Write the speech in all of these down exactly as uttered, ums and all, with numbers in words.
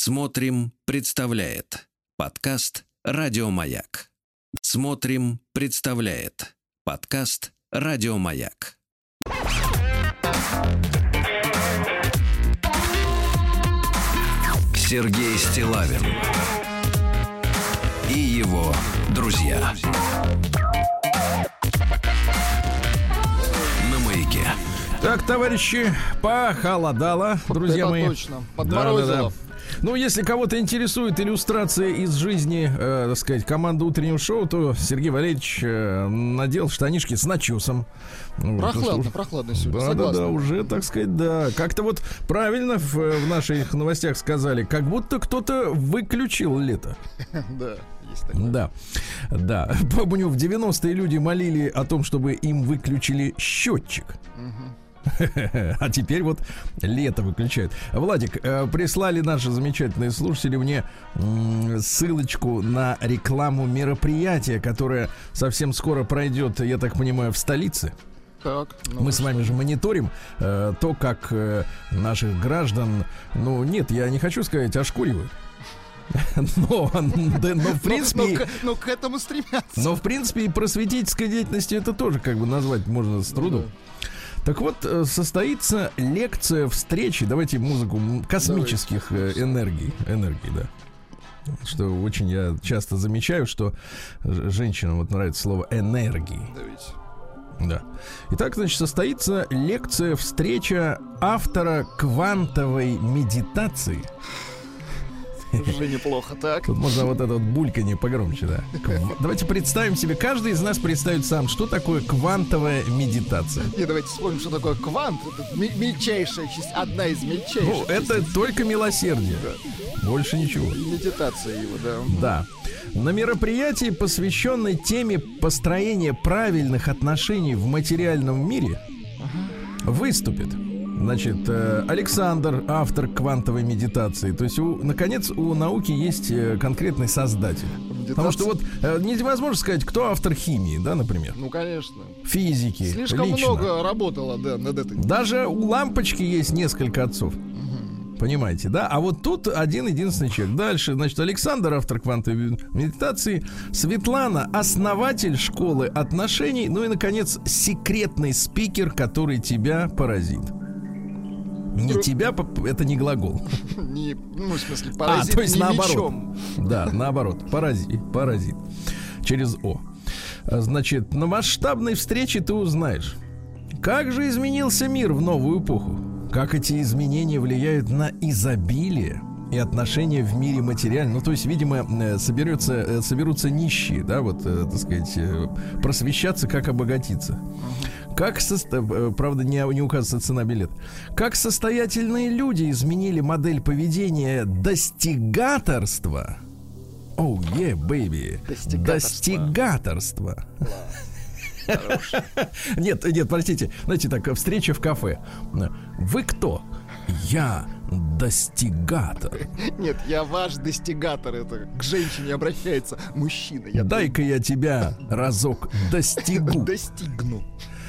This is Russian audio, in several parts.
Смотрим, представляет подкаст «Радиомаяк». Смотрим, представляет подкаст «Радиомаяк». Сергей Стиллавин и его друзья на Маяке. Так, товарищи, похолодало, друзья Это мои. Точно, подморозило. Да, да, да. Ну, если кого-то интересует иллюстрация из жизни, э, так сказать, команды утреннего шоу, то Сергей Валерьевич э, надел штанишки с начесом. Прохладно, вот, что... прохладно сегодня, да, согласна. Да, да, уже, так сказать, да. Как-то вот правильно в, в наших новостях сказали, как будто кто-то выключил лето. Да, есть такое. Да, да. Помню, в девяностые люди молили о том, чтобы им выключили счетчик. А теперь вот лето выключают. Владик, э, прислали наши замечательные слушатели мне м- ссылочку на рекламу мероприятия, которое совсем скоро пройдет, я так понимаю, в столице. Так, ну Мы с вами же мониторим э, то, как э, наших граждан, ну нет, я не хочу сказать, ошкуривают. Но, да, но в принципе, но, но, но к этому стремятся. Но в принципе и просветительской деятельностью это тоже как бы назвать можно с трудом. Так вот, состоится лекция встречи, давайте музыку космических давайте. энергий, энергий, да. Что очень я часто замечаю, что женщинам вот нравится слово энергии. Давайте. Да. Итак, значит, состоится лекция встреча автора квантовой медитации. Уже неплохо, так. Тут можно вот это вот бульканье погромче, да. Кв... Давайте представим себе, каждый из нас представит сам, что такое квантовая медитация. И давайте вспомним, что такое квант. Это мельчайшая часть, одна из мельчайших. Ну, это частей. Только милосердие. Да. Больше ничего. Медитация его, да. Да. На мероприятии, посвященной теме построения правильных отношений в материальном мире, ага. выступит Значит, Александр, автор квантовой медитации. То есть, у, наконец, у науки есть конкретный создатель. Медитация? Потому что вот невозможно сказать, кто автор химии, да, например. Ну, конечно. Физики. Слишком лично. много работало, да, над этой. Даже у лампочки есть несколько отцов. Угу. Понимаете, да? А вот тут один-единственный человек. Дальше, значит, Александр, автор квантовой медитации. Светлана, основатель школы отношений. Ну и, наконец, секретный спикер, который тебя поразит. Не Друг... тебя, это не глагол. Не, ну, в смысле, паразит. А, то есть не наоборот. Мечом. Да, наоборот. Паразит. Паразит. Через О. Значит, на масштабной встрече ты узнаешь, как же изменился мир в новую эпоху, как эти изменения влияют на изобилие и отношения в мире материальном. Ну, то есть, видимо, соберется, соберутся нищие, да, вот, так сказать, просвещаться, как обогатиться. Как, со... правда, не, не указывается цена билета. Как состоятельные люди изменили модель поведения достигаторства. Oh yeah, baby. Достигаторство. Достигаторство. Нет, нет, простите. Знаете, так, встреча в кафе. Вы кто? Я достигатор. Нет, я ваш достигатор. Это к женщине обращается мужчина. Я Дай-ка я тебя разок достигу. Достигну.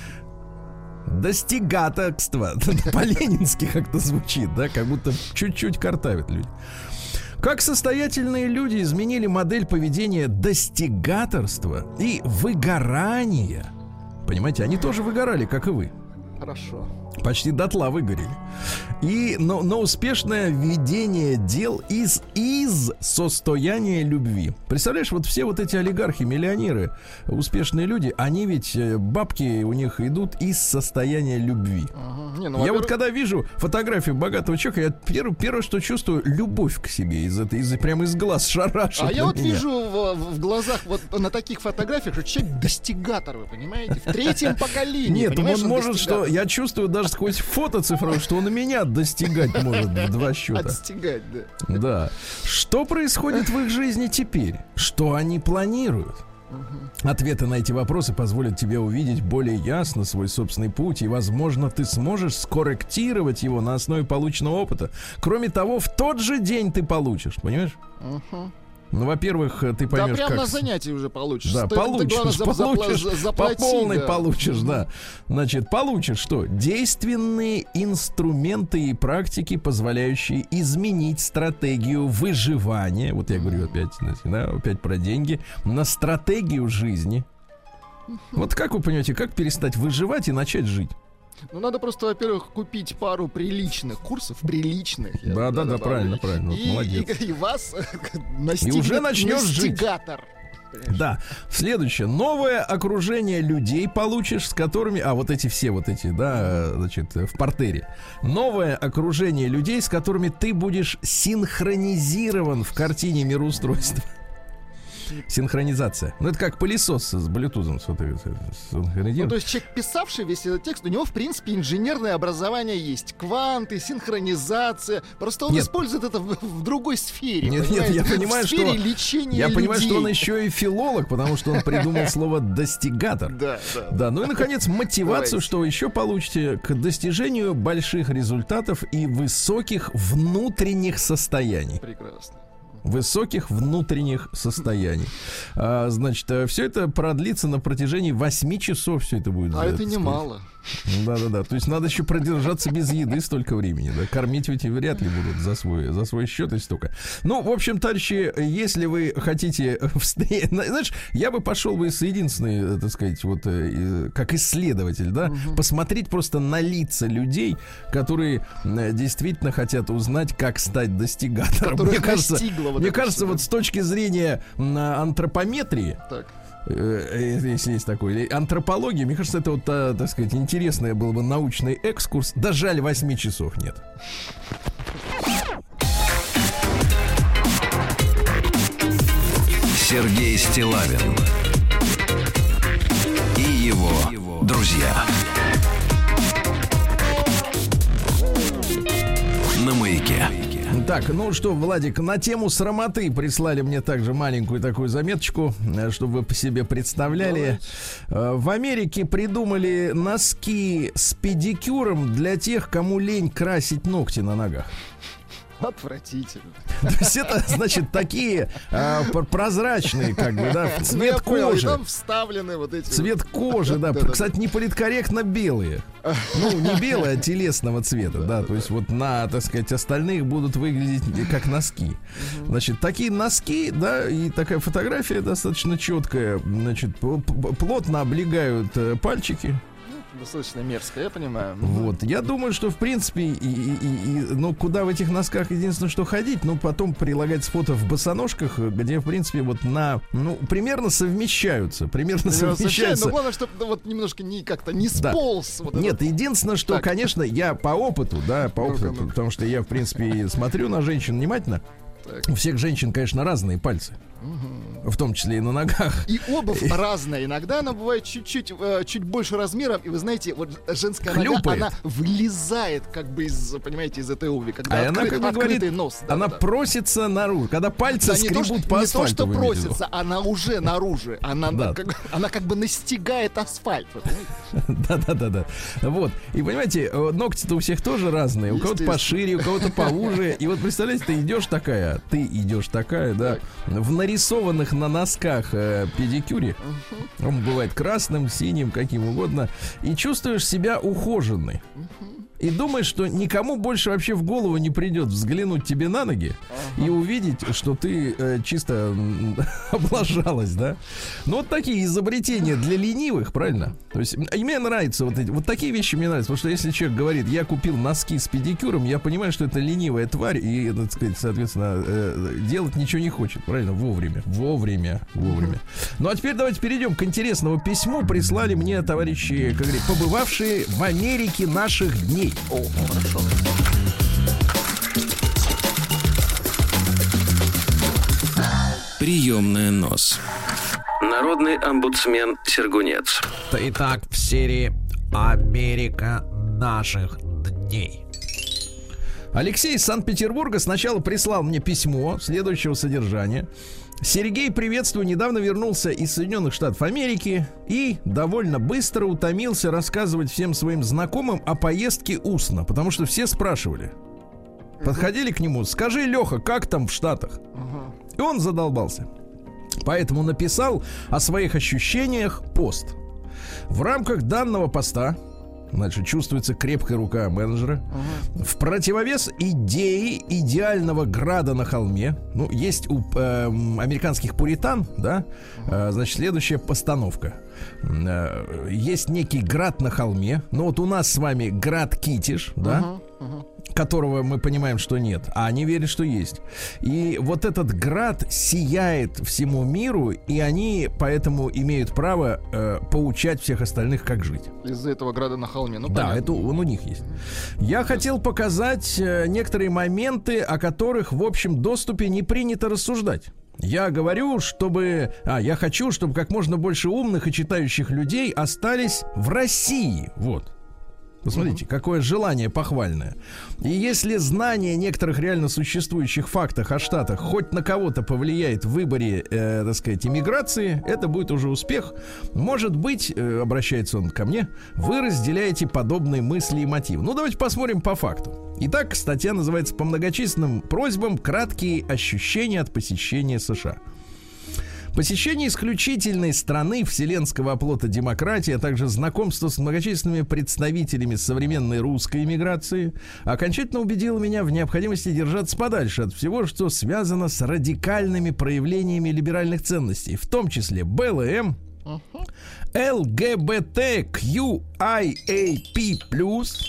Достигаторство. По-ленински как-то звучит, да, как будто чуть-чуть картавят люди. Как состоятельные люди изменили модель поведения достигаторства и выгорания. Понимаете, они тоже выгорали, как и вы. Хорошо. Почти дотла выгорели. И, но, но успешное ведение дел из, из состояния любви. Представляешь, вот все вот эти олигархи, миллионеры, успешные люди, они ведь, бабки у них идут из состояния любви. Ага. Не, ну, я вот когда вижу фотографию богатого человека, я первое, первое, что чувствую, любовь к себе из этой, из, прямо из глаз шарашит. А я вот меня. вижу в, в глазах вот на таких фотографиях, что человек достигатор, вы понимаете? В третьем поколении. Нет, он может, что я чувствую даже сквозь фото цифровое, что он и меня достигать может в два счета. Достигать, да. Да. Что происходит в их жизни теперь? Что они планируют? Угу. Ответы на эти вопросы позволят тебе увидеть более ясно свой собственный путь, и, возможно, ты сможешь скорректировать его на основе полученного опыта. Кроме того, в тот же день ты получишь, понимаешь? Угу. Ну, во-первых, ты поймешь, да, прямо как... на занятии уже получишь. Да, ты, получишь, ты, главное, получишь, запла- заплати, по полной да. получишь, да. Значит, получишь что? Действенные инструменты и практики, позволяющие изменить стратегию выживания. Вот я говорю опять, да, опять про деньги. На стратегию жизни. Вот как вы понимаете, как перестать выживать и начать жить? Ну, надо просто, во-первых, купить пару приличных курсов, приличных. Да, да, да, правильно, правильно. Вот, и, молодец. И, и вас настигнет И уже начнешь жить. настигатор. Да. Следующее. Новое окружение людей получишь, с которыми... А, вот эти все, вот эти, да, значит, в портере. Новое окружение людей, с которыми ты будешь синхронизирован в картине мироустройства. Синхронизация. Ну, это как пылесос с блютузом. Ну, то есть человек, писавший весь этот текст, у него, в принципе, инженерное образование есть. Кванты, синхронизация. Просто он нет. использует это в, в другой сфере. Нет, нет, я понимаю, в сфере что... лечения Я людей. понимаю, что он еще и филолог, потому что он придумал слово «достигатор». Да, да. Да, ну и, наконец, мотивацию, Давайте. что вы еще получите к достижению больших результатов и высоких внутренних состояний. Прекрасно. Высоких внутренних состояний. А, значит, все это продлится на протяжении восьми часов. Все это будет. А это немало. Да-да-да. То есть надо еще продержаться без еды столько времени. Да? Кормить ведь вряд ли будут за свой, за свой счет и столько. Ну, в общем, товарищи, если вы хотите встретить... Знаешь, я бы пошел бы с единственной, так сказать, вот как исследователь, да, угу. посмотреть просто на лица людей, которые действительно хотят узнать, как стать достигатором. Мне кажется, вот мне кажется, вот с точки зрения антропометрии, так. если есть такой, или антропологии, мне кажется, это вот, так сказать, интересный был бы научный экскурс. Да жаль, восьми часов нет. Сергей Стиллавин и его друзья на Маяке. Так, ну что, Владик, на тему срамоты прислали мне также маленькую такую заметочку, чтобы вы по себе представляли. Давайте. В Америке придумали носки с педикюром для тех, кому лень красить ногти на ногах. Отвратительно. То есть это, значит, такие а, прозрачные, как бы, да, цвет ну, понял, кожи. И там вставлены вот эти... Цвет кожи, да, кстати, не политкорректно белые. Ну, не белые, а телесного цвета, да, то есть вот на, так сказать, остальных будут выглядеть как носки. Значит, такие носки, да, и такая фотография достаточно четкая, значит, плотно облегают пальчики. Достаточно мерзко, я понимаю. Вот, я думаю, что в принципе, и, и, и, ну, куда в этих носках единственное, что ходить, ну, потом прилагать фото в босоножках, где, в принципе, вот на, ну, примерно совмещаются, примерно, примерно совмещаются. Но главное, чтобы вот немножко не как-то не сполз. Да. Вот Нет, этот... единственное, что, так. конечно, я по опыту, да, по опыту, ну-ка, ну-ка. Потому что я, в принципе, смотрю на женщин внимательно. Так. У всех женщин, конечно, разные пальцы. Угу. В том числе и на ногах. И обувь разная. Иногда она бывает чуть-чуть э, чуть больше размером. И вы знаете, вот женская хлюпает. Нога, она вылезает как бы из, понимаете, из этой обуви. Когда а откры... она, как бы открытый говорит, нос. Да, она да. просится наружу. Когда пальцы да, скребут не то, по не асфальту. Не то, что просится, она уже наружу. Она, да. как, она как бы настигает асфальт. Да-да-да. Вот. И понимаете, ногти-то у всех тоже разные. У кого-то пошире, у кого-то поуже. И вот представляете, ты идешь такая, ты идешь такая, да, в нарисованных на носках э, педикюре. Uh-huh. Он бывает красным, синим, каким угодно. И чувствуешь себя ухоженной. Uh-huh. И думаешь, что никому больше вообще в голову не придет взглянуть тебе на ноги uh-huh. и увидеть, что ты э, чисто облажалась, да? Ну, вот такие изобретения для ленивых, правильно? То есть, и мне нравятся вот эти, вот такие вещи мне нравятся, потому что если человек говорит, я купил носки с педикюром, я понимаю, что это ленивая тварь, и, так сказать, соответственно, э, делать ничего не хочет, правильно? Вовремя, вовремя, вовремя. Ну, а теперь давайте перейдем к интересному письму. Прислали мне товарищи, как говорится, побывавшие в Америке наших дней. О, хорошо. Приемная нос. Народный омбудсмен Сергунец. Итак, в серии «Америка наших дней». Алексей из Санкт-Петербурга сначала прислал мне письмо следующего содержания. Сергей, приветствую, недавно вернулся из Соединенных Штатов Америки и довольно быстро утомился рассказывать всем своим знакомым о поездке устно, потому что все спрашивали. Подходили к нему, скажи, Леха, как там в Штатах? И Он задолбался. Поэтому написал о своих ощущениях пост. В рамках данного поста, значит, чувствуется крепкая рука менеджера. Uh-huh. В противовес идее идеального града на холме. Ну, есть у э, американских пуритан, да, uh-huh. э, значит, следующая постановка. Э, есть некий град на холме. Ну, вот у нас с вами град Китиш, да, uh-huh. Uh-huh. которого мы понимаем, что нет, а они верят, что есть. И вот этот град сияет всему миру, и они поэтому имеют право э, поучать всех остальных, как жить. Из-за этого града на холме. Ну, да, это он у них есть. Я хотел показать э, некоторые моменты, о которых в общем доступе не принято рассуждать. Я говорю, чтобы... А, я хочу, чтобы как можно больше умных и читающих людей остались в России. Вот. Посмотрите, какое желание похвальное. И если знание некоторых реально существующих фактов о Штатах хоть на кого-то повлияет в выборе, э, так сказать, иммиграции, это будет уже успех. Может быть, э, обращается он ко мне, вы разделяете подобные мысли и мотивы. Ну, давайте посмотрим по факту. Итак, статья называется «По многочисленным просьбам краткие ощущения от посещения США». Посещение исключительной страны вселенского оплота демократии, а также знакомство с многочисленными представителями современной русской эмиграции окончательно убедило меня в необходимости держаться подальше от всего, что связано с радикальными проявлениями либеральных ценностей, в том числе бэ эл эм, эл гэ бэ тэ кью ай эй пи плюс,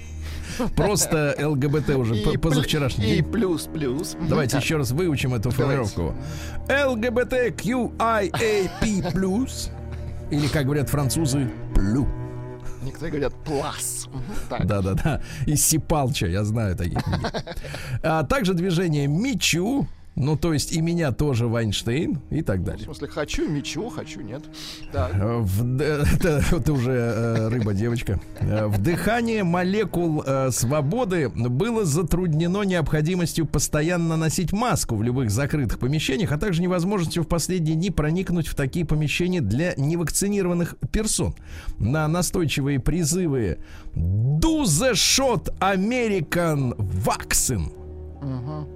просто эл гэ бэ тэ уже и позавчерашний день. И плюс-плюс. Давайте еще раз выучим эту формулировку. эл гэ бэ тэ кью ай эй пи плюс, или, как говорят французы, плю. Некоторые говорят плас. Да-да-да. И Сипалча, я знаю таких. А также движение Мичу. Ну, то есть и меня тоже Вайнштейн и так далее. В смысле, хочу мечу, хочу нет. Так. В, это, это уже э, рыба-девочка. Вдыхание молекул э, свободы было затруднено необходимостью постоянно носить маску в любых закрытых помещениях, а также невозможностью в последние дни проникнуть в такие помещения для невакцинированных персон. На настойчивые призывы «Do the shot American vaccine». Угу.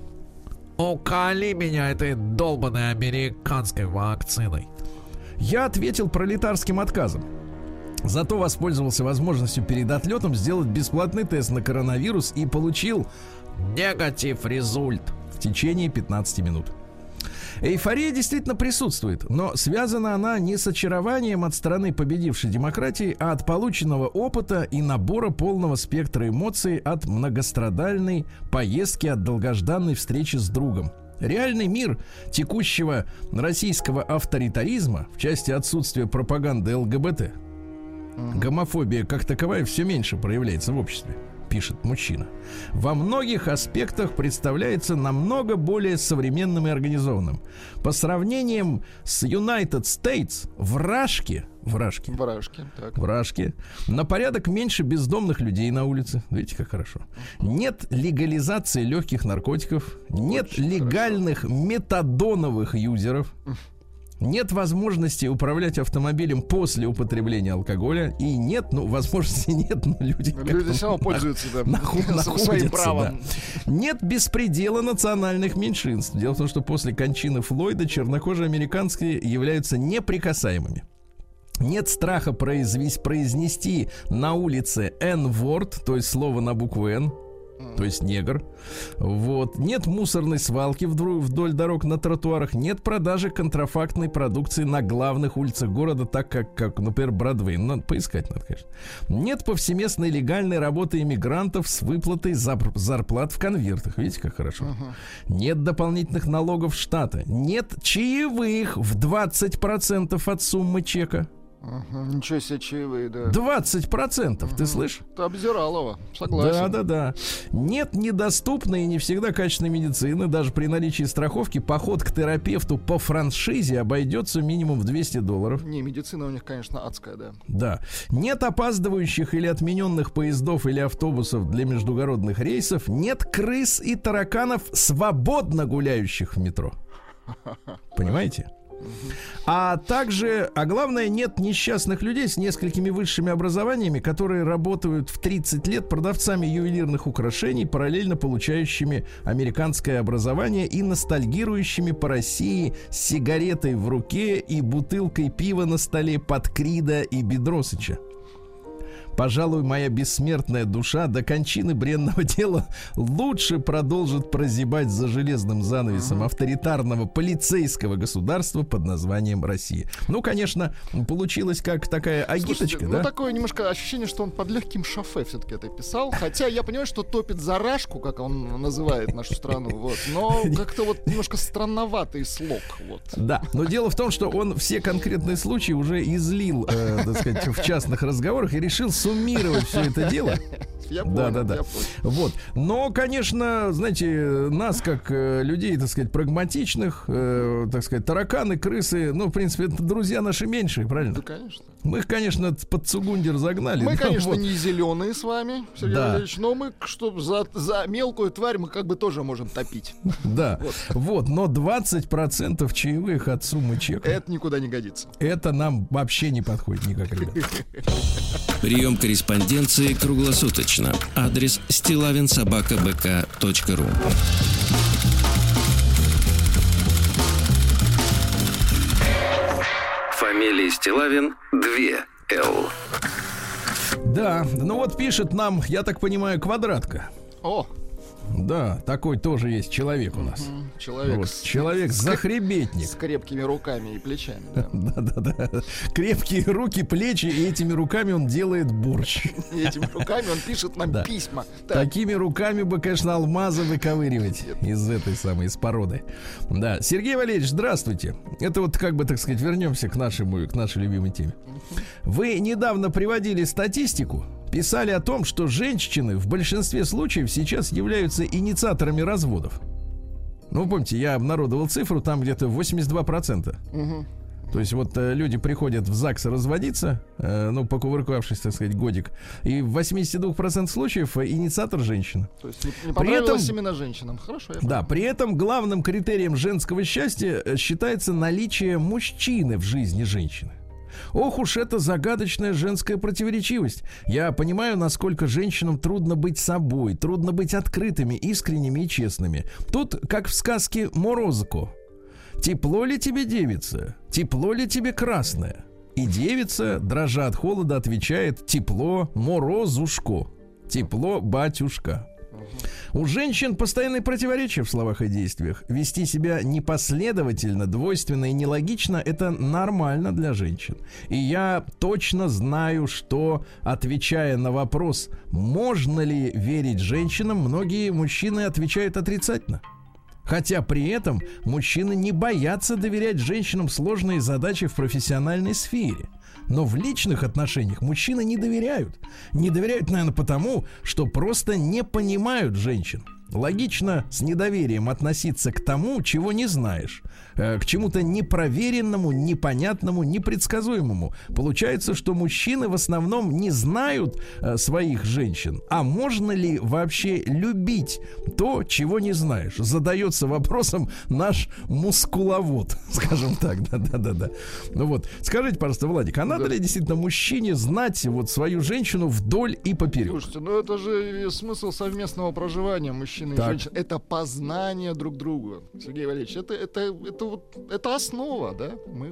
Уколи меня этой долбанной американской вакциной. Я ответил пролетарским отказом. Зато воспользовался возможностью перед отлетом сделать бесплатный тест на коронавирус и получил негатив результ в течение пятнадцати минут. Эйфория действительно присутствует, но связана она не с очарованием от стороны победившей демократии, а от полученного опыта и набора полного спектра эмоций от многострадальной поездки, от долгожданной встречи с другом. Реальный мир текущего российского авторитаризма в части отсутствия пропаганды эл гэ бэ тэ. Гомофобия как таковая все меньше проявляется в обществе, пишет мужчина. Во многих аспектах представляется намного более современным и организованным. По сравнению с United States, в Рашке, в Рашке, в Рашке, так. в Рашке на порядок меньше бездомных людей на улице. Видите, как хорошо. Нет легализации легких наркотиков, нет Очень легальных хорошо. метадоновых юзеров. Нет возможности управлять автомобилем после употребления алкоголя. И нет, ну, возможности нет, но люди... Люди все равно пользуются, да, находятся, своим правом. Да. Нет беспредела национальных меньшинств. Дело в том, что после кончины Флойда чернокожие американские являются неприкасаемыми. Нет страха произвести, произнести на улице N-word, то есть слово на букву N, то есть негр. Вот. Нет мусорной свалки вдоль дорог на тротуарах. Нет продажи контрафактной продукции на главных улицах города, так как, как например, Бродвей. Надо поискать, надо, конечно. Нет повсеместной легальной работы иммигрантов с выплатой зарплат в конвертах. Видите, как хорошо. Uh-huh. Нет дополнительных налогов штата. Нет чаевых в двадцать процентов от суммы чека. Угу, ничего себе, чаевые, да. двадцать процентов, угу. Ты слышишь? Ты Обзиралово, согласен. Да, да, да. Нет недоступной и не всегда качественной медицины. Даже при наличии страховки поход к терапевту по франшизе обойдется минимум в двести долларов. Не, медицина у них, конечно, адская, да. Да. Нет опаздывающих или отмененных поездов или автобусов для междугородных рейсов. Нет крыс и тараканов, свободно гуляющих в метро. Понимаете? А также, а главное, нет несчастных людей с несколькими высшими образованиями, которые работают в тридцать лет продавцами ювелирных украшений, параллельно получающими американское образование и ностальгирующими по России с сигаретой в руке и бутылкой пива на столе под Крида и Бедросыча. Пожалуй, моя бессмертная душа до кончины бренного дела лучше продолжит прозябать за железным занавесом авторитарного полицейского государства под названием Россия. Ну, конечно, получилось как такая агиточка, да? Ну, такое немножко ощущение, что он под легким шофе все-таки это писал. Хотя я понимаю, что топит за рашку, как он называет нашу страну, вот. Но как-то вот немножко странноватый слог, вот. Да, но дело в том, что он все конкретные случаи уже излил, э, так сказать, в частных разговорах и решил суммировать все это дело. Я понял, да, да, да. я понял. Вот. Но, конечно, знаете, нас, как э, людей, так сказать, прагматичных, э, так сказать, тараканы, крысы, ну, в принципе, это друзья наши меньшие, правильно? Да, конечно. Мы их, конечно, под цугундер загнали. Мы, но конечно, вот. не зеленые с вами, Сергей Да. Валерьевич, но мы, что за, за мелкую тварь мы как бы тоже можем топить. Да, Вот. вот, но двадцать процентов чаевых от суммы чека, Это никуда не годится. это нам вообще не подходит никак, ребят. Прием корреспонденции круглосуточно. Адрес стилавин собака бэ ка точка ру. Фамилия Стилавин два эл. Да, ну вот пишет нам, я так понимаю, Квадратка. О, Да, такой тоже есть человек у нас. человек, Вот, с, человек с- захребетник. с крепкими руками и плечами. Да. Да-да-да. Крепкие руки, плечи, и этими руками он делает борщ. И этими руками он пишет нам Да. письма. Так, Такими руками бы, конечно, алмазы выковыривать из этой самой, из породы. Да. Сергей Валерьевич, здравствуйте. Это вот как бы, так сказать, вернемся к нашему, к нашей любимой теме. Вы недавно приводили статистику, писали о том, что женщины в большинстве случаев сейчас являются инициаторами разводов. Ну, вы помните, я обнародовал цифру, там где-то восемьдесят два процента. Мгм. То есть вот э, люди приходят в ЗАГС разводиться, э, ну, покувыркавшись, так сказать, годик, и в восемьдесят два процента случаев э, инициатор женщина. То есть не, не При понравилось этом- именно женщинам. Хорошо, я Да, понял. при этом главным критерием женского счастья э, считается наличие мужчины в жизни женщины. Ох уж это загадочная женская противоречивость. Я понимаю, насколько женщинам трудно быть собой, трудно быть открытыми, искренними и честными. Тут, как в сказке «Морозко». Тепло ли тебе, девица? Тепло ли тебе, красное? И девица, дрожа от холода, отвечает: тепло, морозушко. Тепло, батюшка. У женщин постоянные противоречия в словах и действиях. Вести себя непоследовательно, двойственно и нелогично — это нормально для женщин. И я точно знаю, что, отвечая на вопрос, можно ли верить женщинам, многие мужчины отвечают отрицательно. Хотя при этом мужчины не боятся доверять женщинам сложные задачи в профессиональной сфере. Но в личных отношениях мужчины не доверяют. Не доверяют, наверное, потому, что просто не понимают женщин. Логично с недоверием относиться к тому, чего не знаешь, э, к чему-то непроверенному, непонятному, непредсказуемому. Получается, что мужчины в основном не знают э, своих женщин. А можно ли вообще любить то, чего не знаешь? Задается вопросом наш мускуловод, скажем так. Да-да-да. Ну вот, скажите, пожалуйста, Владик, а надо Да. ли действительно мужчине знать вот свою женщину вдоль и поперек? Слушайте, ну это же смысл совместного проживания мужчины и Так. женщин. Это познание друг друга. Сергей Валерьевич, это, это, это, вот, это основа, да? Мы,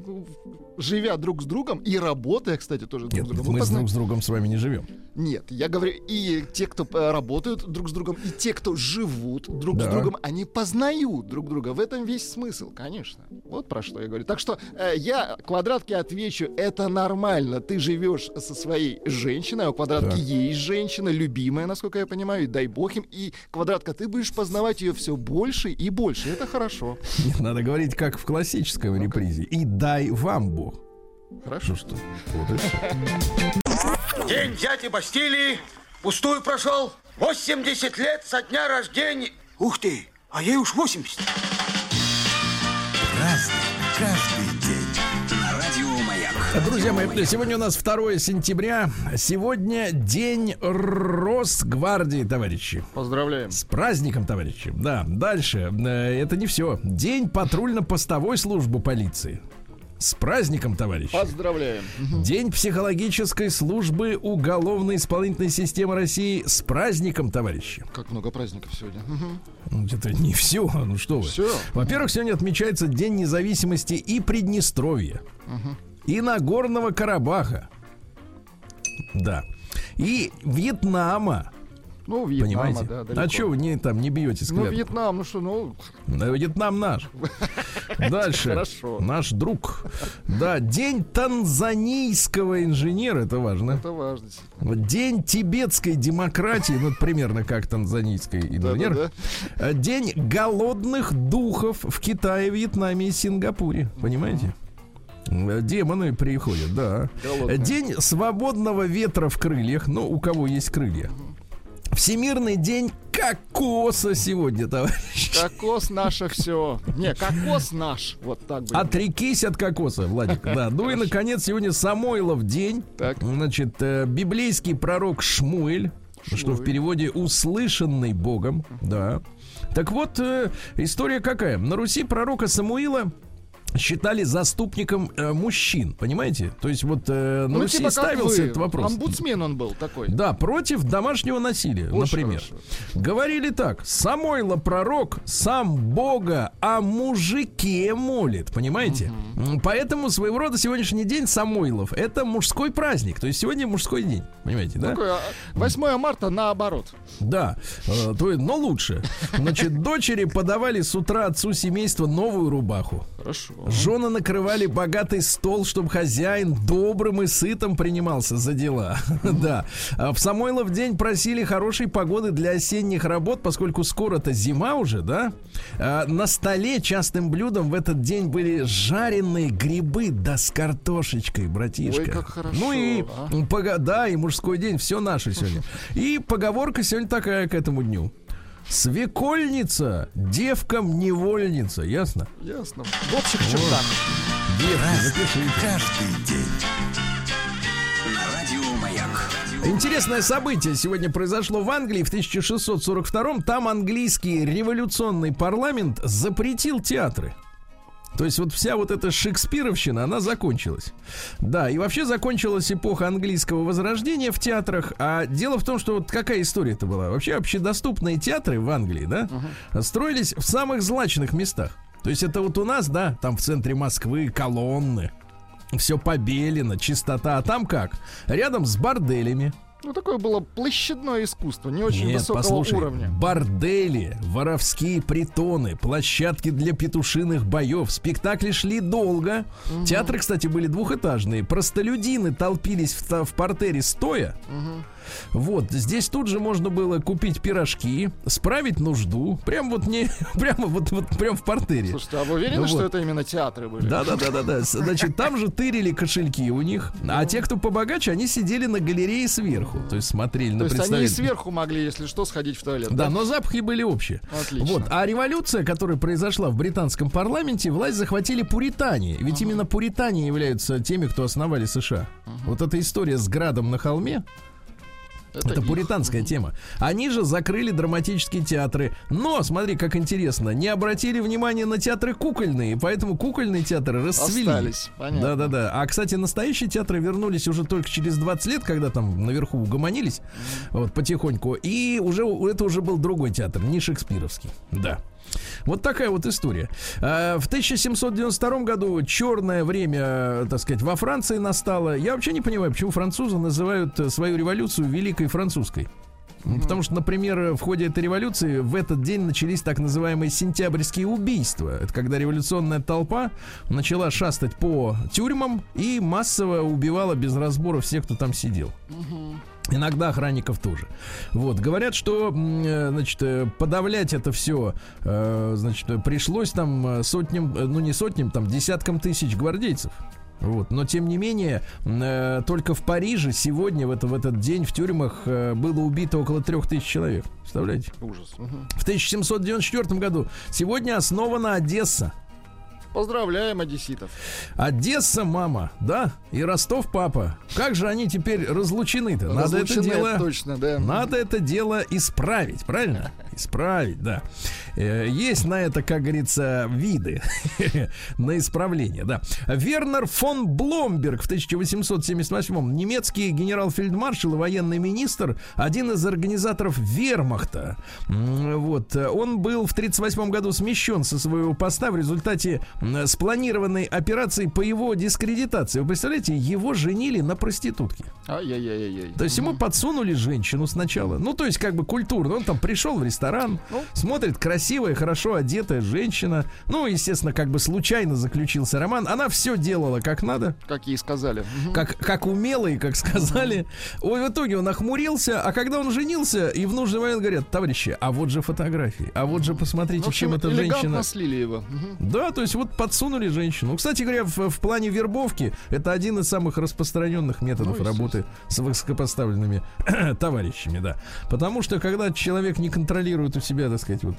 живя друг с другом и работая, кстати, тоже друг Нет, с другом. мы с позна- друг с другом с вами не живем. Нет, я говорю, и те, кто э, работают друг с другом, и те, кто живут друг Да. с другом, они познают друг друга. В этом весь смысл, конечно. Вот про что я говорю. Так что э, я Квадратке отвечу, это нормально. Ты живешь со своей женщиной, а у Квадратки Так. есть женщина, любимая, насколько я понимаю, и дай бог им. И Квадратка, ты будешь познавать ее все больше и больше. Это хорошо. Нет, надо говорить, как в классическом репризе. И дай вам Бог. Хорошо. Ну что, вот и всё. День дяди Бастилии пустую прошел. восемьдесят лет со дня рождения. Ух ты, а ей уж восемьдесят. Каждый день. На радио Маяк. Друзья мои, сегодня у нас второе сентября. Сегодня день Росгвардии, товарищи. Поздравляем. С праздником, товарищи. Да, дальше. Э, Это не все. День патрульно-постовой службы полиции. С праздником, товарищи. Поздравляем. День психологической службы уголовно-исполнительной системы России. С праздником, товарищи. Как много праздников сегодня. Ну, это не все, ну что вы. Все. Во-первых, сегодня отмечается День независимости и Приднестровья, Угу. и Нагорного Карабаха. Да. И Вьетнама. Ну, Вьетнама, Понимаете? да, далеко. А что вы не, там не бьете Ну, взгляд? Вьетнам, ну что, ну... Вьетнам наш. Дальше. Хорошо. Наш друг. Да, День танзанийского инженера, это важно. Это важно. День тибетской демократии, ну, это примерно как танзанийский инженер. Да-да-да. День голодных духов в Китае, Вьетнаме и Сингапуре. Понимаете? Демоны приходят, да. Голодные. День свободного ветра в крыльях. Ну, у кого есть крылья. Всемирный день кокоса сегодня, товарищи. Кокос наше все. Не, кокос наш. Вот так бы. Отрекись от кокоса, Владик. Да. Ну и, наконец, сегодня Самойлов день. Так. Значит, э, библейский пророк Шмуэль, что в переводе «услышанный Богом». Да. Так вот, э, история какая? На Руси пророка Самуила считали заступником э, мужчин, понимаете? То есть вот э, на Ну, Руси типа как ставился вы. этот вопрос. Омбудсмен он был такой. Да, против домашнего насилия, Очень например. хорошо. Говорили так: Самойло пророк сам Бога о мужике молит, понимаете? М, Поэтому своего рода сегодняшний день Самойлов — это мужской праздник. То есть сегодня мужской день, понимаете, да? Такой, а, восьмое марта наоборот. Да, э, то есть, но лучше. Значит, дочери подавали с утра отцу семейства новую рубаху. Хорошо. Жены накрывали богатый стол, чтобы хозяин добрым и сытым принимался за дела. Да. А в Самойлов день просили хорошей погоды для осенних работ, поскольку скоро-то зима уже, да? А на столе частым блюдом в этот день были жареные грибы, да с картошечкой, братишка. Ой, как хорошо, Ну и а. пога- да, и мужской день, все наше сегодня. И поговорка сегодня такая к этому дню: свекольница девкам-невольница, ясно? Ясно. В общих чертах. Девки, запишите. Каждый день. На радио Маяк. Интересное событие сегодня произошло в Англии в тысяча шестьсот сорок втором. Там английский революционный парламент запретил театры. То есть вот вся вот эта шекспировщина, она закончилась. Да, и вообще закончилась эпоха английского возрождения в театрах. А дело в том, что вот какая история-то была. Вообще общедоступные театры в Англии, да, uh-huh. строились в самых злачных местах. То есть это вот у нас, да, там в центре Москвы колонны, все побелено, чистота. А там как? Рядом с борделями. Ну, такое было площадное искусство, не очень Нет, высокого послушай, уровня. бордели, воровские притоны, площадки для петушиных боев. Спектакли шли долго. Угу. Театры, кстати, были двухэтажные. Простолюдины толпились в, в партере стоя. Угу. Вот, здесь тут же можно было купить пирожки, справить нужду. Прям вот не, прямо вот, вот прям в партере. Слушайте, а вы уверены, Вот. что это именно театры были? Да, да, да, да, да. Значит, там же тырили кошельки у них. А те, кто побогаче, они сидели на галерее сверху. То есть смотрели на То есть они и представителей. сверху могли, если что, сходить в туалет. Да, но запахи были общие. Отлично. Вот. А революция, которая произошла в британском парламенте, власть захватили пуритане. Ведь uh-huh. именно пуритане являются теми, кто основали США. Uh-huh. Вот эта история с градом на холме. Это, это пуританская тема. Они же закрыли драматические театры. Но, смотри, как интересно, не обратили внимания на театры кукольные, поэтому кукольные театры расцвели. Остались, понятно. Да-да-да. А, кстати, настоящие театры вернулись уже только через двадцать лет, когда там наверху угомонились, mm-hmm. вот, потихоньку. И уже это уже был другой театр, не шекспировский. Да. Вот такая вот история. В тысяча семьсот девяносто втором году черное время, так сказать, во Франции настало. Я вообще не понимаю, почему французы называют свою революцию Великой Французской. Mm-hmm. Потому что, например, в ходе этой революции в этот день начались так называемые сентябрьские убийства. Это когда революционная толпа начала шастать по тюрьмам и массово убивала без разбора всех, кто там сидел. Mm-hmm. Иногда охранников тоже. Вот, говорят, что, значит, подавлять это все, значит, пришлось там сотням, ну не сотням, там десяткам тысяч гвардейцев. Вот. Но, тем не менее, э, только в Париже сегодня, в, это, в этот день, в тюрьмах э, было убито около трех тысяч человек. Представляете? Ужас. Угу. В тысяча семьсот девяносто четвёртом году сегодня основана Одесса. Поздравляем одесситов. Одесса, мама, да, и Ростов, папа. Как же они теперь разлучены-то? Надо Разлучены, это дело, точно, да. надо это дело исправить, правильно? Исправить, да. Есть на это, как говорится, виды на исправление, да. Вернер фон Бломберг в тысяча восемьсот семьдесят восьмом, немецкий генерал-фельдмаршал и военный министр, один из организаторов вермахта. Вот. Он был в тридцать восьмом году смещен со своего поста в результате спланированной операции по его дискредитации. Вы представляете, его женили на проститутке. Ай-яй-яй-яй. То есть ему подсунули женщину сначала. Ну, то есть как бы культурно. Он там пришел в ресторан, ну, смотрит, красивая, хорошо одетая женщина. Ну, естественно, как бы случайно заключился роман. Она все делала как надо. Как ей сказали. Как, как умело и как сказали. Ой, в итоге он охмурился. А когда он женился, и в нужный момент говорят: товарищи, а вот же фотографии. А вот же посмотрите, в общем, чем эта женщина... слили его. Да, то есть вот подсунули женщину. Кстати говоря, в, в плане вербовки это один из самых распространенных методов ну, работы с высокопоставленными товарищами, да. Потому что когда человек не контролирует у себя, так сказать, вот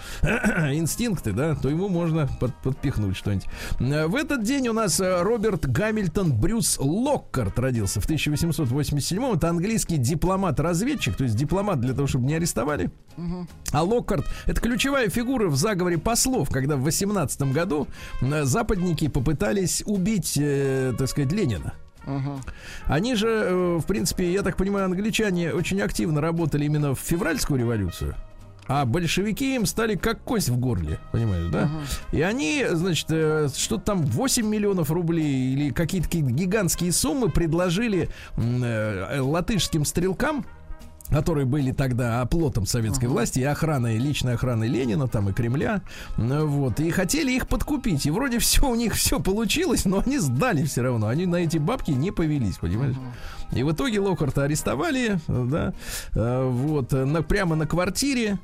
инстинкты, да, то ему можно под, подпихнуть что-нибудь. В этот день у нас Роберт Гамильтон Брюс Локкарт родился в тысяча восемьсот восемьдесят седьмом. Это английский дипломат-разведчик, то есть дипломат для того, чтобы не арестовали. Угу. А Локкарт — это ключевая фигура в заговоре послов, когда в восемнадцатом году западники попытались убить, э, так сказать, Ленина. Uh-huh. Они же, э, в принципе, я так понимаю, англичане очень активно работали именно в февральскую революцию. А большевики им стали как кость в горле, понимаешь, да? Uh-huh. И они, значит, э, что-то там восемь миллионов рублей или какие-то, какие-то гигантские суммы предложили э, латышским стрелкам, которые были тогда оплотом советской uh-huh. власти и охраной, личной охраной Ленина там и Кремля, вот, и хотели их подкупить, и вроде все у них все получилось, но они сдали все равно, они на эти бабки не повелись, понимаешь? Uh-huh. И в итоге Локкарта арестовали, да, вот, на, прямо на квартире,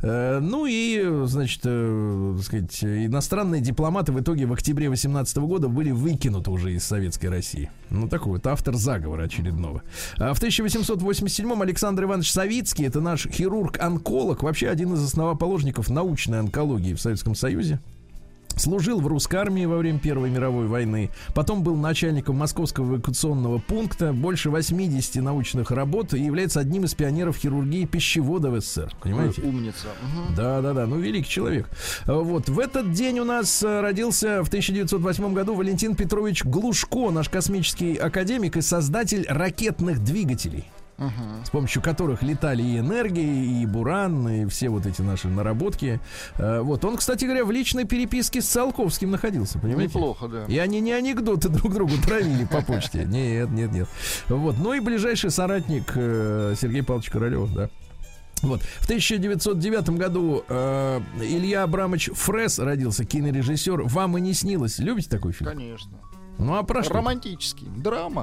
ну и, значит, так сказать, иностранные дипломаты в итоге в октябре восемнадцатого года были выкинуты уже из Советской России. Ну, такой вот автор заговора очередного. А в тысяча восемьсот восемьдесят седьмом Александр Иванович Савицкий, это наш хирург-онколог, вообще один из основоположников научной онкологии в Советском Союзе. Служил в русской армии во время Первой мировой войны. Потом был начальником Московского эвакуационного пункта. Больше восьмидесяти научных работ. И является одним из пионеров хирургии пищевода в СССР. Понимаете? Умница. Угу. Да, да, да. Ну, великий человек. Вот. В этот день у нас родился в тысяча девятьсот восьмом году Валентин Петрович Глушко, наш космический академик и создатель ракетных двигателей. Uh-huh. С помощью которых летали и энергии, и Буран, и все вот эти наши наработки. Uh, вот. Он, кстати говоря, в личной переписке с Циолковским находился, понимаете? Неплохо, да. И они не анекдоты друг другу травили по почте. Нет, нет, нет. Вот. Ну и ближайший соратник uh, Сергей Павлович Королёв, да. Вот. В тысяча девятьсот девятом году э, Илья Абрамович Фрес родился, кинорежиссер. «Вам и не снилось». Любите такой фильм? Конечно. Ну а про что? Романтический. Драма.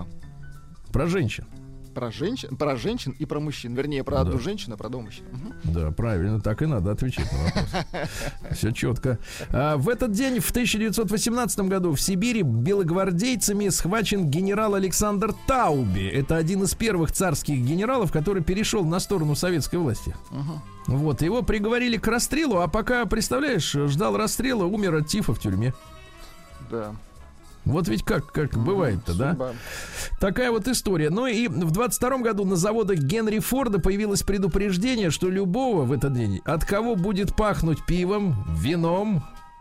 Про женщин. Про женщин, про женщин и про мужчин. Вернее, про одну да. женщину, а про двух мужчин. Угу. Да, правильно, так и надо отвечать на вопрос. Все четко. А, в этот день, в тысяча девятьсот восемнадцатом году, в Сибири белогвардейцами схвачен генерал Александр Тауби. Это один из первых царских генералов, который перешел на сторону советской власти. Угу. Вот, его приговорили к расстрелу, а пока, представляешь, ждал расстрела, умер от тифа в тюрьме. Да. Вот ведь как, как бывает-то, да? Такая вот история. Ну и в двадцать втором году на заводах Генри Форда появилось предупреждение, что любого в этот день, от кого будет пахнуть пивом, вином,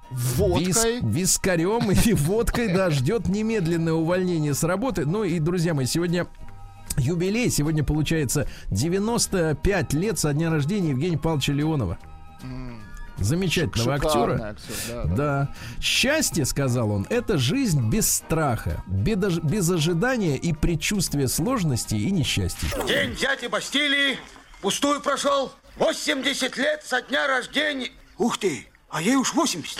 водкой, вис, вискарем или водкой, да, ждет немедленное увольнение с работы. Ну и, друзья мои, сегодня юбилей. Сегодня получается девяносто пять лет со дня рождения Евгения Павловича Леонова. Замечательного актера. Актер, да, да. Да. Счастье, сказал он, это жизнь без страха, без, без ожидания и предчувствия сложностей и несчастий. День дяди Бастилии пустую прошел. восемьдесят лет со дня рождения. Ух ты, а ей уж восемьдесят.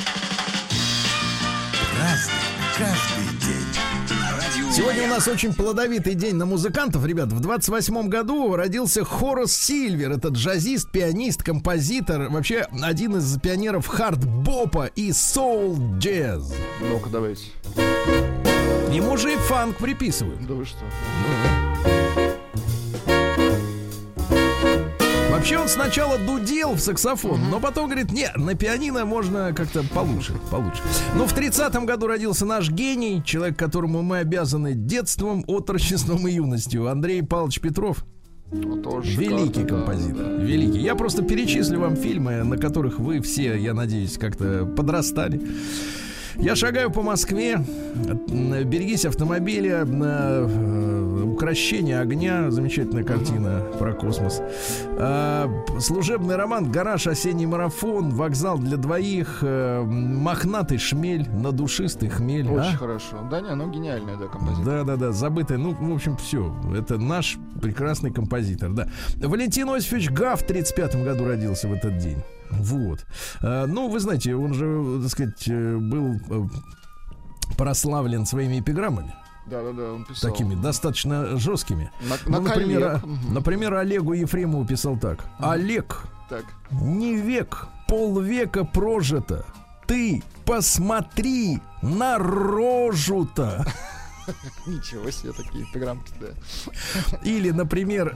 Разный, каждый день. Сегодня у нас очень плодовитый день на музыкантов, ребят. В двадцать восьмом году родился Хорас Сильвер. Это джазист, пианист, композитор. Вообще один из пионеров хард-бопа и соул-джаз. Ну-ка, давайте. Ему же и фанк приписывают. Да вы что? Вообще он сначала дудел в саксофон, uh-huh. но потом говорит, не, на пианино можно как-то получше, получше. Но в тридцатом году родился наш гений, человек, которому мы обязаны детством, отрочеством и юностью. Андрей Павлович Петров. Ну, тоже Великий шикарно, композитор. да, да. Великий. Я просто перечислю вам фильмы, на которых вы все, я надеюсь, как-то подрастали. Я шагаю по Москве. Берегись автомобиля. Укрощение огня. Замечательная картина uh-huh. про космос. а, Служебный роман. Гараж. Осенний марафон. Вокзал для двоих. а, Мохнатый шмель. Надушистый хмель. Очень а? хорошо. Да, не, ну гениальная, да, композитор. Да, да, да, забытая. Ну, в общем, все. Это наш прекрасный композитор, да. Валентин Осипович Гаф в тридцать пятом году родился в этот день. Вот. А, ну, вы знаете, он же, так сказать, был прославлен своими эпиграммами. Да, да, да, он писал. Такими достаточно жесткими. На, ну, на например, угу. например, Олегу Ефремову писал так. Угу. Олег, так. не век, полвека прожито. Ты посмотри на рожу-то. Ничего себе, такие эпиграммки, да. Или, например...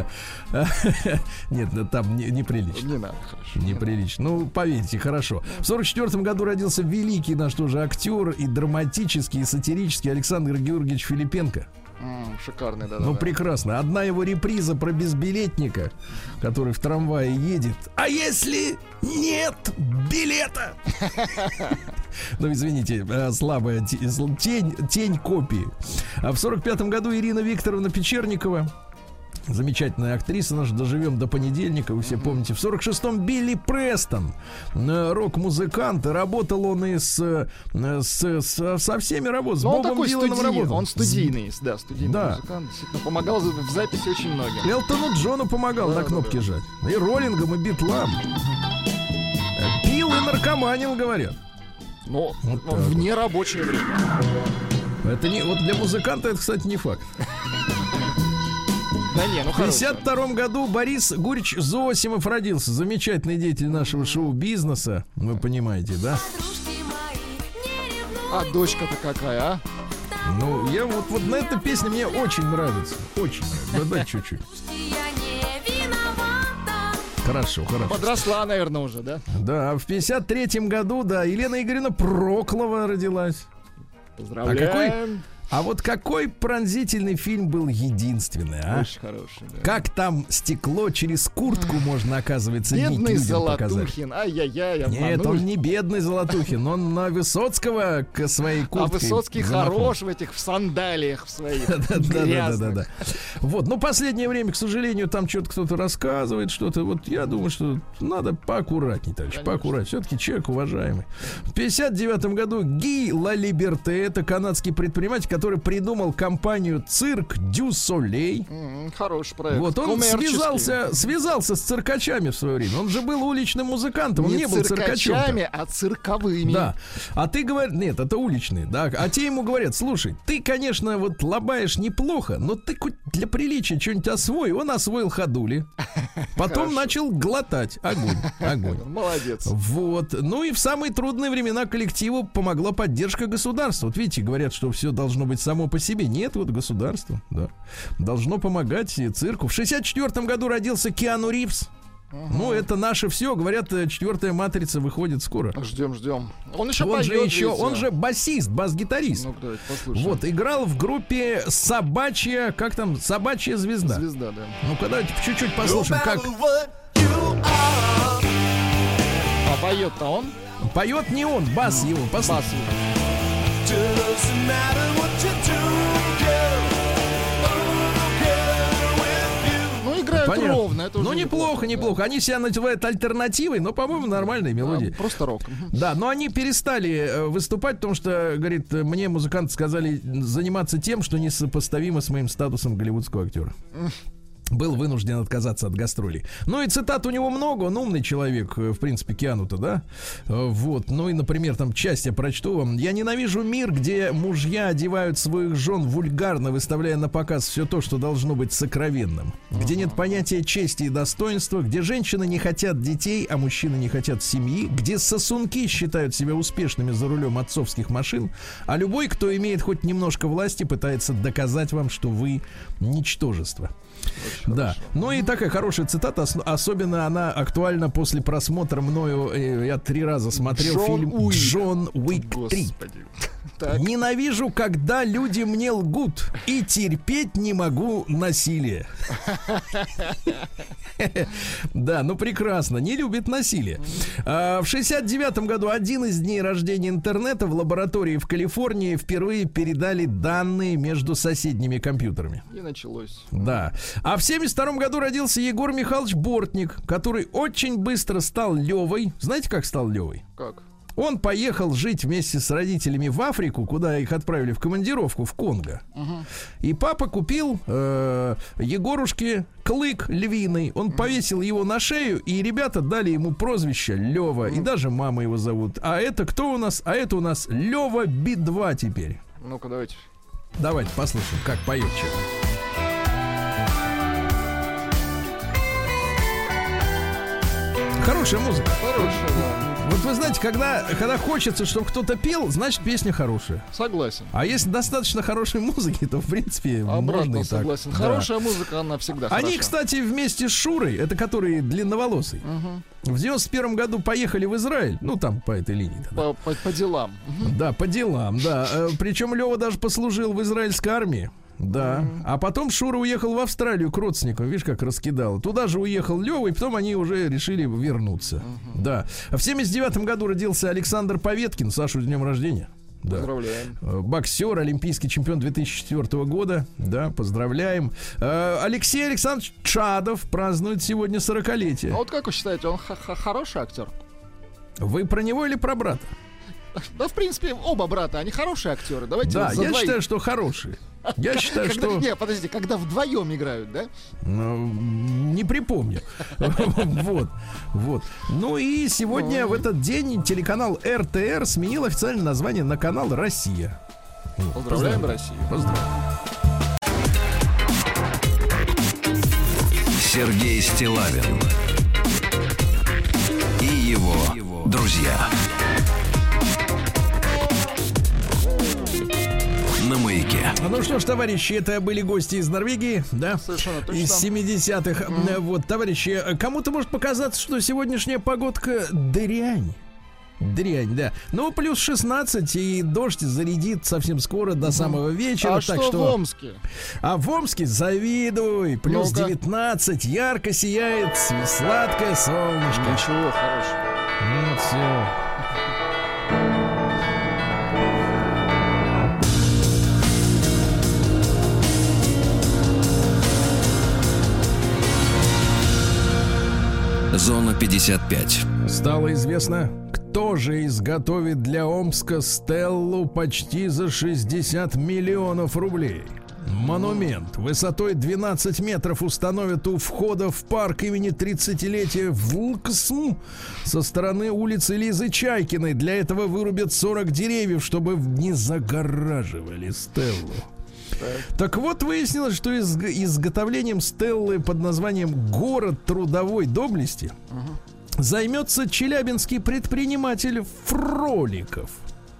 Нет, там неприлично. Не надо, хорошо. Неприлично. Ну, поверьте, хорошо. В сорок четвёртом году родился великий наш тоже актер и драматический, и сатирический Александр Георгиевич Филипенко. Mm, шикарный, да. Ну, да, прекрасно. Одна его реприза про безбилетника, который в трамвае едет. А если нет билета? Ну, извините, слабая тень, тень копии. А в сорок пятом году Ирина Викторовна Печерникова, замечательная актриса наша, доживем до понедельника, вы все помните. В сорок шестом Билли Престон, рок-музыкант, работал он и с, с, с со всеми работами. С Бобом Бобом Диланом студий, работал. Он студийный, да, студийный да. музыкант, действительно помогал в записи очень многим. Элтону Джону помогал да, на кнопки да, да. жать. И роллингам, и битлам. Пил и наркоманил, говорят. Но вот в нерабочее время. Это не, вот для музыканта это, кстати, не факт. Да не, ну в пятьдесят втором году Борис Гурьевич Зосимов родился. Замечательный деятель нашего шоу-бизнеса. Вы понимаете, да? А дочка-то какая, а? Ну, я вот, вот на эта песня мне очень нравится. Очень нравится. Да, да, чуть-чуть. Хорошо, хорошо. Подросла, наверное, уже, да? Да, в пятьдесят третьем году, да, Елена Игоревна Проклова родилась. Поздравляем. А какой... А вот какой пронзительный фильм был единственный, а? Очень хороший, да. Как там стекло через куртку можно, оказывается, бедный Золотухин, ай-яй-яй, обманули. Нет, он не бедный Золотухин, он на Высоцкого к своей куртке. А Высоцкий замахнул. Хорош в этих в сандалиях в своих грязных. Вот, но последнее время, к сожалению, там что-то кто-то рассказывает, что-то. Вот я думаю, что надо поаккуратней, товарищ, поаккуратней. Все-таки человек уважаемый. В пятьдесят девятом году Ги Ла Либерте, это канадский предприниматель, который придумал компанию «Цирк Дю Солей». Mm, хороший проект. Вот он связался, связался с циркачами в свое время. Он же был уличным музыкантом, он не, не был циркачом. Не циркачами, а цирковыми. Да. А ты говоришь, нет, это уличные, да. А те ему говорят, слушай, ты, конечно, вот лобаешь неплохо, но ты хоть для приличия что-нибудь освой. Он освоил ходули. Потом Хорошо. начал глотать. Огонь, огонь. Молодец. Вот. Ну и в самые трудные времена коллективу помогла поддержка государства. Вот видите, говорят, что все должно быть само по себе. Нет, вот государство, да, должно помогать цирку. В шестьдесят четвёртом году родился Киану Ривз. Uh-huh. Ну, это наше все. Говорят, четвертая матрица выходит скоро. Ждем, ждем. Он еще он поет, же еще, видите? Он же басист, бас-гитарист. Ну, давайте послушаем. Вот, играл в группе Собачья, как там, Собачья звезда. Звезда, да. Ну-ка, давайте чуть-чуть послушаем, как... А поет-то он? Поет не он, бас его. Послушай. Бас его. Ну, играют Понятно. ровно. Это ну, неплохо, неплохо. Да. Они себя называют альтернативой, но, по-моему, нормальные мелодии. Да, просто рок. Да, но они перестали выступать, потому что, говорит, мне музыканты сказали заниматься тем, что несопоставимо с моим статусом голливудского актера. Был вынужден отказаться от гастролей. Ну и цитат у него много, он умный человек, в принципе, Киану-то, да? Вот, ну и, например, там часть я прочту вам. «Я ненавижу мир, где мужья одевают своих жен вульгарно, выставляя на показ все то, что должно быть сокровенным. Где нет понятия чести и достоинства, где женщины не хотят детей, а мужчины не хотят семьи, где сосунки считают себя успешными за рулем отцовских машин, а любой, кто имеет хоть немножко власти, пытается доказать вам, что вы ничтожество». Очень да, хорошо. Ну и такая хорошая цитата, особенно она актуальна после просмотра мною, я три раза смотрел Джон фильм Уик. «Джон Уик три». Так. Ненавижу, когда люди мне лгут, и терпеть не могу насилие. Да, ну прекрасно, не любит насилие. В шестьдесят девятом году, один из дней рождения интернета, в лаборатории в Калифорнии впервые передали данные между соседними компьютерами. И началось. Да. А в семьдесят втором году родился Егор Михайлович Бортник, который очень быстро стал Левой. Знаете, как стал Левой? Как? Он поехал жить вместе с родителями в Африку, куда их отправили в командировку, в Конго. Угу. И папа купил э, Егорушке клык львиный. Он угу. повесил его на шею, и ребята дали ему прозвище Лева. Угу. И даже мама его зовут. А это кто у нас? А это у нас Лева Би два теперь. Ну-ка, давайте. Давайте послушаем, как поет человек. Хорошая музыка. Хорошая, да. Вот вы знаете, когда, когда хочется, чтобы кто-то пел, значит, песня хорошая. Согласен. А если достаточно хорошей музыки, то, в принципе, обратно можно и согласен. так. Хорошая да. музыка, она всегда Они, хороша. кстати, вместе с Шурой, это который длинноволосый, угу. в девяносто первом году поехали в Израиль. Ну, там, по этой линии. По, по, по делам. Да, по делам, да. Причем Лева даже послужил в израильской армии. Да. Mm-hmm. А потом Шура уехал в Австралию к родственникам. Видишь, как раскидал. Туда же уехал Лёва, и потом они уже решили вернуться. Mm-hmm. Да. В семьдесят девятом году родился Александр Поветкин. Сашу, с днем рождения. Да. Поздравляем. Боксер, олимпийский чемпион две тысячи четвёртого года. Да, поздравляем. Алексей Александрович Чадов празднует сегодня сорокалетие. А вот как вы считаете, он хороший актер? Вы про него или про брата? Да, в принципе, оба брата, они хорошие актеры. Давайте да, вот за я двоих. считаю, что хорошие. Я считаю, когда, что... Не, подождите, когда вдвоем играют, да? Ну, не припомню. Вот, вот. Ну и сегодня, в этот день, телеканал эр тэ эр сменил официальное название на канал «Россия». Поздравляем Россию. Поздравляем. Сергей Стиллавин и его друзья. На маяке. Ну что ж, товарищи, это были гости из Норвегии, да? Совершенно точно. Из семидесятых. Mm. Вот, товарищи, кому-то может показаться, что сегодняшняя погодка дрянь. Дрянь, да. Ну, плюс шестнадцать, и дождь зарядит совсем скоро, до самого вечера. А так что, что в Омске? А в Омске завидуй. Плюс Ну-ка. девятнадцать, ярко сияет сладкое солнышко. Ничего хорошего. Вот все. Зона пятьдесят пять. Стало известно, кто же изготовит для Омска стеллу почти за шестьдесят миллионов рублей. Монумент высотой двенадцать метров установят у входа в парк имени тридцатилетия ВЛКСМ со стороны улицы Лизы Чайкиной. Для этого вырубят сорок деревьев, чтобы не загораживали стеллу. Так. так вот, выяснилось, что из- изготовлением стеллы под названием «Город трудовой доблести» угу. займется челябинский предприниматель Фроликов.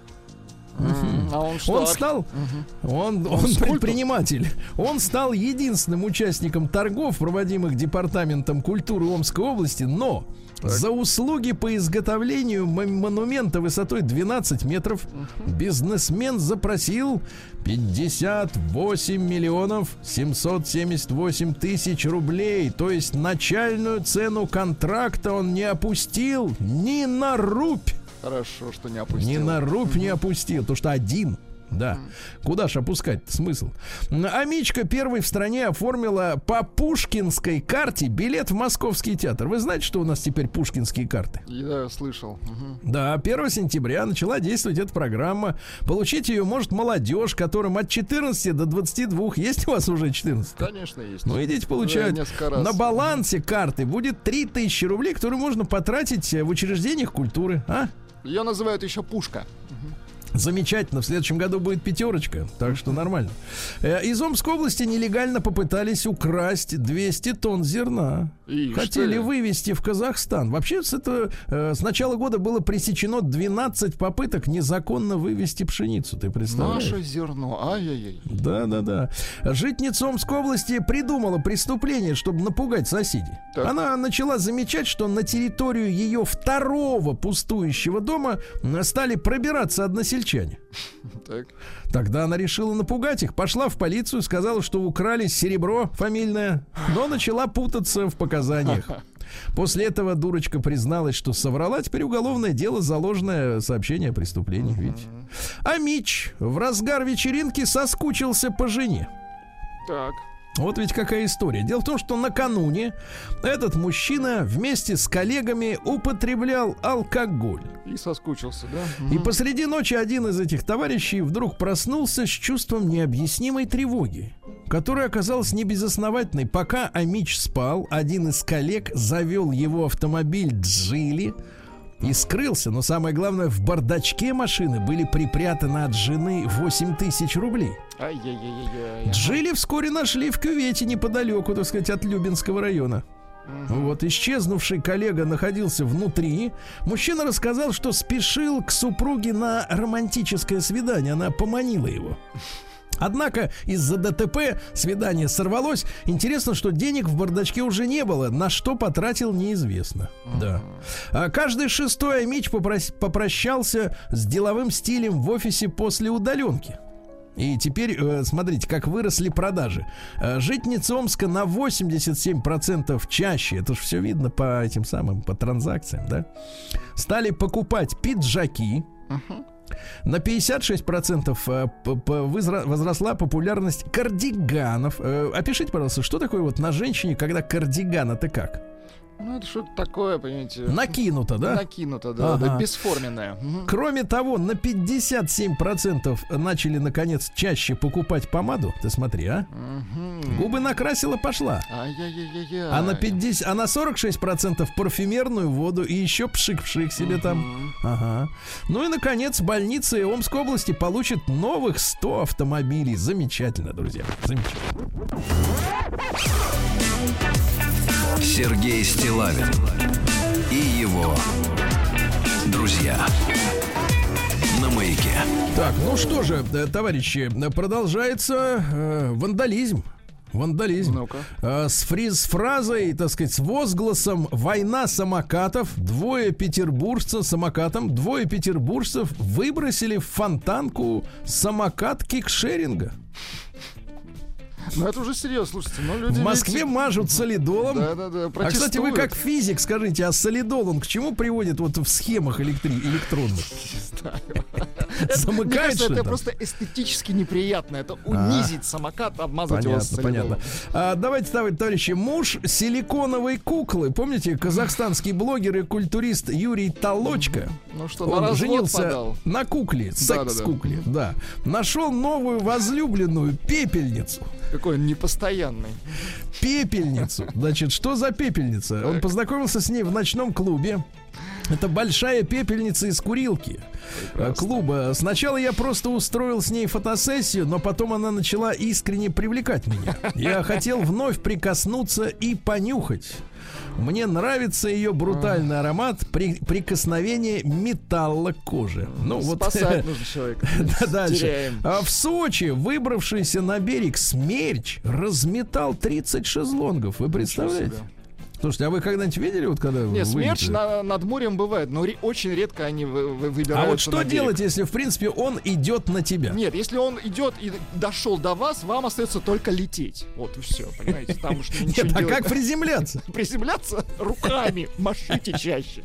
Mm, а он что? Он стал, угу. он, он, он предприниматель. Он стал единственным участником торгов, проводимых Департаментом культуры Омской области, но так. за услуги по изготовлению монумента высотой двенадцать метров uh-huh. бизнесмен запросил пятьдесят восемь миллионов семьсот семьдесят восемь тысяч рублей. То есть начальную цену контракта он не опустил ни на рубь. Хорошо, что не опустил. Ни на рубь не опустил, потому что один. Да. Mm. Куда ж опускать-то смысл? Амичка первой в стране оформила по пушкинской карте билет в Московский театр. Вы знаете, что у нас теперь пушкинские карты? Я слышал. Угу. Да, первого сентября начала действовать эта программа. Получить ее может молодежь, которым от четырнадцати до двадцати двух. Есть у вас уже четырнадцать? Конечно, есть. Ну, идите получать. На балансе карты будет три тысячи рублей, которые можно потратить в учреждениях культуры. А? Ее называют еще пушка. Угу. Замечательно, в следующем году будет пятерочка, так что нормально. Из Омской области нелегально попытались украсть двести тонн зерна. И Хотели что? вывести в Казахстан. Вообще, с, это, с начала года было пресечено двенадцать попыток незаконно вывести пшеницу. Ты представляешь? Наше зерно, ай-яй-яй. Да-да-да. Житница Омской области придумала преступление, чтобы напугать соседей. Так. Она начала замечать, что на территорию ее второго пустующего дома стали пробираться односельчане, односельчане. Так. Тогда она решила напугать их. Пошла в полицию, сказала, что украли серебро фамильное, но начала путаться в показаниях. После этого дурочка призналась, что соврала. Теперь уголовное дело, заложенное сообщение о преступлении. Видите? А Мич в разгар вечеринки соскучился по жене. Так. Вот ведь какая история. Дело в том, что накануне этот мужчина вместе с коллегами употреблял алкоголь. И соскучился, да? И посреди ночи один из этих товарищей вдруг проснулся с чувством необъяснимой тревоги, которая оказалась небезосновательной. Пока Амич спал, один из коллег завел его автомобиль «Джили» и скрылся. Но самое главное, в бардачке машины были припрятаны от жены восемь тысяч рублей. Ай-яй-яй-яй. Джили вскоре нашли в кювете неподалеку, так сказать, от Любинского района. Угу. Вот, исчезнувший коллега находился внутри. Мужчина рассказал, что спешил к супруге на романтическое свидание. Она поманила его. Однако из-за ДТП свидание сорвалось. Интересно, что денег в бардачке уже не было. На что потратил, неизвестно. Uh-huh. Да. А каждый шестой Амич попрос- попрощался с деловым стилем в офисе после удаленки. И теперь, э, смотрите, как выросли продажи. Э, житницы Омска на восемьдесят семь процентов чаще, это же все видно по этим самым, по транзакциям, да, стали покупать пиджаки. Uh-huh. На пятьдесят шесть процентов возросла популярность кардиганов. Опишите, пожалуйста, что такое вот на женщине, когда кардиган, это как? Ну, это что-то такое, понимаете. Накинуто, да? Накинуто, да, ага. Да, бесформенное. Угу. Кроме того, на пятьдесят семь процентов начали, наконец, чаще покупать помаду. Ты смотри, а? Угу. Губы накрасила, пошла. Ай-яй-яй-яй. А на пятьдесят, а на сорок шесть процентов парфюмерную воду и еще пшик-пшик себе угу. там. Ага. Ну и, наконец, больницы Омской области получат новых сто автомобилей. Замечательно, друзья. Замечательно. Сергей Стиллавин и его друзья на Маяке. Так, ну что же, товарищи, продолжается э, вандализм. Вандализм. Ну-ка. Э, с, фриз, с фразой, так сказать, с возгласом «Война самокатов» двое петербуржцев самокатом, двое петербуржцев выбросили в фонтанку самокат кикшеринга. Ну это уже серьезно, слушайте. Ну, люди в Москве ведь... мажут солидолом. Да, да, да. А, кстати, вы как физик скажите, а солидол, он к чему приводит вот в схемах электри... электронных? Замыкает, что ли? Это просто эстетически неприятно. Это унизить самокат, обмазать его солидолом. Понятно. Давайте, товарищи, муж силиконовой куклы. Помните, казахстанский блогер и культурист Юрий Толочка? Ну что, он женился на кукле, секс-кукле. Да. Нашел новую возлюбленную пепельницу. Какой он непостоянный. Пепельницу. Значит, что за пепельница? Так. Он познакомился с ней в ночном клубе. Это большая пепельница из курилки. Прекрасно. Клуба. Сначала я просто устроил с ней фотосессию, но потом она начала искренне привлекать меня. Я хотел вновь прикоснуться и понюхать. Мне нравится ее брутальный аромат, при, прикосновение металла к коже. Ну, спасать вот, нужно человека. Дальше. А в Сочи выбравшийся на берег смерч разметал тридцать шезлонгов. Вы представляете? Слушайте, а вы когда-нибудь видели, вот когда... Нет, смерч на, над морем бывает, но ре- очень редко они вы, вы, выбираются. А вот что делать, если, в принципе, он идет на тебя? Нет, если он идет и дошел до вас, вам остается только лететь. Вот и все, понимаете? Там уж ничего Нет, не а как приземляться? Приземляться руками, машите чаще.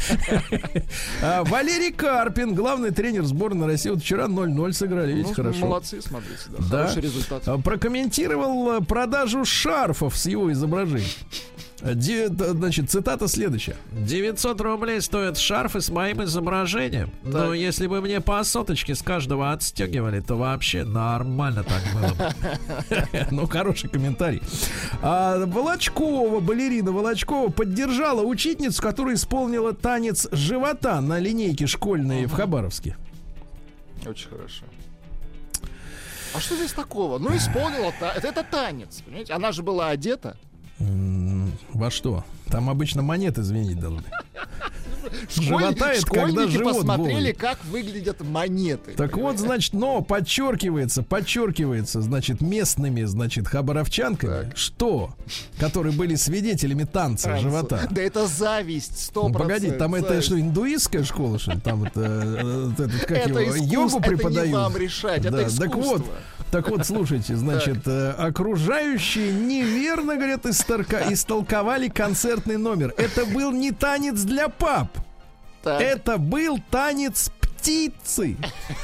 Валерий Карпин, главный тренер сборной России. Вот вчера ноль ноль сыграли, видите, хорошо. Молодцы, смотрите, да, хороший результат. Прокомментировал продажу шарфов с его изображением. Де, значит, цитата следующая. девятьсот рублей стоят шарфы с моим изображением. Да. Но если бы мне по соточке с каждого отстегивали, то вообще нормально так было бы. Ну, хороший комментарий. А Волочкова, балерина Волочкова поддержала учительницу, которая исполнила танец живота на линейке школьной в Хабаровске. Очень хорошо. А что здесь такого? Ну, исполнила, это, это танец, понимаете? Она же была одета. Во что? Там обычно монеты звенеть должны. Живота это когда живот посмотрели, голый. как выглядят монеты. Так вот, значит, но подчеркивается, подчеркивается, значит, местными, значит, хабаровчанками, что, которые были свидетелями танца Танцы. живота. Да это зависть, сто Ну, процентов. погоди, там это зависть. что, индуистская школа, что ли? Там это, э, этот, как Это его, искусство, йогу это не преподают. вам решать, это Да, искусство. так вот, так вот, слушайте, значит, э, окружающие неверно, говорят, исторка- истолковали концертный номер. Это был не танец для пап. Так. Это был танец птицы.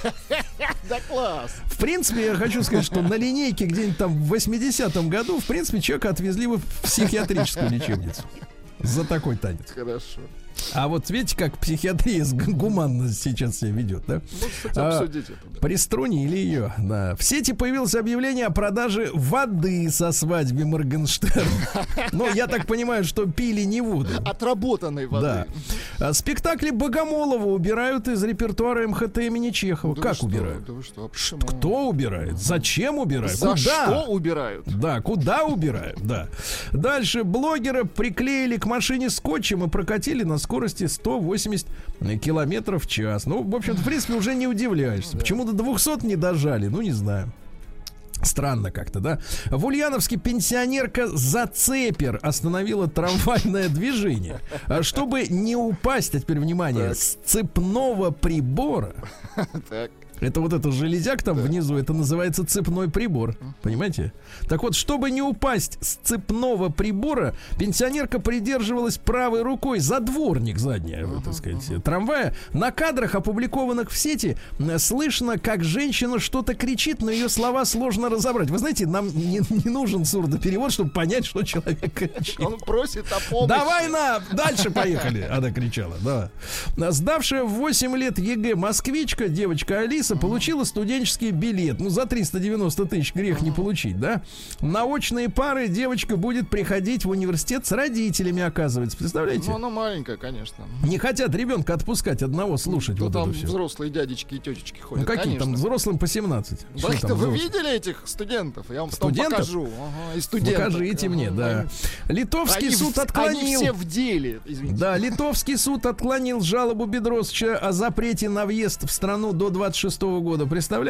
Да класс. В принципе, я хочу сказать, что на линейке где-нибудь там в восьмидесятом году, в принципе, человека отвезли бы в психиатрическую лечебницу за такой танец. Хорошо. А вот видите, как психиатрия с гуманно сейчас себя ведет, да? Ну, кстати, А, обсудить это. Да. Приструнили ее, да. В сети появилось объявление о продаже воды со свадьбы Моргенштерна. Ну, я так понимаю, что пили не воду. Отработанной воды. Да. А спектакли Богомолова убирают из репертуара эм ха тэ имени Чехова. Да как вы что, убирают? да вы что, а почему? Кто убирает? Зачем убирают? За Куда? что убирают? Да, куда убирают? Да. Дальше блогера приклеили к машине скотчем и прокатили на скорости сто восемьдесят километров в час. Ну, в общем-то, в принципе, уже не удивляешься. Почему до двухсот не дожали? Ну, не знаю. Странно как-то, да? В Ульяновске пенсионерка Зацепер остановила трамвайное движение, чтобы не упасть, а теперь внимание, Так. с цепного прибора. Так. Это вот это железяк там внизу, это называется цепной прибор. Понимаете? Так вот, чтобы не упасть с цепного прибора, пенсионерка придерживалась правой рукой за дворник задний, uh-huh, так сказать, uh-huh. трамвая. На кадрах, опубликованных в сети, слышно, как женщина что-то кричит, но ее слова сложно разобрать. Вы знаете, нам не, не нужен сурдоперевод, чтобы понять, что человек кричит. Он просит о помощи. Давай на, дальше поехали, она кричала, да. Сдавшая в восемь лет ЕГЭ москвичка, девочка Алиса, получила студенческий билет. Ну, за триста девяносто тысяч грех не получить, да? На очные пары девочка будет приходить в университет с родителями, оказывается. Представляете? Ну, она маленькая, конечно. Не хотят ребенка отпускать одного слушать Ну, вот там это все. взрослые дядечки и тетечки ходят. Ну, какие конечно. там взрослым по семнадцать? Да, Что это там вы взрослым? видели этих студентов? Я вам потом Студентов? покажу. Ага, и студентов. Покажите мне, да. Литовский Они, суд в- отклонил. они все в деле, извините. Да, литовский суд отклонил жалобу Бедросовича о запрете на въезд в страну до двадцать шестого года. Представляете?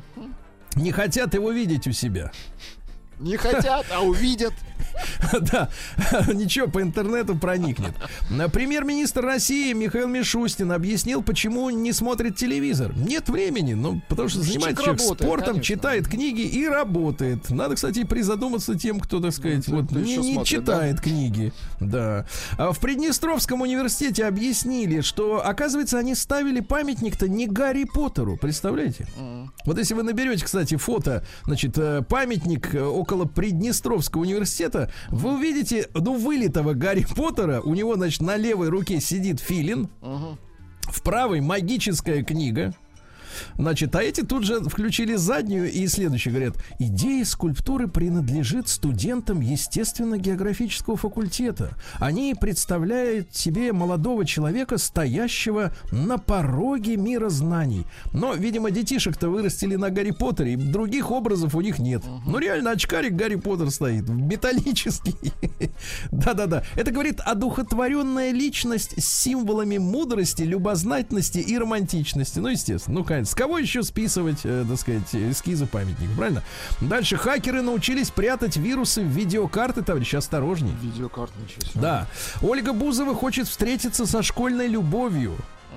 Не хотят его видеть у себя. Не хотят, а увидят. Да, ничего, по интернету проникнет. Премьер-министр России Михаил Мишустин объяснил, почему не смотрит телевизор. Нет времени, ну, потому что занимается человек работает, спортом, конечно. читает книги и работает. Надо, кстати, призадуматься тем, кто, так сказать, Ну, вот, кто не, еще не смотрит, читает книги. Да. А в Приднестровском университете объяснили, что, оказывается, они ставили памятник-то не Гарри Поттеру, представляете? Вот если вы наберете, кстати, фото, значит, э, памятник э, около Приднестровского университета, вы увидите, ну, вылитого Гарри Поттера. У него, значит, на левой руке сидит филин, Угу. в правой магическая книга. Значит, а эти тут же включили заднюю и следующее говорят: идея скульптуры принадлежит студентам естественно-географического факультета. Они представляют себе молодого человека, стоящего на пороге мира знаний. Но, видимо, детишек-то вырастили на Гарри Поттере, и других образов у них нет. Ну, реально, очкарик Гарри Поттер стоит, металлический. Да-да-да. Это говорит одухотворенная личность с символами мудрости, любознательности и романтичности. Ну, естественно, ну, конечно. С кого еще списывать, э, так сказать, эскизы памятника, правильно? Дальше хакеры научились прятать вирусы в видеокарты, товарищи, осторожней. Видеокарт, ничего себе. Да. Ольга Бузова хочет встретиться со школьной любовью.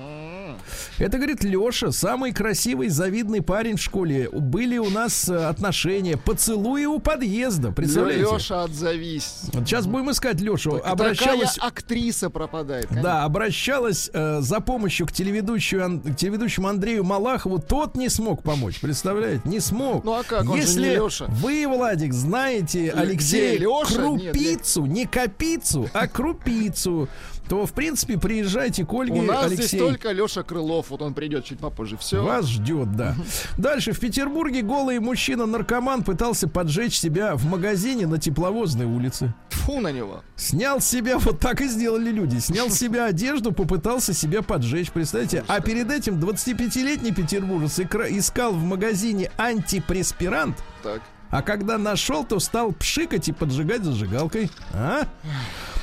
Это, говорит, Леша, самый красивый, завидный парень в школе. Были у нас э, отношения, поцелуи у подъезда, представляете? Леша, отзовись. Вот сейчас будем искать Лешу. Так- Обращалась... Такая актриса пропадает. конечно. Да, обращалась э, за помощью к телеведущему, Ан- к телеведущему Андрею Малахову. Тот не смог помочь, представляете? Не смог. Ну а как, он же Если не Леша. вы, Владик, знаете Где Алексея Леша? крупицу, не копицу, а крупицу, то, в принципе, приезжайте к Ольге. У нас Алексей, здесь только Леша Крылов. Вот он придет чуть попозже. Все. вас ждет, да. Дальше. В Петербурге голый мужчина-наркоман пытался поджечь себя в магазине на Тепловозной улице. Фу на него. Снял с себя, вот так и сделали люди. Снял с себя одежду, попытался себя поджечь, представляете? А перед этим двадцатипятилетний петербуржец икра- искал в магазине антипреспирант, Так. а когда нашел, то стал пшикать и поджигать зажигалкой. А?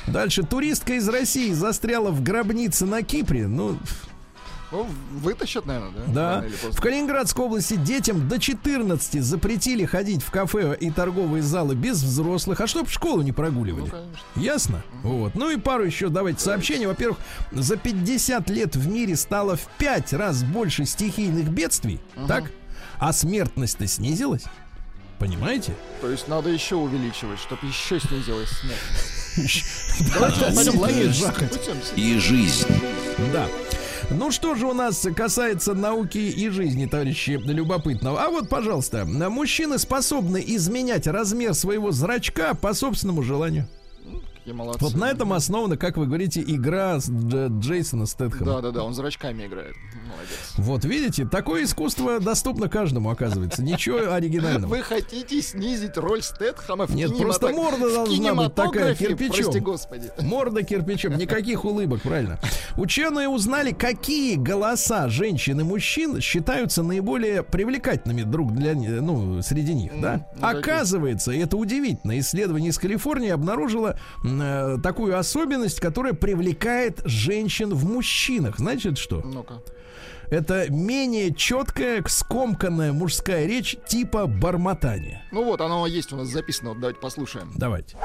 Дальше. Туристка из России застряла в гробнице на Кипре. Ну... Ну, вытащат, наверное, Да. да? В Калининградской области детям до четырнадцати запретили ходить в кафе и торговые залы без взрослых, а чтоб в школу не прогуливали. Ну, конечно. Ясно? Угу. Вот. Ну и пару еще давайте сообщений. Во-первых, за пятьдесят лет в мире стало в пять раз больше стихийных бедствий, угу. так? А смертность-то снизилась. Понимаете? То есть надо еще увеличивать, чтобы еще снизилась смертность. Давайте пойдем логическим путем. И жизнь. Да. Ну что же у нас касается науки и жизни, товарищи, любопытного. А вот, пожалуйста, мужчины способны изменять размер своего зрачка по собственному желанию. Молодцы. Вот на этом основана, как вы говорите, игра с Дж- Джейсона Стэтхэма. Да-да-да, он зрачками играет. Молодец. Вот видите, такое искусство доступно каждому, оказывается. Ничего оригинального. Вы хотите снизить роль Стэтхэма в Нет, кинематог... просто морда должна быть такая, кирпичом. Прости господи. Морда кирпичом, никаких улыбок, правильно. Ученые узнали, какие голоса женщин и мужчин считаются наиболее привлекательными друг для, ну, среди них, да? Ну, Оказывается, и это удивительно, исследование из Калифорнии обнаружило э, такую особенность, которая привлекает женщин в мужчинах. Знаете, что? Ну-ка. Это менее четкая, скомканная мужская речь типа бормотания. Ну вот, оно есть у нас записано, вот давайте послушаем. Давайте.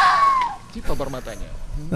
Типа бормотания.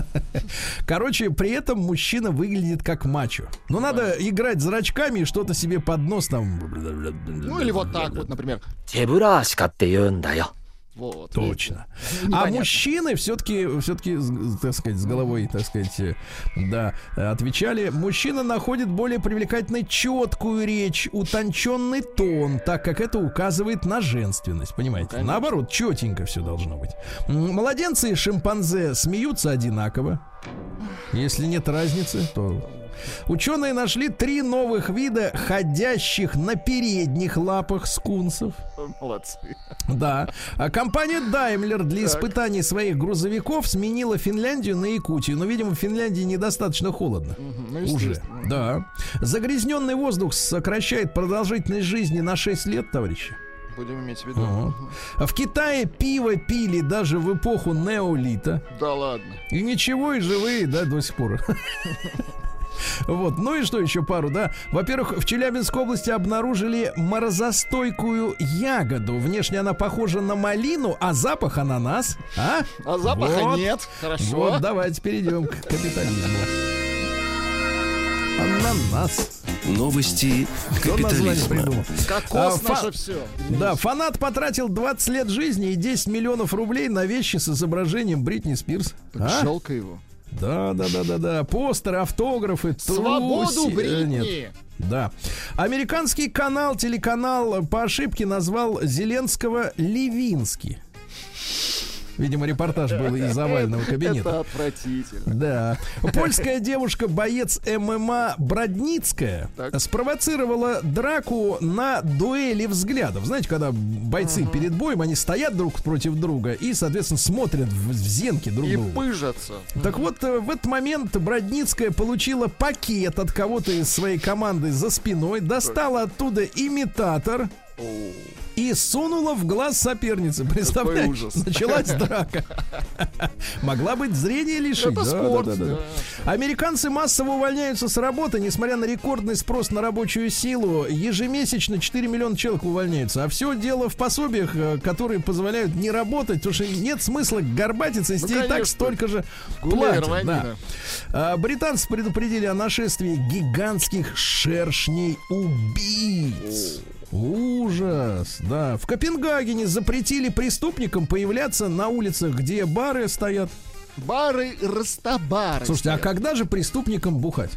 Короче, при этом мужчина выглядит как мачо. Но надо играть зрачками и что-то себе под нос там. Ну или вот так вот, например. 手ブラシかって言うんだよ。 Вот. Точно. Непонятно. А мужчины все-таки, все-таки, так сказать, с головой, так сказать, да, отвечали. Мужчина находит более привлекательной четкую речь, утонченный тон, так как это указывает на женственность, понимаете? Ну, наоборот, четенько все должно быть. Младенцы и шимпанзе смеются одинаково. Если нет разницы, то... Ученые нашли три новых вида ходящих на передних лапах скунсов. Молодцы. Да. А компания Daimler для Так. испытаний своих грузовиков сменила Финляндию на Якутию. Но, видимо, в Финляндии недостаточно холодно. Ну, Уже. естественно. Да. Загрязненный воздух сокращает продолжительность жизни на шесть лет, товарищи. Будем иметь в виду. Вот. А в Китае пиво пили даже в эпоху неолита. Да ладно. И ничего, и живые, да, до сих пор. Вот, ну и что еще пару, да? Во-первых, в Челябинской области обнаружили морозостойкую ягоду. Внешне она похожа на малину, а запах ананас. А? А запаха Вот. нет. Хорошо. Вот, давайте перейдем к капитализму. Ананас. Новости Кто название капитализма. придумал? Кокос А, наше фа- все. Да, фанат потратил двадцать лет жизни и десять миллионов рублей на вещи с изображением Бритни Спирс. А? Жалко его. Да, да, да, да, да. Постеры, автографы, Свободу труси- э, нет. Бритни. Да. Американский канал, телеканал по ошибке назвал Зеленского Левински. Видимо, репортаж был из овального кабинета. Это отвратительно. Да. Польская девушка-боец ММА Бродницкая Так. спровоцировала драку на дуэли взглядов. Знаете, когда бойцы uh-huh. перед боем, они стоят друг против друга и, соответственно, смотрят в, в зенки друг И друга. пыжатся. Так вот, э, в этот момент Бродницкая получила пакет от кого-то из своей команды за спиной, достала оттуда имитатор и сунула в глаз соперницы. Представляешь? ужас. Началась драка. Могла быть зрение лишить. Это Да, спорт, да, да, да. да. Американцы массово увольняются с работы, несмотря на рекордный спрос на рабочую силу. Ежемесячно четыре миллиона человек увольняются. А все дело в пособиях, э, которые позволяют не работать, потому что нет смысла горбатиться, если Ну, и так конечно. столько же Гуляй, платят. Да. рванина. А, британцы предупредили о нашествии гигантских шершней-убийц. Ужас, да. В Копенгагене запретили преступникам появляться на улицах, где бары стоят. Бары, растабары. Слушайте, а когда же преступникам бухать?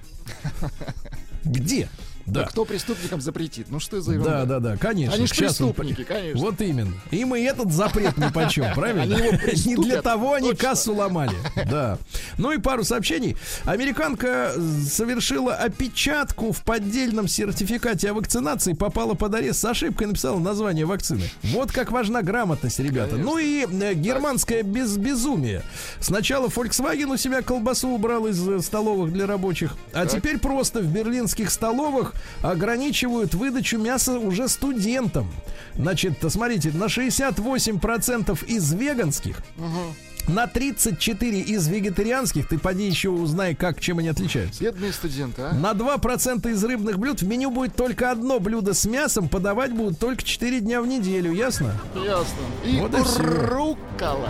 Где? Да. Да кто преступникам запретит? Ну что за ерунда? Да, да, да, конечно. Они ж Сейчас он- преступники, конечно. Вот именно. Им и этот запрет нипочем, правильно? Они его Не приступят, для того они точно. кассу ломали. Да. Ну и пару сообщений. Американка совершила опечатку в поддельном сертификате о вакцинации, попала под арест с ошибкой, написала название вакцины. Вот как важна грамотность, ребята. Конечно. Ну и э, германское без безумие. Сначала Volkswagen у себя колбасу убрал из э, столовых для рабочих, а Так. теперь просто в берлинских столовых ограничивают выдачу мяса уже студентам. Значит, смотрите, на шестьдесят восемь процентов из веганских, На тридцать четыре из вегетарианских, ты поди еще узнай, как, чем они отличаются. Бедные студенты, а? На два процента из рыбных блюд в меню будет только одно блюдо с мясом, подавать будут только четыре дня в неделю, ясно? Ясно. И Вот и всё. руккола.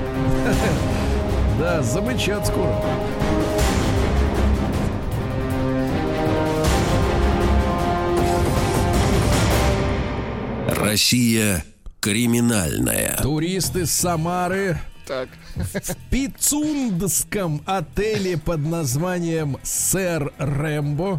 Да, замычат скоро. Россия криминальная. Туристы с Самары Так. в пицундском отеле под названием «Сэр Рэмбо»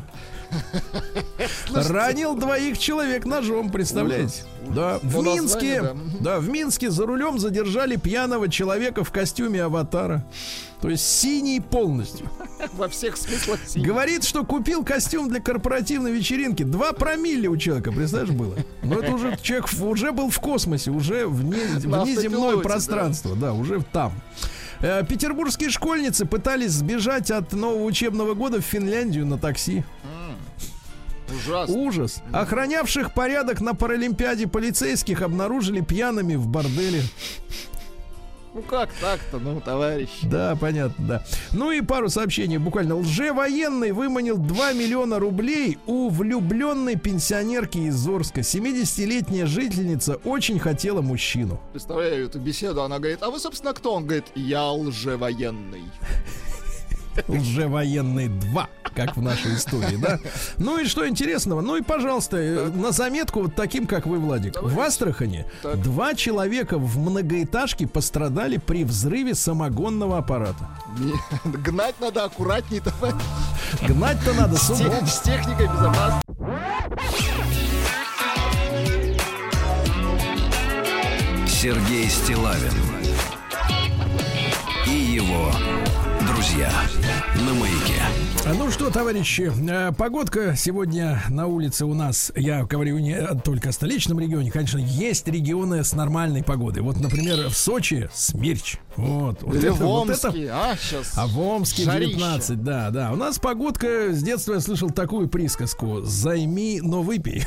ранил двоих человек ножом, представляете? Да, в По Минске, названию, да, в Минске за рулем задержали пьяного человека в костюме аватара. То есть синий полностью. Во всех смыслах синий. Говорит, что купил костюм для корпоративной вечеринки. Два промилле у человека, представляешь, было? Но это уже человек в- уже был в космосе, уже вне, На внеземное автопилоте, пространство, да. уже там. Э, Петербургские школьницы пытались сбежать от нового учебного года в Финляндию на такси. Ужасно. Ужас. Охранявших порядок на Паралимпиаде полицейских обнаружили пьяными в борделе. Ну как так-то, ну, товарищ. Да, понятно, да. Ну и пару сообщений буквально. Лжевоенный выманил два миллиона рублей у влюбленной пенсионерки из Орска. семидесятилетняя жительница очень хотела мужчину. Представляю эту беседу, она говорит, а вы, собственно, кто? Он говорит, я лжевоенный. Лжевоенный два, как в нашей истории, да? Ну и что интересного? Ну и, пожалуйста, э, на заметку вот таким, как вы, Владик. В Астрахани Так. два человека в многоэтажке пострадали при взрыве самогонного аппарата. Не, гнать надо аккуратней, товарищ. Гнать-то надо с С, умом. тех- с техникой безопасности. Сергей Стиллавин и его друзья на Маяке. Ну что, товарищи, э, погодка сегодня на улице у нас, я говорю не только о столичном регионе, конечно, есть регионы с нормальной погодой. Вот, например, в Сочи смерч. Вот, вот Или это- в вот это- Омске, а, сейчас. А в Омске жарища. девятнадцать, да, да. У нас погодка, с детства я слышал такую присказку: займи, но выпей.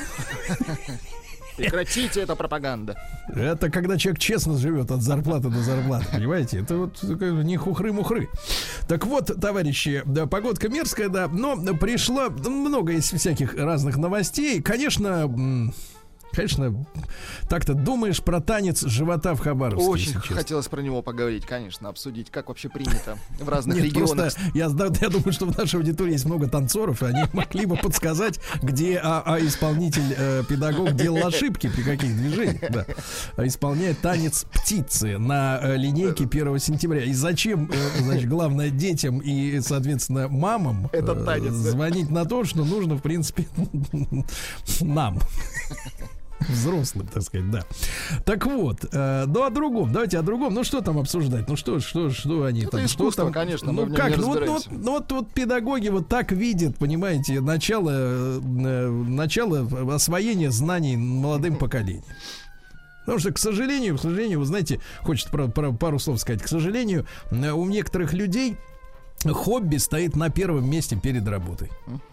Прекратите, это пропаганда. Это когда человек честно живет от зарплаты до зарплаты, понимаете? Это вот как бы не хухры-мухры. Так вот, товарищи, да, погодка мерзкая, да, но пришло много из всяких разных новостей. Конечно, м, конечно, так-то думаешь про танец живота в Хабаровске. Очень если честно. хотелось про него поговорить, конечно, обсудить, как вообще принято в разных Нет, регионах. просто я, да, я думаю, что в нашей аудитории есть много танцоров, и они могли бы подсказать, где а, а исполнитель, э, педагог делал ошибки, при каких движениях, да. А исполняет танец птицы на э, линейке первого сентября. И зачем, э, значит, главное, детям и, соответственно, мамам э, Этот танец, да. звонить на то, что нужно, в принципе, нам. Взрослым, так сказать, да. Так вот, э, ну о другом, давайте о другом. Ну что там обсуждать? Ну что, что, что они Это там? искусство, что там? конечно, мы Ну в нем как? не Ну вот, ну, вот, разбираемся. ну вот, вот педагоги вот так видят, понимаете, начало, э, начало освоения знаний молодым поколением. Потому что, к сожалению, к сожалению, вы знаете, хочется про, про пару слов сказать. К сожалению, э, у некоторых людей хобби стоит на первом месте перед работой.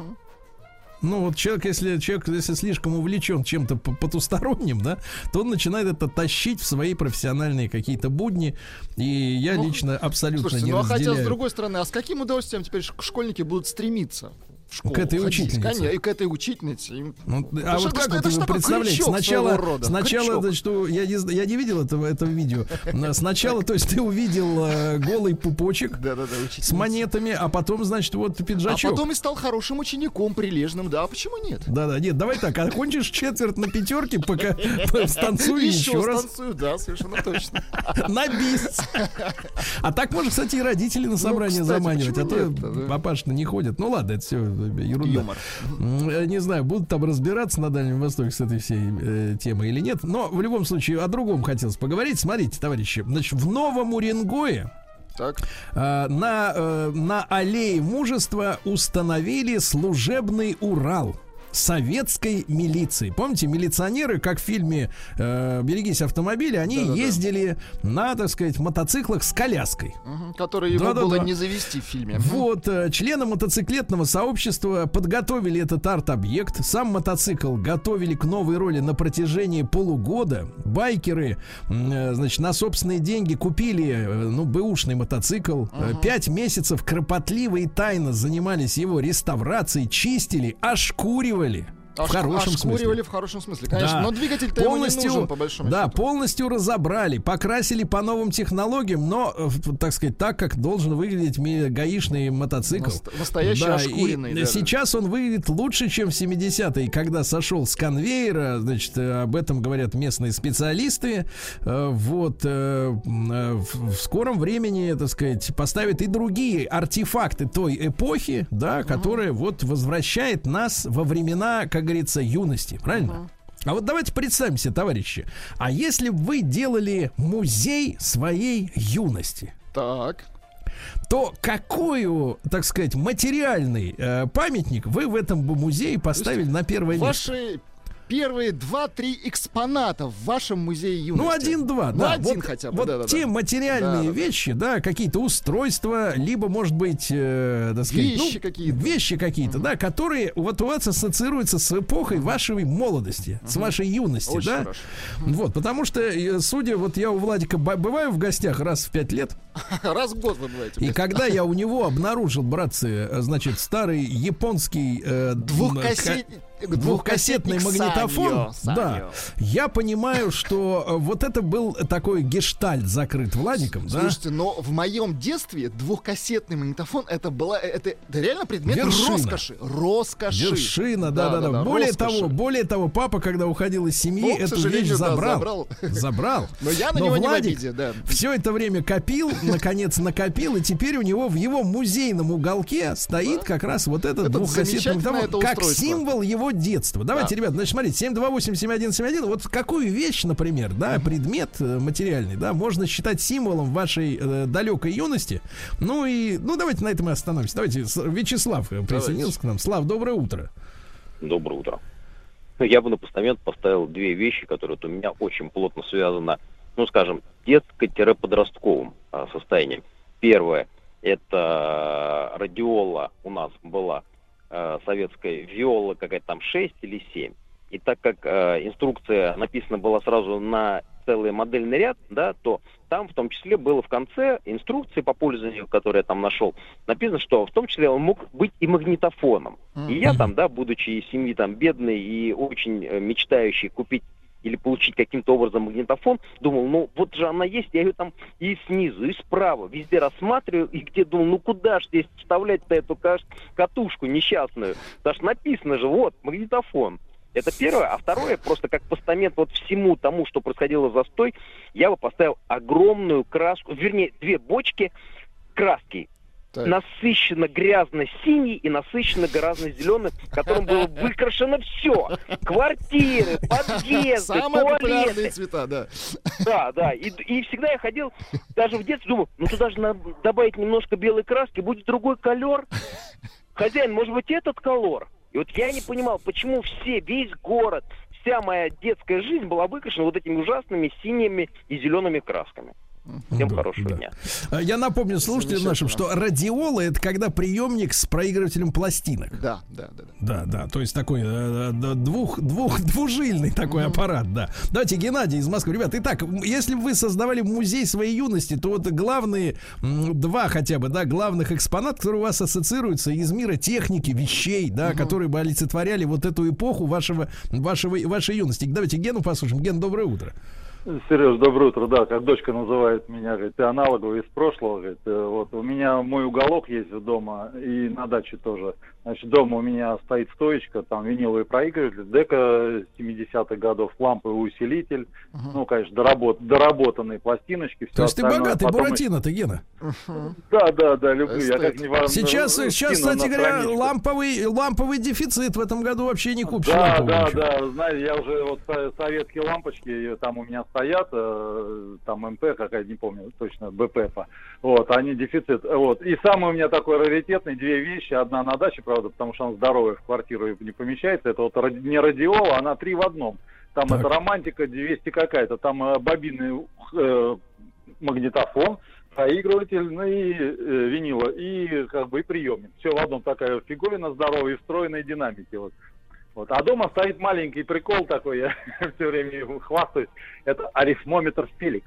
Ну, вот человек, если человек, если слишком увлечен чем-то по- потусторонним, да, то он начинает это тащить в свои профессиональные какие-то будни. И я Ну, лично абсолютно Слушайте, не ну а хотя, разделяю. с другой стороны, а с каким удовольствием теперь ш- школьники будут стремиться в школу? К этой ходить? учительнице. Конечно, и к этой учительнице. Им- Ну, Это а ж- вот это как ж- вот это ж вы такой представляете? крючок Сначала, своего рода, сначала, крючок. значит, что я не, я не видел этого, этого видео. Сначала, то есть, ты увидел э, голый пупочек Да-да-да, с учительница. монетами, а потом, значит, вот А пиджачок. потом и стал хорошим учеником, прилежным, да, а почему нет? Да-да, нет, давай так, окончишь четверть на пятерке, пока станцуй еще раз. станцую, да, совершенно точно. На бис. А так можно, кстати, и родители на собрание Ну, кстати, заманивать, а почему то нет-то, да? папаши не ходят. Ну ладно, это все ерунда. Юмор. М, я Не знаю, будут там разбираться на Дальнем Востоке с этой всей э, темой или нет. Но в любом случае о другом хотелось поговорить. Смотрите, товарищи, значит, в Новом Уренгое Так, э, на, э, на аллее мужества установили служебный Урал. советской милиции. Помните, милиционеры, как в фильме э, «Берегись автомобиля», они Да-да-да. ездили на, так сказать, мотоциклах с коляской. Мгм, Который его Да-да-да. было не завести в фильме. Вот, э, члены мотоциклетного сообщества подготовили этот арт-объект. Сам мотоцикл готовили к новой роли на протяжении полугода. Байкеры, э, значит, на собственные деньги купили, э, ну, бэушный мотоцикл. Э, Пять месяцев кропотливо и тайно занимались его реставрацией, чистили, ошкуривали. В хорошем Ошкуривали смысле. в хорошем смысле, конечно. Да. Но двигатель-то ему не нужен, по большому да, счету. полностью разобрали, покрасили по новым технологиям, но, э, так сказать, так, как должен выглядеть ми- гаишный мотоцикл. Наст- настоящий Да, ошкуренный, и да, да. сейчас он выглядит лучше, чем в семидесятые, когда сошел с конвейера. Значит, э, об этом говорят местные специалисты. Э, Вот э, м, э, в в скором времени, так сказать, поставят и другие артефакты той эпохи, да, которые вот возвращает нас во времена, как говорится, юности, правильно? А вот давайте представимся, товарищи. А если бы вы делали музей своей юности, Так. то какую, так сказать, материальный э, памятник вы в этом бы музее поставили на первое место? Ваши первые два-три экспоната в вашем музее юности. Ну, один-два, Ну, да. один вот, хотя бы, вот да-да-да. те материальные Да-да-да. вещи, да, какие-то устройства, либо, может быть, э, так сказать, Вещи ну, какие-то. Вещи какие-то, да, которые вот у вас ассоциируются с эпохой вашей молодости, с вашей юности, Очень да. хорошо. Вот, потому что, э, судя, вот я у Владика б- бываю в гостях раз в пять лет, Раз в год вы бываете. и когда я у него обнаружил, братцы, э, значит, старый японский э, Двухкассет... м, двухкассетный магнитофон, Саньо, да, Саньо. я понимаю, что э, вот это был такой гештальт закрыт Владиком, да? Слушайте, но в моем детстве двухкассетный магнитофон это была это, это реально предмет Вершина. роскоши. Роскоши. Вершина, да, да, да. Более роскоши. того, более того, папа, когда уходил из семьи, Ну, к эту сожалению, вещь да, забрал. забрал. Забрал. Но я на Но него Владик не в обиде, да. все это время копил, наконец накопил, и теперь у него в его музейном уголке стоит как раз вот этот, Этот двухкассетный замечательное магнитофон, это как устройство. символ его детства. Давайте, ребят, значит, смотрите, семь два восемь семь один семь один. Вот какую вещь, например, да, предмет э, материальный, да, можно считать символом вашей э, далекой юности. Ну и, ну давайте на этом и остановимся. Давайте, с- Вячеслав э, присоединился к нам. Слав, доброе утро. Доброе утро. Ну, я бы на постамент поставил две вещи, которые вот у меня очень плотно связаны, ну, скажем, детско-подростковым а, состоянием. Первое, это радиола у нас была а, советская, виола какая-то там шесть или семь. И так как а, инструкция написана была сразу на целый модельный ряд, да, то там в том числе было в конце инструкции по пользованию, которую я там нашел, написано, что в том числе он мог быть и магнитофоном. И я там, да, будучи из семьи там бедной и очень э, мечтающий купить или получить каким-то образом магнитофон, думал, ну вот же она есть, я ее там и снизу, и справа, везде рассматриваю, и где думал, ну куда же здесь вставлять-то эту каш- катушку несчастную? Потому что написано же, вот, магнитофон. Это первое. А второе, просто как постамент вот всему тому, что происходило в застой, я бы поставил огромную краску, вернее, две бочки краски. Так. Насыщенно грязно-синий и насыщенно грязно-зеленый, которым было выкрашено все. Квартиры, подъезды, Самые популярные туалеты. цвета, да. Да, да. И, и всегда я ходил, даже в детстве думал, ну туда же надо добавить немножко белой краски, будет другой колер. Хозяин, может быть, этот колор? И вот я не понимал, почему все, весь город, вся моя детская жизнь была выкрашена вот этими ужасными синими и зелеными красками. Всем Да, хорошего да. дня. А, Я напомню слушателям нашим, Замечательно. что радиола — это когда приемник с проигрывателем пластинок. Да, да, да. да. Да, да, то есть такой э, э, двух, двух, двужильный такой аппарат, да. Давайте, Геннадий из Москвы. Ребята, итак, м, если бы вы создавали музей своей юности, то вот главные, м, два хотя бы, да, главных экспонат, которые у вас ассоциируются из мира техники, вещей, да, которые бы олицетворяли вот эту эпоху вашего, вашего, вашей юности. Давайте Гену послушаем. Ген, доброе утро. Сереж, доброе утро, да, как дочка называет меня, говорит, ты аналоговый из прошлого, говорит, э, вот, у меня мой уголок есть дома и на даче тоже, значит, дома у меня стоит стоечка, там виниловый проигрыватель, дека семидесятых годов, ламповый усилитель, ну, конечно, доработ, доработанные пластиночки, все То есть ты остальное. богатый Потом- Буратино-то, Гена. Да, да, да, люблю, я Эстет. как не важно, Сейчас, ну, сейчас, скину кстати на говоря, страничку. ламповый, ламповый дефицит в этом году вообще не купишь. Да, ламповую да, ничего. да, знаете, я уже вот со- советские лампочки, там у меня стоят, э, там МП какая-то, не помню точно, БП, вот, они дефицит, вот. И самый у меня такой раритетный, две вещи, одна на даче, правда, правда, потому что она здоровая, в квартиру не помещается. Это вот ради- не радиола, она три в одном. Там Так. это романтика двести какая-то, там э, бобинный э, магнитофон, проигрыватель, ну и э, винила, и как бы и приемник. Все в одном, такая фиговина здоровая и встроенные динамики. Вот. Вот. А дома стоит маленький прикол такой, я все время его хвастаюсь, это арифмометр Феликс.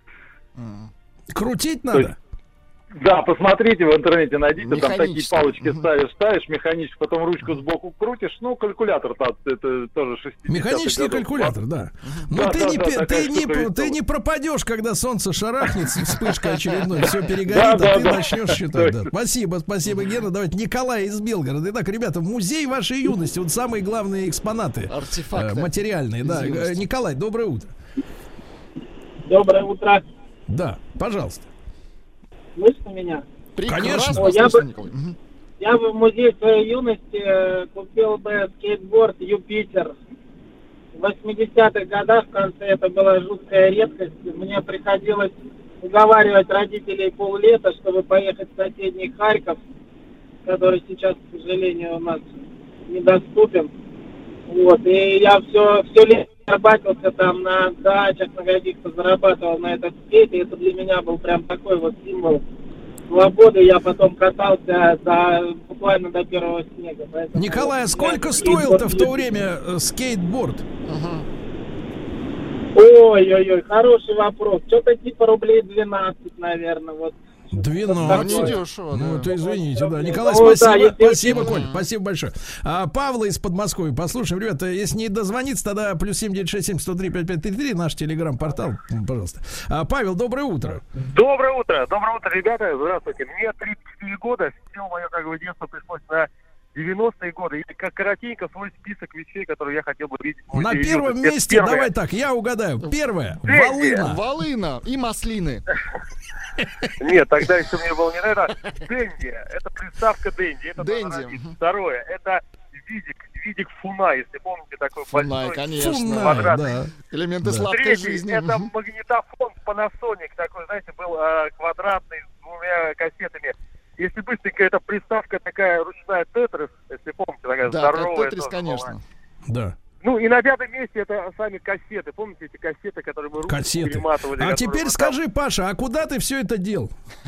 Крутить То надо? есть, да, посмотрите в интернете, найдите, там такие Механически. палочки Мгм. ставишь, ставишь, механически, потом ручку сбоку крутишь, ну, калькулятор, там, это тоже шестидесятых Механический годов. калькулятор, да. Но Да, ты, да, не, да, пе- такая ты, не, штука п- ты веселая. не пропадешь, когда солнце шарахнет с вспышкой очередной, все перегорит, Да, а да, ты да. начнешь считать. Да. Спасибо, спасибо, Гена. Давайте Николай из Белгорода. Итак, ребята, музей вашей юности, вот самые главные экспонаты. Артефакты. э, Материальные, из да. юности. Э, Николай, доброе утро. Доброе утро. Да, пожалуйста. Слышно меня? Прекрасно, Конечно. О, я слышно, бы- Николай. Мгм. Я бы в музей своей юности э, купил бы скейтборд Юпитер. В восьмидесятых годах в конце это была жуткая редкость. Мне приходилось уговаривать родителей поллета, чтобы поехать в соседний Харьков, который сейчас, к сожалению, у нас недоступен. Вот. И я все, все лето зарабатывался там на дачах, на каких-то, зарабатывал на этот скейт. И это для меня был прям такой вот символ свободы. Я потом катался до, буквально до первого снега. Поэтому Николай, а вот сколько я стоил-то в то скейтборд время э, скейтборд? Мгм. Ой-ой-ой, хороший вопрос. Что-то типа рублей двенадцать, наверное. Вот. двенадцать. Ну, недешево, Ну, да. это извините, да. Николай, Ну, да, спасибо. если- Спасибо, Коль. Спасибо большое. А, Павла из Подмосковья послушаем. Ребята, если не дозвониться, тогда плюс семь девять шесть семь сто три пять пять три три, наш телеграм-портал, м, пожалуйста. А, Павел, доброе утро. Доброе утро, доброе утро, ребята, здравствуйте. Мне тридцать четыре года, все мое как бы детство пришлось на девяностые годы. И как коротенько свой список вещей, которые я хотел бы видеть в На музее первом юности. Это месте, первое. давай так, я угадаю. Первое, Третье. волына. Волына и маслины. Нет, тогда еще мне было не на это. Дэнди, это приставка Дэнди. Это Дэнди, номер один. мгм. Второе, это видик, видик Фуна, если помните, такой Фунай, большой. конечно. Фунай, квадратный. да. Элементы Да. сладкой Третий, жизни. это Мгм. магнитофон Panasonic такой, знаете, был э, квадратный с двумя кассетами. Если быстренько, это приставка такая ручная Тетрис, если помните, такая Да, как здоровая. Тетрис, тоже конечно. была. Да. Ну и на пятом месте это сами кассеты. Помните эти кассеты, которые мы ручкой Кассеты. перематывали? А которые теперь мы скажи, Паша, а куда ты все это дел?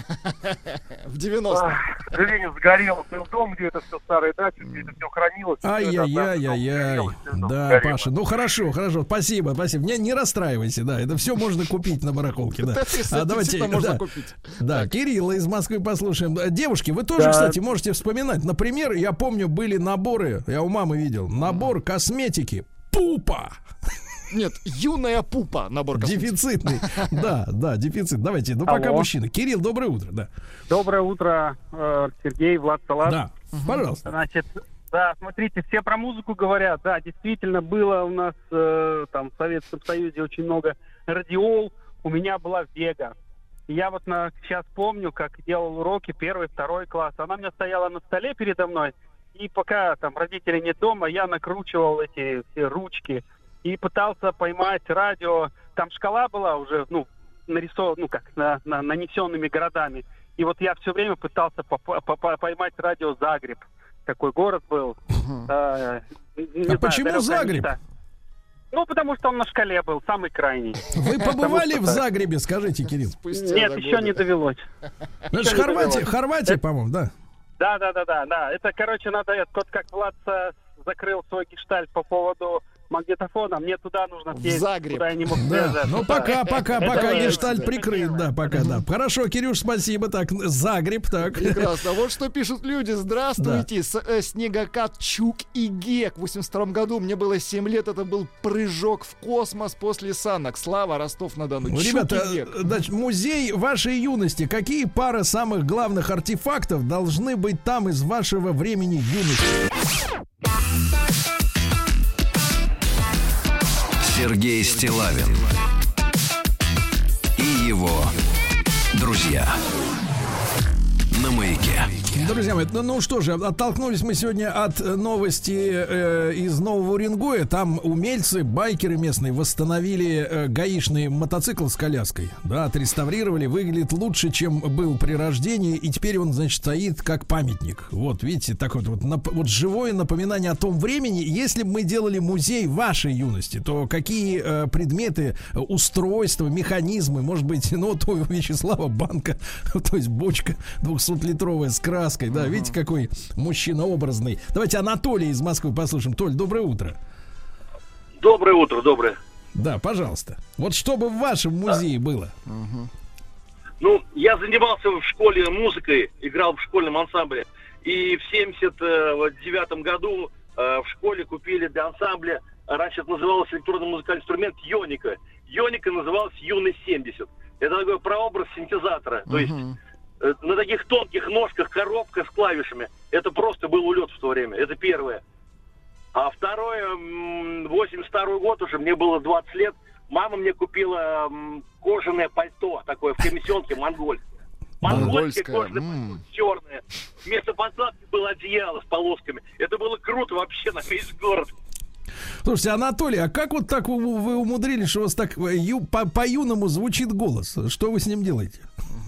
В девяностых. Ах, к сожалению, сгорел. Был дом, где это все старые дачи, где это все хранилось. Всё это Ай-яй-яй-яй-яй. однажды дом сгорел, Да, всё Паша, ну хорошо, хорошо, спасибо, спасибо. Не, не расстраивайся, да, это все можно купить на барахолке, да. Тетрис А давайте, действительно можно да, купить. да, Кирилла из Москвы послушаем. Да, девушки, вы тоже, Да. кстати, можете вспоминать. Например, я помню, были наборы, я у мамы видел, набор косметики Пупа. Нет, юная пупа набор косметики. Дефицитный. Да, да, дефицит. Давайте, ну пока Алло. мужчины. Кирилл, доброе утро, да. Доброе утро, э, Сергей, Влад Салат. Да, пожалуйста. Значит, да, смотрите, все про музыку говорят. Да, действительно, было у нас э, там в Советском Союзе очень много радиол. У меня была Вега. И я вот на, сейчас помню, как делал уроки первый, второй класс. Она у меня стояла на столе передо мной. И пока там родители нет дома, я накручивал эти все ручки и пытался поймать радио. Там шкала была уже, ну, нарисована, ну, как, на, на, нанесенными городами. И вот я все время пытался поп- поп- поймать радио Загреб. Такой город был. А, А почему Загреб? Ну, потому что он на шкале был, самый крайний. Вы побывали Потому в что- Загребе, скажите, Кирилл? Спустя Нет, за еще годы. не довелось. Ну, это же Еще не Хорватия, довелось. Хорватия, по-моему, да. Да, да, да, да, да. Это, короче, надо, вот как Влад э, закрыл свой гештальт по поводу магнитофона, мне туда нужно В съездить, Загреб. куда я не мог Да, съездить. ну пока, пока, Это пока делается, гештальт это прикрыт, делается. да, пока, да. Хорошо, Кирюш, спасибо. Так, Загреб, так. Прекрасно. Вот что пишут люди. Здравствуйте, С- э, Снегокат Чук и Гек. В восемьдесят втором году мне было семь лет. Это был прыжок в космос после санок. Слава, Ростов-на-Дону. Ну, Чук ребята, и Гек. значит, музей вашей юности. Какие пары самых главных артефактов должны быть там из вашего времени юности? Сергей Стиллавин и его друзья на Маяке. человеке. Друзья мои, ну, ну что же, оттолкнулись мы сегодня от новости э, из Нового Уренгоя. Там умельцы, байкеры местные восстановили э, гаишный мотоцикл с коляской. Да, отреставрировали, выглядит лучше, чем был при рождении. И теперь он, значит, стоит как памятник. Вот, видите, такое вот, нап- вот живое напоминание о том времени. Если бы мы делали музей вашей юности, то какие э, предметы, устройства, механизмы, может быть, ну, вот у Вячеслава банка, то есть бочка двухсотлитровая с краской. Да, uh-huh. Видите, какой мужчина образный. Давайте Анатолий из Москвы послушаем. Толь, доброе утро. Доброе утро, доброе. Да, пожалуйста. Вот что бы в вашем музее а. было? Uh-huh. Ну, я занимался в школе музыкой, играл в школьном ансамбле. И в семьдесят девятом году в школе купили для ансамбля, раньше это называлось электронный музыкальный инструмент Йоника. Йоника называлась Юный семьдесят. Это такой прообраз синтезатора. Uh-huh. То есть на таких тонких ножках коробка с клавишами. Это просто был улет в то время. Это первое. А второе, восемьдесят второй год уже, мне было двадцать лет. Мама мне купила кожаное пальто, такое в комиссионке, монгольское. Монгольское кожаное пальто, черное. Вместо подкладки было одеяло с полосками. Это было круто вообще на весь город. Слушайте, Анатолий, а как вот так вы, вы умудрились, что у вас так ю, по, по-юному звучит голос? Что вы с ним делаете?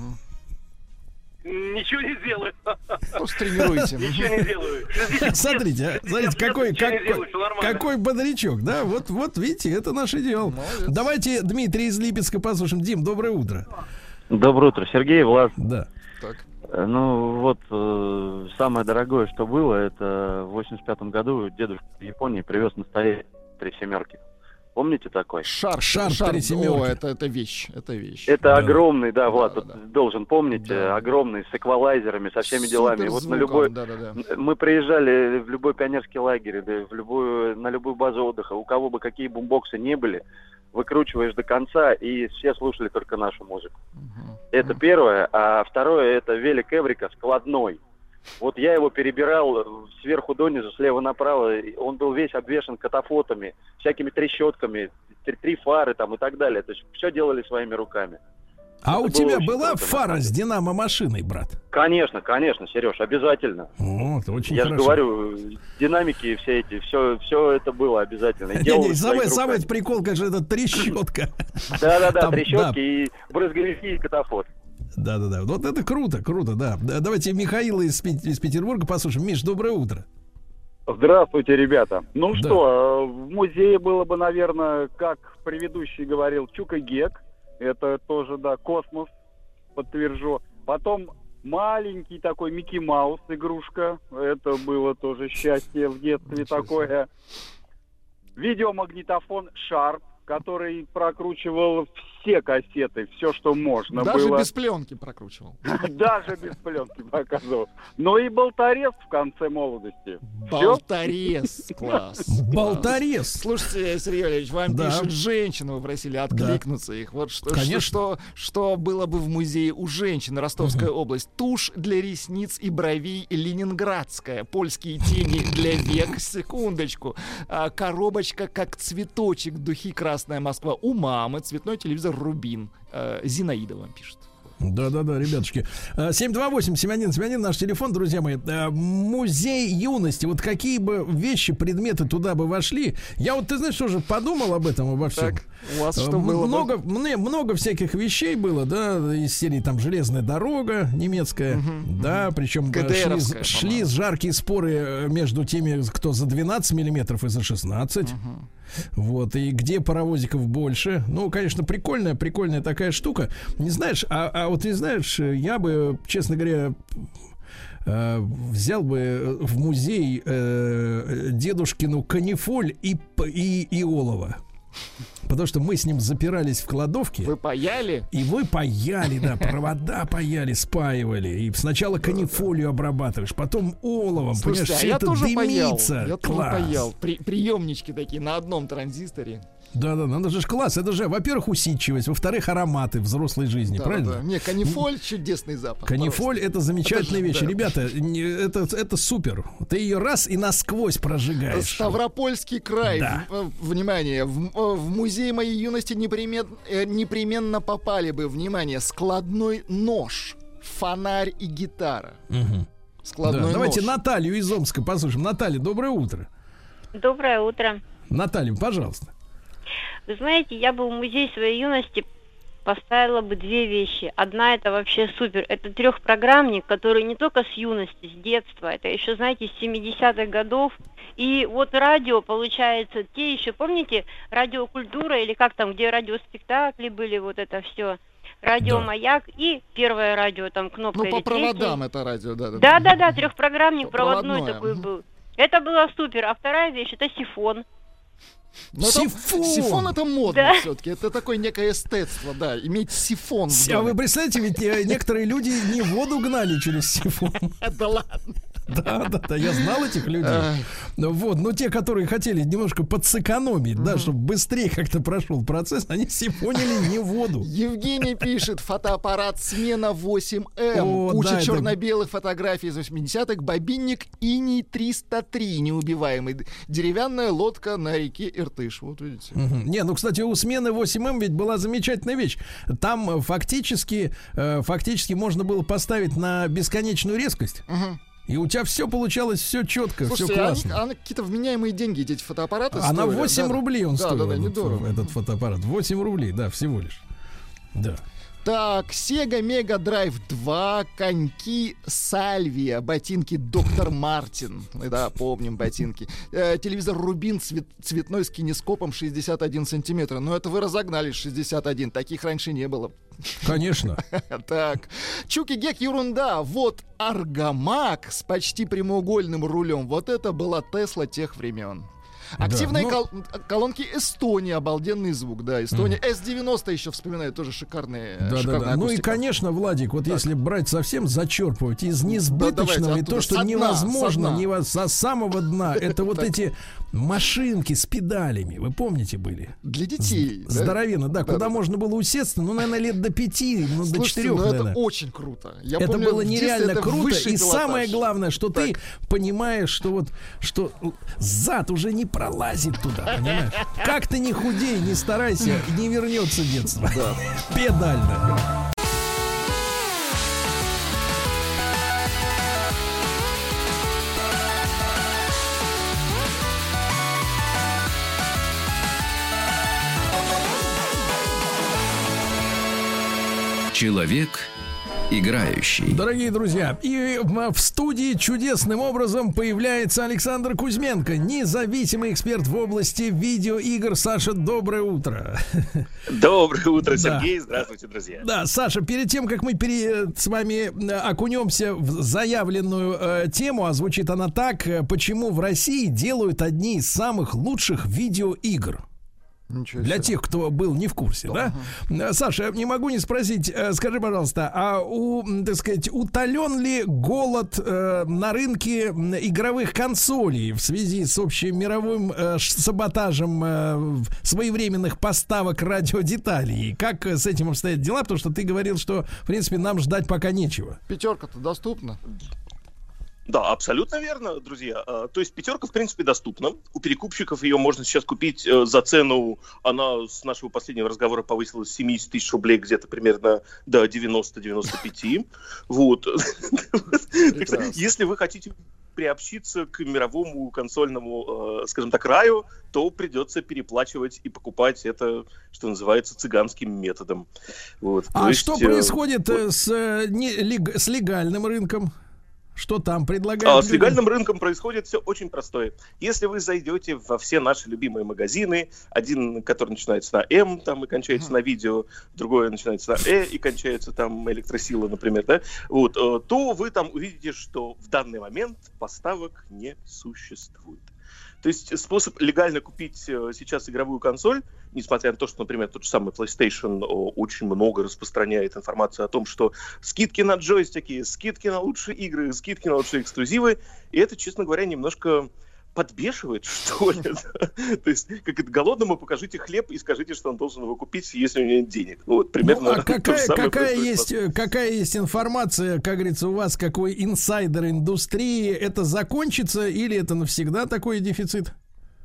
Ничего не делаю. Просто тренируйте. Ничего не делаю. Смотрите, смотрите, какой, какой, какой бодрячок, да? Вот, вот, видите, это наше дело. Молодец. Давайте Дмитрий из Липецка послушаем. Дим, доброе утро. Доброе утро, Сергей, Влад. Да. Так. Ну, вот, э, самое дорогое, что было, это в восемьдесят пятом году дедушка в Японии привез настоящие три семерки. Помните такой? Шар, шар, шар три семерки. О, это, это вещь, это вещь. Это да. огромный, да, Влад, да, да, вот да. должен помнить, да. огромный, с эквалайзерами, со всеми делами. Вот на любой, да, да, да. мы приезжали в любой пионерский лагерь, да, в любую, на любую базу отдыха, у кого бы какие бумбоксы не были, выкручиваешь до конца, и все слушали только нашу музыку. Uh-huh. Это uh-huh. первое, а второе, это велик Эврика складной. Вот я его перебирал сверху донизу, слева направо. Он был весь обвешан катафотами, всякими трещотками, три, три фары там и так далее. То есть все делали своими руками. А это у тебя была фара с динамо-машиной, брат? Конечно, конечно, Сереж, обязательно. О, это очень я хорошо. же говорю, динамики все эти, все, все это было обязательно. Не-не, самый, самый прикол, как же это трещотка. Да-да-да, трещотки и брызговики и катафот. Да-да-да, вот это круто, круто, да. Давайте Михаила из, из Петербурга послушаем. Миш, доброе утро. Здравствуйте, ребята. Ну да. что, в музее было бы, наверное, как предыдущий говорил, Чук и Гек. Это тоже, да, космос, подтвержу. Потом маленький такой Микки Маус, игрушка. Это было тоже счастье в детстве такое. Видеомагнитофон Sharp, который прокручивал все кассеты, все, что можно Даже было. Даже без пленки прокручивал. Даже без пленки показывал. Но и болторез в конце молодости. Болторез, класс. Болторез. Слушайте, Сергей Валерьевич, вам пишет женщина, вы просили откликнуться их. Вот что, что, что было бы в музее у женщин. Ростовская область. Тушь для ресниц и бровей ленинградская. Польские тени для век. Секундочку. Коробочка как цветочек. Духи Красная Москва. У мамы. Цветной телевизор Рубин. Зинаида вам пишет. Да-да-да, ребятушки. семь два восемь семь один семь один наш телефон, друзья мои. Музей юности. Вот какие бы вещи, предметы туда бы вошли. Я вот, ты знаешь, тоже подумал об этом, обо всем. Так, у вас что было? Много, мне много всяких вещей было, да, из серии там «Железная дорога» немецкая, угу, да, причем шли, шли жаркие споры между теми, кто за двенадцать миллиметров и за шестнадцать. Угу. Вот, и где паровозиков больше. Ну, конечно, прикольная, прикольная такая штука. Не знаешь, а, а вот не знаешь, я бы, честно говоря, э, взял бы в музей э, дедушкину канифоль и, и, и олово. Потому что мы с ним запирались в кладовке. Вы паяли? И вы паяли, да, провода паяли, спаивали. И сначала канифолию обрабатываешь, потом оловом. Слушайте, понимаешь, а я это тоже дымится. паял. Я Класс. тоже паял. При, приемнички такие на одном транзисторе. Да-да, ну это же класс. Это же, во-первых, усидчивость, во-вторых, ароматы взрослой жизни, да, правильно? Да. Не, канифоль — чудесный запах. Канифоль — это замечательная это вещь. Да. Ребята, это, это супер. Ты ее раз и насквозь прожигаешь. Ставропольский край. Да. Внимание, в, в музей моей юности непременно, непременно попали бы, внимание, складной нож. фонарь и гитара. Угу. Складной да, давайте нож. Наталью из Омска послушаем. Наталья, доброе утро. Доброе утро. Наталья, пожалуйста. Вы знаете, я бы в музей своей юности поставила бы две вещи. Одна — это вообще супер. Это трехпрограммник, который не только с юности, с детства, это еще, знаете, с семидесятых годов. И вот радио, получается, те еще, помните, радиокультура или как там, где радиоспектакли были, вот это все. Радио да. Маяк и первое радио, там кнопка. Ну, по проводам третья. Это радио, да. Да, да, да, трехпрограммник проводной Проводное. такой был. Это было супер. А вторая вещь — это сифон. Но сифон. Это, сифон это модно да. все-таки. Это такое некое эстетство, да. Иметь сифон. А вы представляете, ведь некоторые люди не воду гнали через сифон. Да ладно. Да, да, да, я знал этих людей. Вот, но те, которые хотели немножко подсэкономить, да, чтобы быстрее как-то прошел процесс, они сифонили не воду. Евгений пишет: фотоаппарат смена восемь эм. Куча да, черно-белых это... фотографий из восьмидесятых. Бобинник Иней триста три, неубиваемый. Деревянная лодка на реке Иртыш. Вот видите. Угу. Не, ну, кстати, у смены восемь эм ведь была замечательная вещь. Там фактически, фактически можно было поставить на бесконечную резкость. Угу. И у тебя все получалось, все четко, все классно. А, а какие-то вменяемые деньги эти фотоаппараты а стоили. на восемь да, рублей он да, стоил, да, да, этот, недорого. этот фотоаппарат. восемь рублей, да, всего лишь. Да. Так, Sega Mega Drive два, коньки Сальвия, ботинки Доктор Мартин. Да, помним ботинки. Э, телевизор Рубин цвет, цветной с кинескопом шестьдесят один сантиметр. Но это вы разогнали шестьдесят один. Таких раньше не было. Конечно. Так, Чуки-Гек ерунда. Вот Аргамак с почти прямоугольным рулем. Вот это была Тесла тех времен. Активные да, ну... кол- колонки Эстония, обалденный звук, да, Эстония. Mm. эс девяносто еще вспоминаю, тоже шикарные. Да, да, да. Ну и, конечно, Владик, вот так. Если брать совсем зачерпывать из несбыточного, да, и то, что дна, невозможно, не во- со самого дна, это вот эти машинки с педалями, вы помните, были? Для детей. Здоровенно, да, куда можно было усесться, ну, наверное, лет до пяти, ну, до четырех, наверное. Это очень круто. Это было нереально круто, и самое главное, что ты понимаешь, что вот, что зад уже не пролазит туда, понимаешь? Как ты не худей, не старайся, не вернется детство. Да. Педально. Человек играющий. Дорогие друзья, и в студии чудесным образом появляется Александр Кузьменко, независимый эксперт в области видеоигр. Саша, доброе утро. Доброе утро, Сергей. Да. Здравствуйте, друзья. Да, Саша, перед тем, как мы пере... с вами окунемся в заявленную э, тему, а звучит она так: почему в России делают одни из самых лучших видеоигр? Для тех, кто был не в курсе, да? да? Саша, не могу не спросить, скажи, пожалуйста, а у, так сказать, утолен ли голод э, на рынке игровых консолей в связи с общим мировым э, саботажем э, своевременных поставок радиодеталей? Как с этим обстоят дела? Потому что ты говорил, что, в принципе, нам ждать пока нечего. Пятерка-то доступна? Да, абсолютно верно, друзья. То есть пятерка, в принципе, доступна. У перекупщиков ее можно сейчас купить за цену. Она с нашего последнего разговора повысилась с семьдесят тысяч рублей где-то примерно до девяносто-девяносто пять. Вот. Если вы хотите приобщиться к мировому консольному, скажем так, раю, то придется переплачивать и покупать это, что называется, цыганским методом. Вот. А что происходит с легальным рынком? Что там предлагают? А, с легальным рынком происходит все очень простое. Если вы зайдете во все наши любимые магазины, один, который начинается на М там, и кончается uh-huh. на видео, другой начинается на Э и кончается там электросила, например, да, вот, то вы там увидите, что в данный момент поставок не существует. То есть способ легально купить сейчас игровую консоль, несмотря на то, что, например, тот же самый PlayStation очень много распространяет информацию о том, что скидки на джойстики, скидки на лучшие игры, скидки на лучшие эксклюзивы, и это, честно говоря, немножко подбешивает, что ли. То есть, как это, голодному покажите хлеб и скажите, что он должен его купить, если у него нет денег. Ну, вот примерно. Ну, а какая, какая, есть, какая есть информация, как говорится, у вас, какой инсайдер индустрии, это закончится или это навсегда такой дефицит?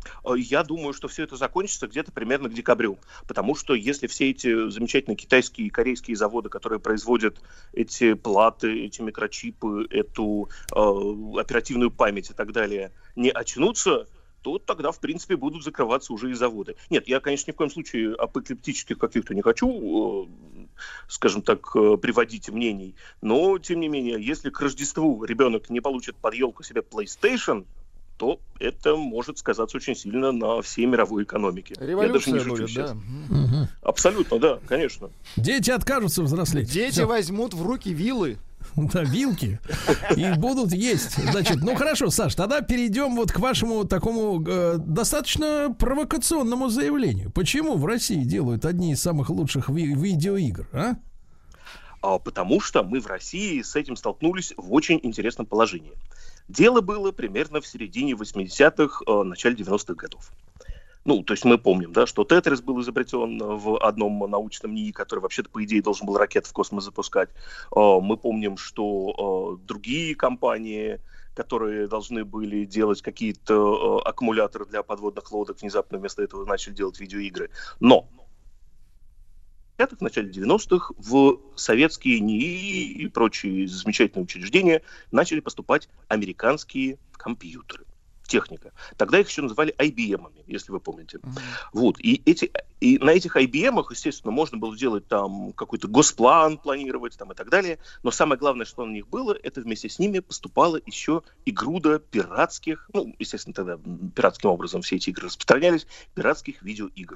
Я думаю, что все это закончится где-то примерно к декабрю, потому что если все эти замечательные китайские и корейские заводы, которые производят эти платы, эти микрочипы, эту э, оперативную память и так далее, не очнутся, то тогда, в принципе, будут закрываться уже и заводы. Нет, я, конечно, ни в коем случае апокалиптических каких-то не хочу, э, скажем так, э, приводить мнений, но, тем не менее, если к Рождеству ребенок не получит под елку себе PlayStation, то это может сказаться очень сильно на всей мировой экономике. Революция Я даже не шучу будет, сейчас. да? Угу. Абсолютно, да, конечно. Дети откажутся взрослеть. Дети Всё. возьмут в руки вилы. Да, вилки. И будут есть. Значит, ну хорошо, Саш, тогда перейдем вот к вашему такому э, достаточно провокационному заявлению. Почему в России делают одни из самых лучших ви- видеоигр, а? А, потому что мы в России с этим столкнулись в очень интересном положении. Дело было примерно в середине восьмидесятых, э, начале девяностых годов. Ну, то есть мы помним, да, что Тетрис был изобретен в одном научном НИИ, который вообще-то, по идее, должен был ракеты в космос запускать. Э, мы помним, что э, другие компании, которые должны были делать какие-то э, аккумуляторы для подводных лодок, внезапно вместо этого начали делать видеоигры. Но в начале девяностых в советские НИИ и прочие замечательные учреждения начали поступать американские компьютеры, техника. Тогда их еще называли ай би эм-ами, если вы помните. Mm-hmm. Вот. И, эти, и на этих ай би эм-ах, естественно, можно было делать там какой-то госплан, планировать там, и так далее. Но самое главное, что на них было, это вместе с ними поступала еще и груда пиратских, ну, естественно, тогда пиратским образом все эти игры распространялись, пиратских видеоигр.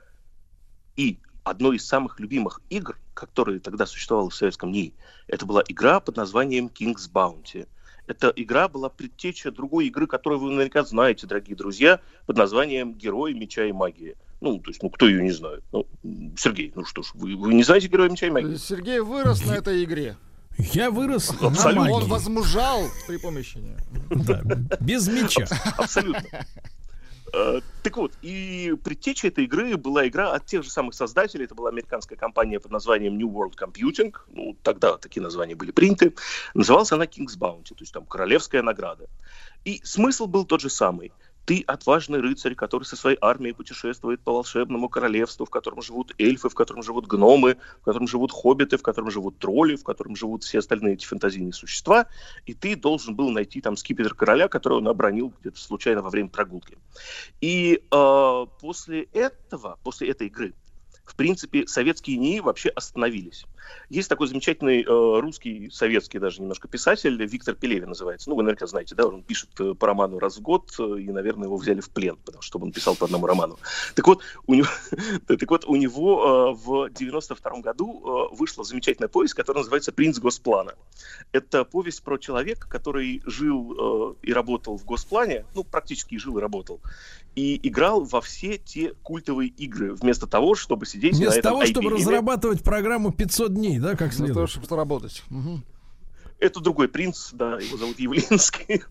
И одной из самых любимых игр, которая тогда существовала в советском НИИ, это была игра под названием King's Bounty. Эта игра была предтеча другой игры, которую вы наверняка знаете, дорогие друзья, под названием «Герой меча и магии». Ну, то есть, ну, кто ее не знает? Ну, Сергей, ну что ж, вы, вы не знаете «Героя меча и магии»? Сергей вырос на этой игре. Я вырос Абсолютно. на магии. Он возмужал при помощи нее. Да, без меча. Абсолютно. Uh, так вот, и предтечей этой игры была игра от тех же самых создателей. Это была американская компания под названием New World Computing. Ну, тогда такие названия были приняты. Называлась она King's Bounty, то есть там королевская награда. И смысл был тот же самый. Ты отважный рыцарь, который со своей армией путешествует по волшебному королевству, в котором живут эльфы, в котором живут гномы, в котором живут хоббиты, в котором живут тролли, в котором живут все остальные эти фантазийные существа. И ты должен был найти там скипетр короля, который он обронил где-то случайно во время прогулки. И э, после этого, после этой игры, в принципе, советские НИИ вообще остановились. Есть такой замечательный э, русский, советский даже немножко писатель, Виктор Пелевин называется. Ну, вы наверняка знаете, да, он пишет э, по роману раз в год, э, и, наверное, его взяли в плен, потому что он писал по одному роману. Так вот, у него, так вот, у него э, в девяносто втором году э, вышла замечательная повесть, которая называется «Принц Госплана». Это повесть про человека, который жил э, и работал в Госплане, ну, практически жил и работал, и играл во все те культовые игры, вместо того, чтобы сидеть Вместо на этом того, ай би эм. чтобы разрабатывать программу пятьсот дней, да, как следует. Для того, чтобы работать. Угу. Это другой принц, да, его зовут Явлинский.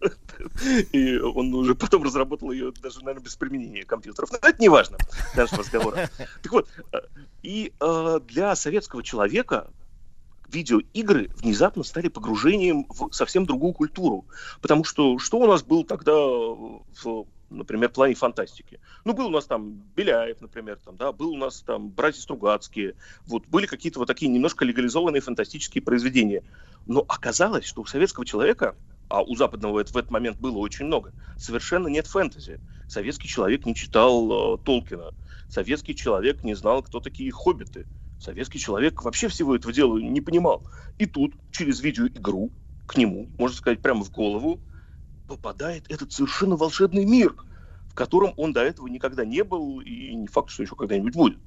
И он уже потом разработал ее даже, наверное, без применения компьютеров. Но это не важно, даже разговора. Так вот, и э, для советского человека видеоигры внезапно стали погружением в совсем другую культуру. Потому что что у нас было тогда в, например, плане фантастики? Ну, был у нас там Беляев, например, там, да, был у нас там братья Стругацкие. Вот, были какие-то вот такие немножко легализованные фантастические произведения. Но оказалось, что у советского человека, а у западного это в этот момент было очень много, совершенно нет фэнтези. Советский человек не читал э, Толкина. Советский человек не знал, кто такие хоббиты. Советский человек вообще всего этого дела не понимал. И тут через видеоигру к нему, можно сказать, прямо в голову попадает этот совершенно волшебный мир, в котором он до этого никогда не был и не факт, что еще когда-нибудь будет.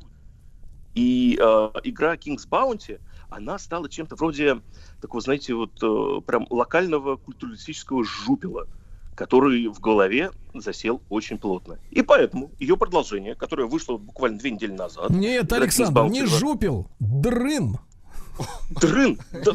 И э, игра King's Bounty, она стала чем-то вроде такого, знаете, вот э, прям локального культуралистического жупела, который в голове засел очень плотно. И поэтому ее продолжение, которое вышло буквально две недели назад... Нет, Александр, не жупел, дрын. Дрын.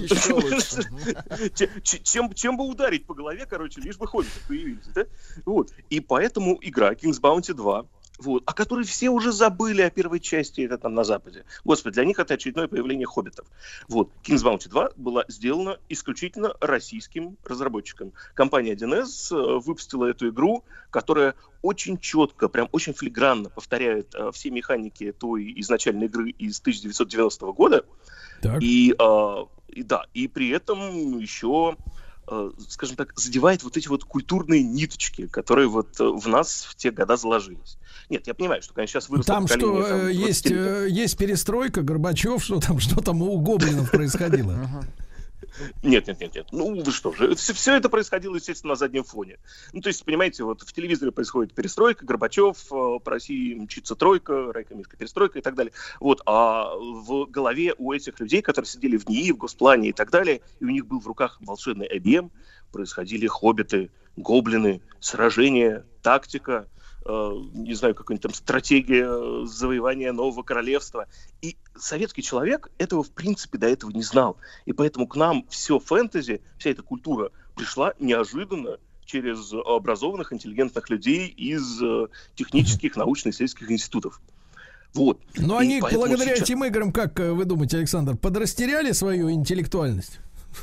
Чем, чем бы ударить по голове, короче, лишь бы хоббиты появились, да? Вот. И поэтому игра King's Bounty два, вот, о которой все уже забыли о первой части, это там на Западе. Господи, для них это очередное появление хоббитов. Вот, King's Bounty два была сделана исключительно российским разработчиком. Компания один эс выпустила эту игру, которая очень четко, прям очень филигранно повторяет э, все механики той изначальной игры из тысяча девятьсот девяностого года. Так. И, э, и да, и при этом еще... скажем так, задевает вот эти вот культурные ниточки, которые вот в нас в те года заложились. Нет, я понимаю, что, конечно, сейчас выросло там поколение... Что, там, есть, есть перестройка, Горбачев, что там, что там у гоблинов происходило? Нет, нет, нет, нет. Ну, вы что же, все, все это происходило, естественно, на заднем фоне. Ну, то есть, понимаете, вот в телевизоре происходит перестройка, Горбачев, по России мчится тройка, Райка, Мишка, перестройка и так далее. Вот, а в голове у этих людей, которые сидели в НИИ, в Госплане и так далее, и у них был в руках волшебный ай би эм, происходили хоббиты, гоблины, сражения, тактика, не знаю, какая-нибудь там стратегия завоевания нового королевства. И советский человек этого, в принципе, до этого не знал. И поэтому к нам все фэнтези, вся эта культура пришла неожиданно через образованных, интеллигентных людей из технических, научно-исследовательских институтов. Вот. Но и они благодаря сейчас... этим играм, как вы думаете, Александр, подрастеряли свою интеллектуальность?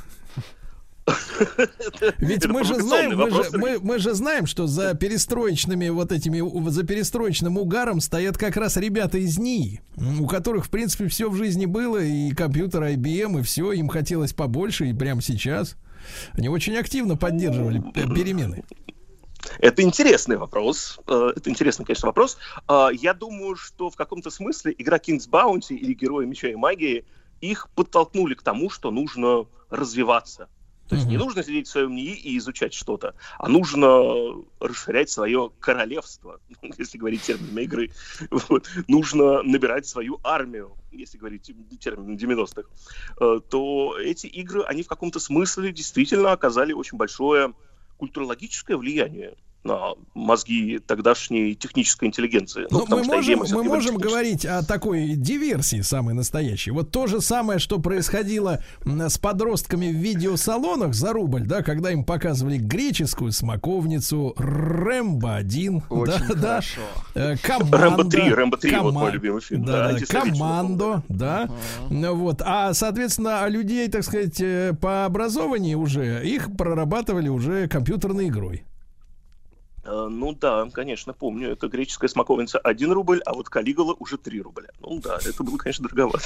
Ведь мы же знаем, мы же, мы, мы же знаем, что за перестроечными вот этими, за перестроечным угаром стоят как раз ребята из НИИ, у которых, в принципе, все в жизни было, и компьютер ай би эм, и все, им хотелось побольше, и прямо сейчас они очень активно поддерживали перемены. Это интересный вопрос. Это интересный, конечно, вопрос. Я думаю, что в каком-то смысле игра King's Bounty или Герои Меча и Магии их подтолкнули к тому, что нужно развиваться. То есть mm-hmm. не нужно сидеть в своем НИИ и изучать что-то, а нужно расширять свое королевство, если говорить терминами игры. Вот. Нужно набирать свою армию, если говорить терминами девяностых. То эти игры, они в каком-то смысле действительно оказали очень большое культурологическое влияние на мозги тогдашней технической интеллигенции. Ну, мы можем, мы можем говорить о такой диверсии самой настоящей. Вот то же самое, что происходило с подростками в видеосалонах за рубль, да, когда им показывали греческую смоковницу, Рэмбо один, очень да, хорошо. Да, команда, Рэмбо три, Рэмбо три, кома... вот мой любимый фильм. Да, да, Командо, да, uh-huh. вот. А, соответственно, людей, так сказать, по образованию уже, их прорабатывали уже компьютерной игрой. Ну да, конечно, помню. Это греческая смоковница один рубль, а вот Калигула уже три рубля. Ну да, это было, конечно, дороговато.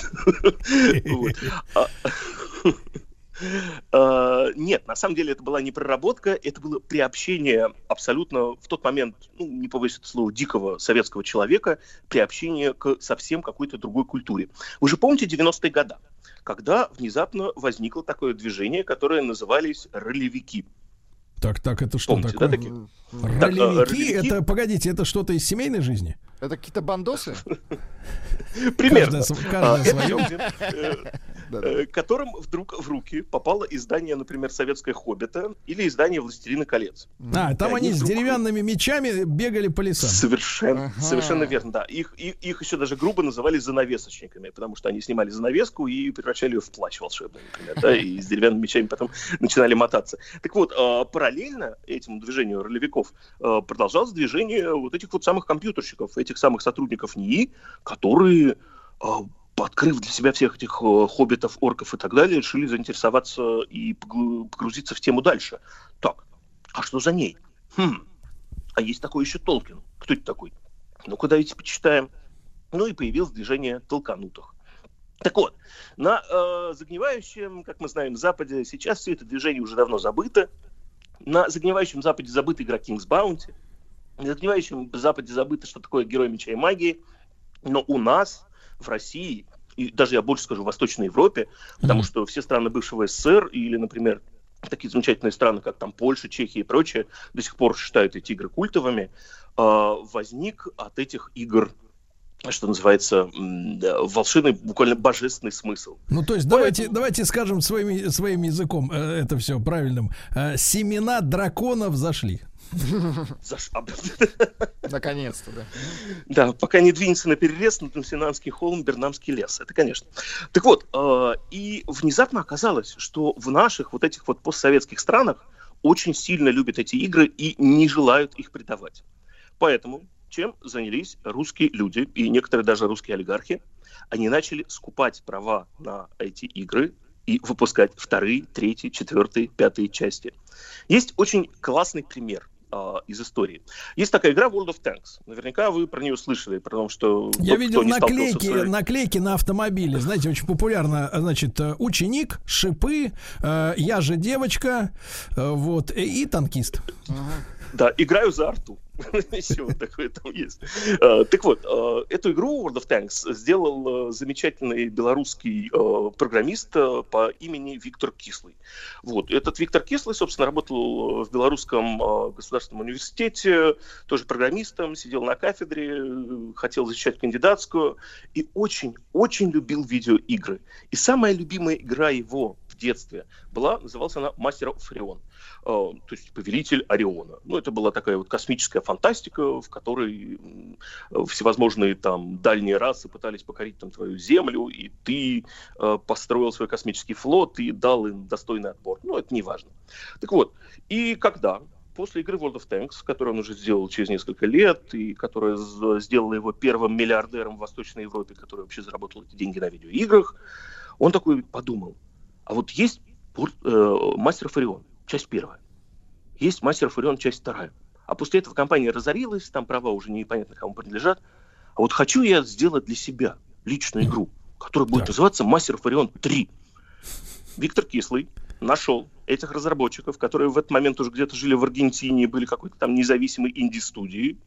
Нет, на самом деле это была не проработка, это было приобщение абсолютно в тот момент, ну, не побоюсь это слова, дикого советского человека, приобщение к совсем какой-то другой культуре. Вы же помните девяностые годы, когда внезапно возникло такое движение, которое назывались ролевики. Так, так, это что Помните, такое? Да, такие? Ролевики, так, ролевики, это, погодите, это что-то из семейной жизни? Это какие-то бандосы? Примерно. Каждое свое. Которым вдруг в руки попало издание, например, «Советское Хоббита» или издание «Властелина колец». А, там они с деревянными мечами бегали по лесам. Совершенно, совершенно верно, да. Их, их, их еще даже грубо называли занавесочниками, потому что они снимали занавеску и превращали ее в плащ волшебный, например, да, и с деревянными мечами потом начинали мотаться. Так вот, параллельно этому движению ролевиков продолжалось движение вот этих вот самых компьютерщиков, этих самых сотрудников НИИ, которые, открыв для себя всех этих хоббитов, орков и так далее, решили заинтересоваться и погрузиться в тему дальше. Так, а что за ней? Хм, а есть такой еще Толкин. Кто это такой? Ну-ка, давайте почитаем. Ну и появилось движение толканутых. Так вот, на э, загнивающем, как мы знаем, Западе сейчас все это движение уже давно забыто. На загнивающем Западе забыта игра King's Bounty. На загнивающем Западе забыто, что такое Герой Меча и Магии. Но у нас, в России, и даже я больше скажу, в Восточной Европе, mm-hmm. потому что все страны бывшего СССР или, например, такие замечательные страны, как там Польша, Чехия и прочее, до сих пор считают эти игры культовыми, э, возник от этих игр, что называется, волшебный, буквально божественный смысл. Ну, то есть, давайте, Поэтому... давайте скажем своим, своим языком, э, это все правильным. Э, семена драконов зашли. Заш... Наконец-то, да. Да, пока не двинется на перерез, на Тамсинанский холм, Бернамский лес. Это, конечно. Так вот, э, и внезапно оказалось, что в наших вот этих вот постсоветских странах очень сильно любят эти игры и не желают их предавать. Поэтому чем занялись русские люди и некоторые даже русские олигархи. Они начали скупать права на эти игры и выпускать вторые, третьи, четвертые, пятые части. Есть очень классный пример э, из истории. Есть такая игра World of Tanks. Наверняка вы про нее слышали, про то, что... Я кто, видел кто наклейки, своей... наклейки на автомобиле. Знаете, очень популярно, значит, ученик, шипы, э, я же девочка, э, вот, и, и танкист. Да, играю за арту. Еще вот такое там есть. Uh, так вот, uh, эту игру World of Tanks сделал uh, замечательный белорусский uh, программист uh, по имени Виктор Кислый. Вот. Этот Виктор Кислый, собственно, работал в Белорусском uh, государственном университете, тоже программистом, сидел на кафедре, uh, хотел защищать кандидатскую и очень-очень любил видеоигры. И самая любимая игра его в детстве была, называлась она «Master of Orion». То есть «Повелитель Ориона». Ну, это была такая вот космическая фантастика, в которой всевозможные там дальние расы пытались покорить там твою Землю, и ты э, построил свой космический флот и дал им достойный отпор. Ну, это не важно. Так вот, и когда после игры World of Tanks, которую он уже сделал через несколько лет, и которая сделала его первым миллиардером в Восточной Европе, который вообще заработал эти деньги на видеоиграх, он такой подумал, а вот есть э, Master of Orion, часть первая. Есть Master of Orion, часть вторая. А после этого компания разорилась, там права уже непонятно кому принадлежат. А вот хочу я сделать для себя личную игру, которая будет называться Master of Orion три. Виктор Кислый нашел этих разработчиков, которые в этот момент уже где-то жили в Аргентине, были какой-то там независимой инди-студии,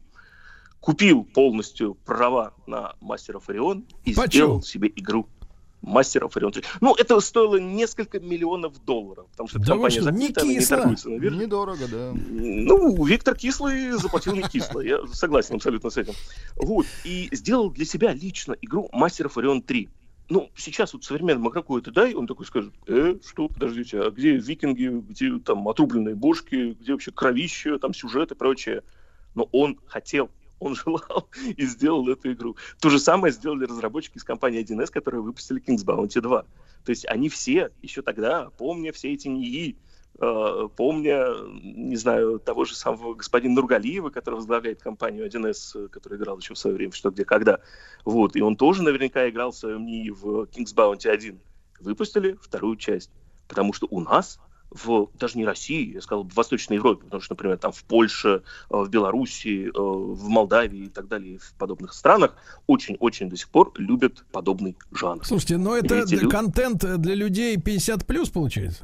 купил полностью права на Master of Orion и Почему? сделал себе игру Master of Orion три. Ну, это стоило несколько миллионов долларов, потому что да компания закрыта, она не торгуется на бирже. Недорого, да. Ну, Виктор Кислый заплатил не кисло, я согласен абсолютно с этим. Вот, и сделал для себя лично игру Master of Orion три. Ну, сейчас вот современному игроку это дай, он такой скажет, э, что, подождите, а где викинги, где там отрубленные бошки, где вообще кровище, там сюжет и прочее. Но он хотел. Он желал и сделал эту игру. То же самое сделали разработчики из компании один эс, которые выпустили King's Bounty два. То есть они все, еще тогда, помня все эти НИИ, э, помня, не знаю, того же самого господина Нургалиева, который возглавляет компанию один эс, который играл еще в свое время, что где, когда. Вот. И он тоже наверняка играл в своем НИИ в King's Bounty один. Выпустили вторую часть. Потому что у нас... в даже не России, я сказал, в Восточной Европе, потому что, например, там в Польше, в Белоруссии, в Молдавии и так далее, в подобных странах очень-очень до сих пор любят подобный жанр. Слушайте, но это для, контент для людей пятьдесят плюс получается?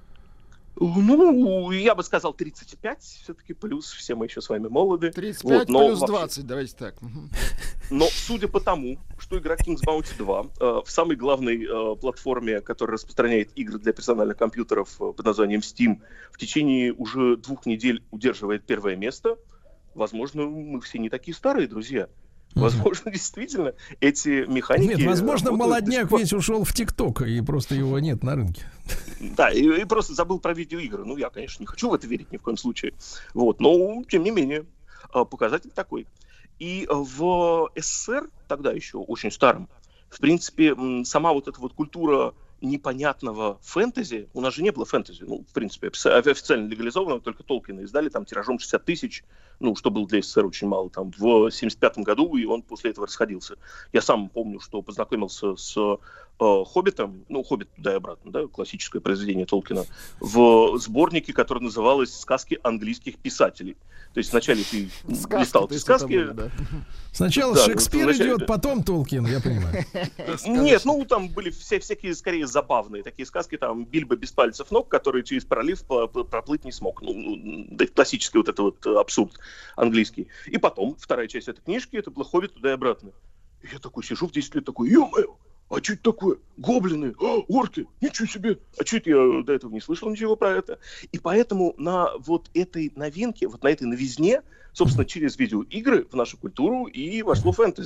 Ну, я бы сказал тридцать пять все-таки плюс, все мы еще с вами молоды. тридцать пять вот, плюс вообще... двадцать, давайте так. Но судя по тому, что игра King's Bounty два э, в самой главной э, платформе, которая распространяет игры для персональных компьютеров э, под названием Steam, в течение уже двух недель удерживает первое место, возможно, мы все не такие старые, друзья. Возможно, действительно, эти механики... Нет, возможно, молодняк весь ушел в ТикТок, и просто его нет на рынке. Да, и, и просто забыл про видеоигры. Ну, я, конечно, не хочу в это верить ни в коем случае. Вот, но, тем не менее, показатель такой. И в СССР, тогда еще очень старом, в принципе, сама вот эта вот культура непонятного фэнтези, у нас же не было фэнтези, ну, в принципе, официально легализованного, только Толкина издали, там, тиражом шестьдесят тысяч, ну, что было для СССР очень мало, там, в семьдесят пятом году, и он после этого расходился. Я сам помню, что познакомился с э, «Хоббитом», ну, «Хоббит» туда и обратно, да, классическое произведение Толкина, в сборнике, который называлось «Сказки английских писателей». То есть вначале ты сказки, листал эти сказки. Были, да. Сначала да, Шекспир вначале... идет, потом Толкин, я понимаю. Нет, ну там были вся, всякие скорее забавные такие сказки, там Бильбо без пальцев ног, который через пролив проплыть не смог. Ну, да, классический вот это вот абсурд английский. И потом вторая часть этой книжки, это был «Хоббит» туда и обратно. И я такой сижу в десять лет, такой, ё-моё, а что это такое? Гоблины, а, орки, ничего себе. А что это я до этого не слышал ничего про это? И поэтому на вот этой новинке, вот на этой новизне, собственно, через видеоигры в нашу культуру и вошло фэнтези.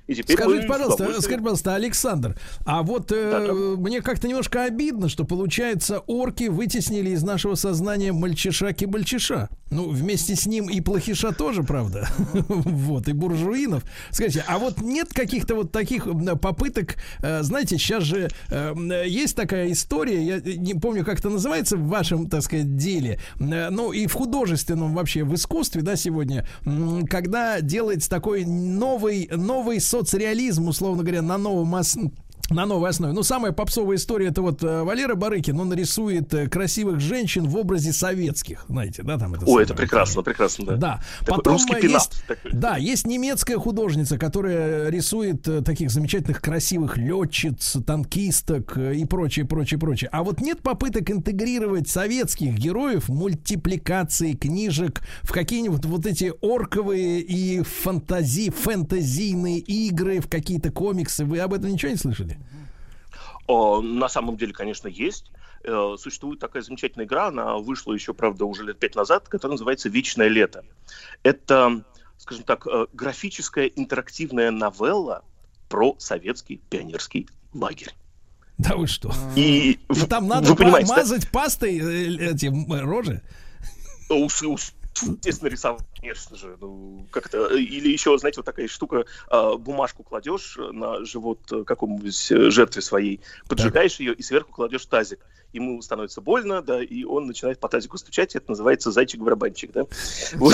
И теперь скажите, пожалуйста, скажите, пожалуйста, Александр, а вот э, мне как-то немножко обидно, что, получается, орки вытеснили из нашего сознания мальчиша-кибальчиша. Ну, вместе с ним и плохиша тоже, правда? Вот, и буржуинов. Скажите, а вот нет каких-то вот таких попыток, знаете, сейчас же есть такая история, я не помню, как это называется в вашем, так сказать, деле, ну, и в художественном вообще, в искусстве, да, сегодня, когда делается такой новый, новый соцреализм, условно говоря, на новом ос... на новой основе. Ну, самая попсовая история — это вот Валера Барыкин, он рисует красивых женщин в образе советских, знаете, да, там это. Ой, это прекрасно, прекрасно, да. Да. Такой потом русский есть, такой. Да, есть немецкая художница, которая рисует таких замечательных красивых летчиц, танкисток и прочее, прочее, прочее. А вот нет попыток интегрировать советских героев, мультипликации книжек в какие-нибудь вот эти орковые и фантази, фэнтезийные игры, в какие-то комиксы. Вы об этом ничего не слышали? На самом деле, конечно, есть. Существует такая замечательная игра, она вышла еще, правда, уже лет пять назад, которая называется «Вечное лето». Это, скажем так, графическая интерактивная новелла про советский пионерский лагерь. Да вы что? И ну, там надо вы понимаете, мазать да? пастой эти рожи? Усы, усы. Естественно, рисовал, конечно же. Ну, как-то, или еще, знаете, вот такая штука, бумажку кладешь на живот какому-нибудь жертве своей, поджигаешь ее и сверху кладешь тазик. Ему становится больно, да, и он начинает по тазику стучать, и это называется зайчик-барабанчик, да. Вот,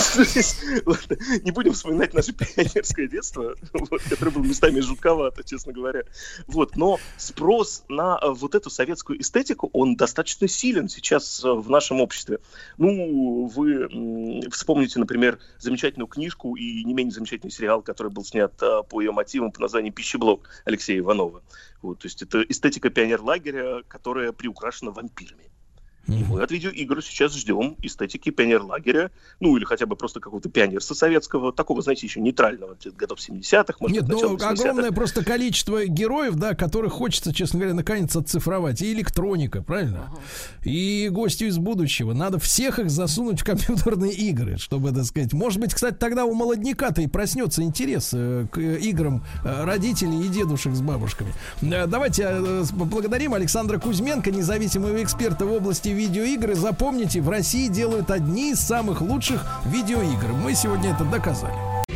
не будем вспоминать наше пионерское детство, вот, которое было местами жутковато, честно говоря. Вот, но спрос на вот эту советскую эстетику, он достаточно силен сейчас в нашем обществе. Ну, вы вспомните, например, замечательную книжку и не менее замечательный сериал, который был снят по ее мотивам по названию «Пищеблок» Алексея Иванова. Вот, то есть это эстетика пионерлагеря, которая приукрашена вампирами. И мы от видеоигр сейчас ждем эстетики пионерлагеря, ну или хотя бы просто какого-то пионерства советского, такого, знаете, еще нейтрального, годов семидесятых, может быть, Нет, ну огромное просто количество героев, да, которых хочется, честно говоря, наконец оцифровать. И электроника, правильно? Ага. И гости из будущего. Надо всех их засунуть в компьютерные игры, чтобы, так сказать, может быть, кстати, тогда у молодняка-то и проснется интерес к играм родителей и дедушек с бабушками. Давайте поблагодарим Александра Кузьменко, независимого эксперта в области видеоигры. Запомните, в России делают одни из самых лучших видеоигр. Мы сегодня это доказали.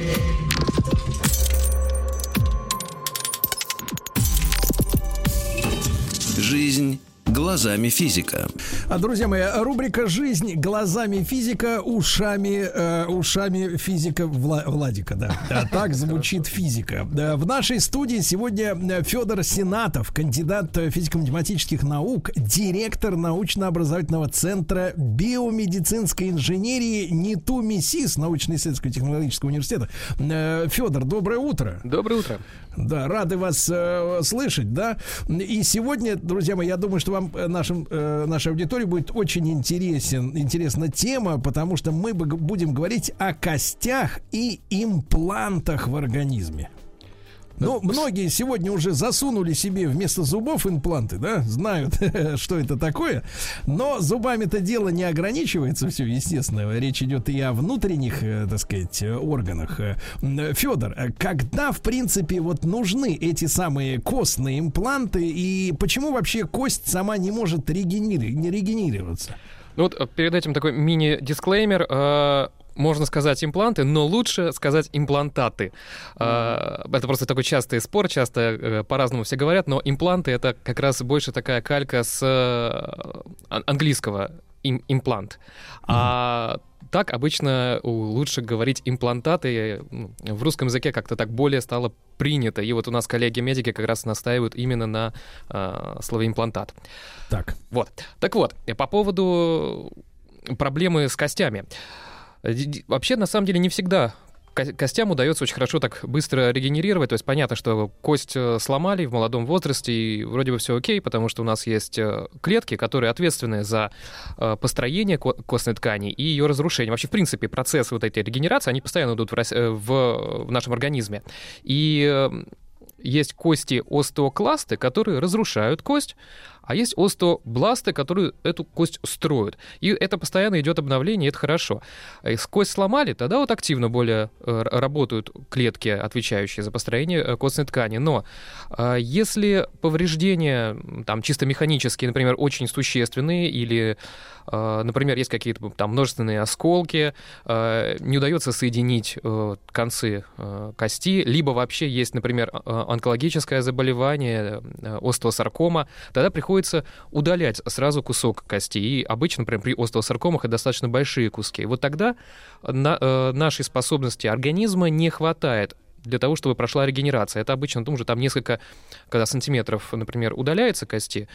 Жизнь глазами физика. А, друзья мои, рубрика «Жизнь глазами физика», ушами, э, ушами физика Вла- Владика, да. да. Так звучит физика. В нашей студии сегодня Федор Сенатов, кандидат физико-математических наук, директор научно-образовательного центра биомедицинской инженерии НИТУ МИСИС, научно-исследовательского технологического университета. Федор, доброе утро. Доброе утро. Да, рады вас э, слышать, да. И сегодня, друзья мои, я думаю, что вам, нашим, э, нашей аудитории будет очень интересен, интересна тема, потому что мы будем говорить о костях и имплантах в организме. Ну, многие сегодня уже засунули себе вместо зубов импланты, да, знают, что это такое. Но зубами-то дело не ограничивается все, естественно. Речь идет и о внутренних, так сказать, органах. Федор, когда, в принципе, вот нужны эти самые костные импланты, и почему вообще кость сама не может регенери- не регенерироваться? Ну вот перед этим такой мини-дисклеймер. Можно сказать импланты, но лучше сказать имплантаты. Mm-hmm. Это просто такой частый спор, часто по-разному все говорят, но импланты — это как раз больше такая калька с английского им, имплант. Mm-hmm. А так обычно лучше говорить имплантаты. В русском языке как-то так более стало принято. И вот у нас коллеги-медики как раз настаивают именно на э, слове имплантат. Так. Вот. Так вот, по поводу проблемы с костями. Вообще, на самом деле, не всегда костям удается очень хорошо так быстро регенерировать. То есть понятно, что кость сломали в молодом возрасте, и вроде бы все окей, потому что у нас есть клетки, которые ответственны за построение костной ткани и ее разрушение. Вообще, в принципе, процессы вот этой регенерации, они постоянно идут в, в, в нашем организме. И есть кости остеокласты, которые разрушают кость, А есть остеобласты, которые эту кость строят. И это постоянно идет обновление, и это хорошо. Если кость сломали, тогда вот активно более работают клетки, отвечающие за построение костной ткани. Но если повреждения там, чисто механические, например, очень существенные, или, например, есть какие-то там множественные осколки, не удается соединить концы кости, либо вообще есть, например, онкологическое заболевание, остеосаркома, тогда приходится удалять сразу кусок кости. И обычно, например, при остеосаркомах это достаточно большие куски. И вот тогда на, нашей способности организма не хватает для того, чтобы прошла регенерация. Это обычно, ну, уже там несколько, когда сантиметров, например, удаляется кости,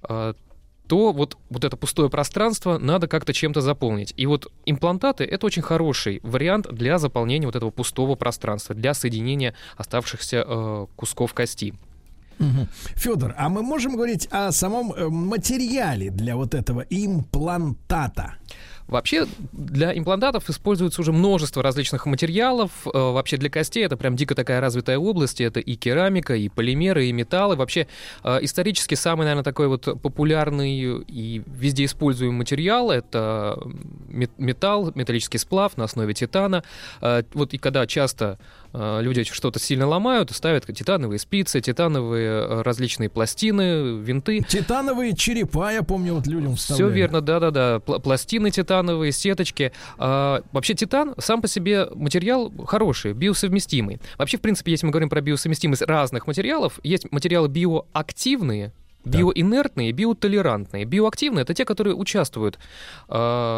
то вот, вот это пустое пространство надо как-то чем-то заполнить. И вот имплантаты — это очень хороший вариант для заполнения вот этого пустого пространства, для соединения оставшихся э, кусков кости. Угу. Федор, а мы можем говорить о самом материале для вот этого имплантата? Вообще для имплантатов используется уже множество различных материалов. Вообще для костей это прям дико такая развитая область. Это и керамика, и полимеры, и металлы. Вообще исторически самый, наверное, такой вот популярный и везде используемый материал — это металл, металлический сплав на основе титана. Вот и когда часто люди что-то сильно ломают, ставят титановые спицы, титановые различные пластины, винты. Титановые черепа, я помню, вот людям вставляли. Все верно, да-да-да. Пластины титановые, сеточки. А, вообще титан сам по себе материал хороший, биосовместимый. Вообще, в принципе, если мы говорим про биосовместимость разных материалов, есть материалы биоактивные, биоинертные, биотолерантные. Биоактивные — это те, которые участвуют э,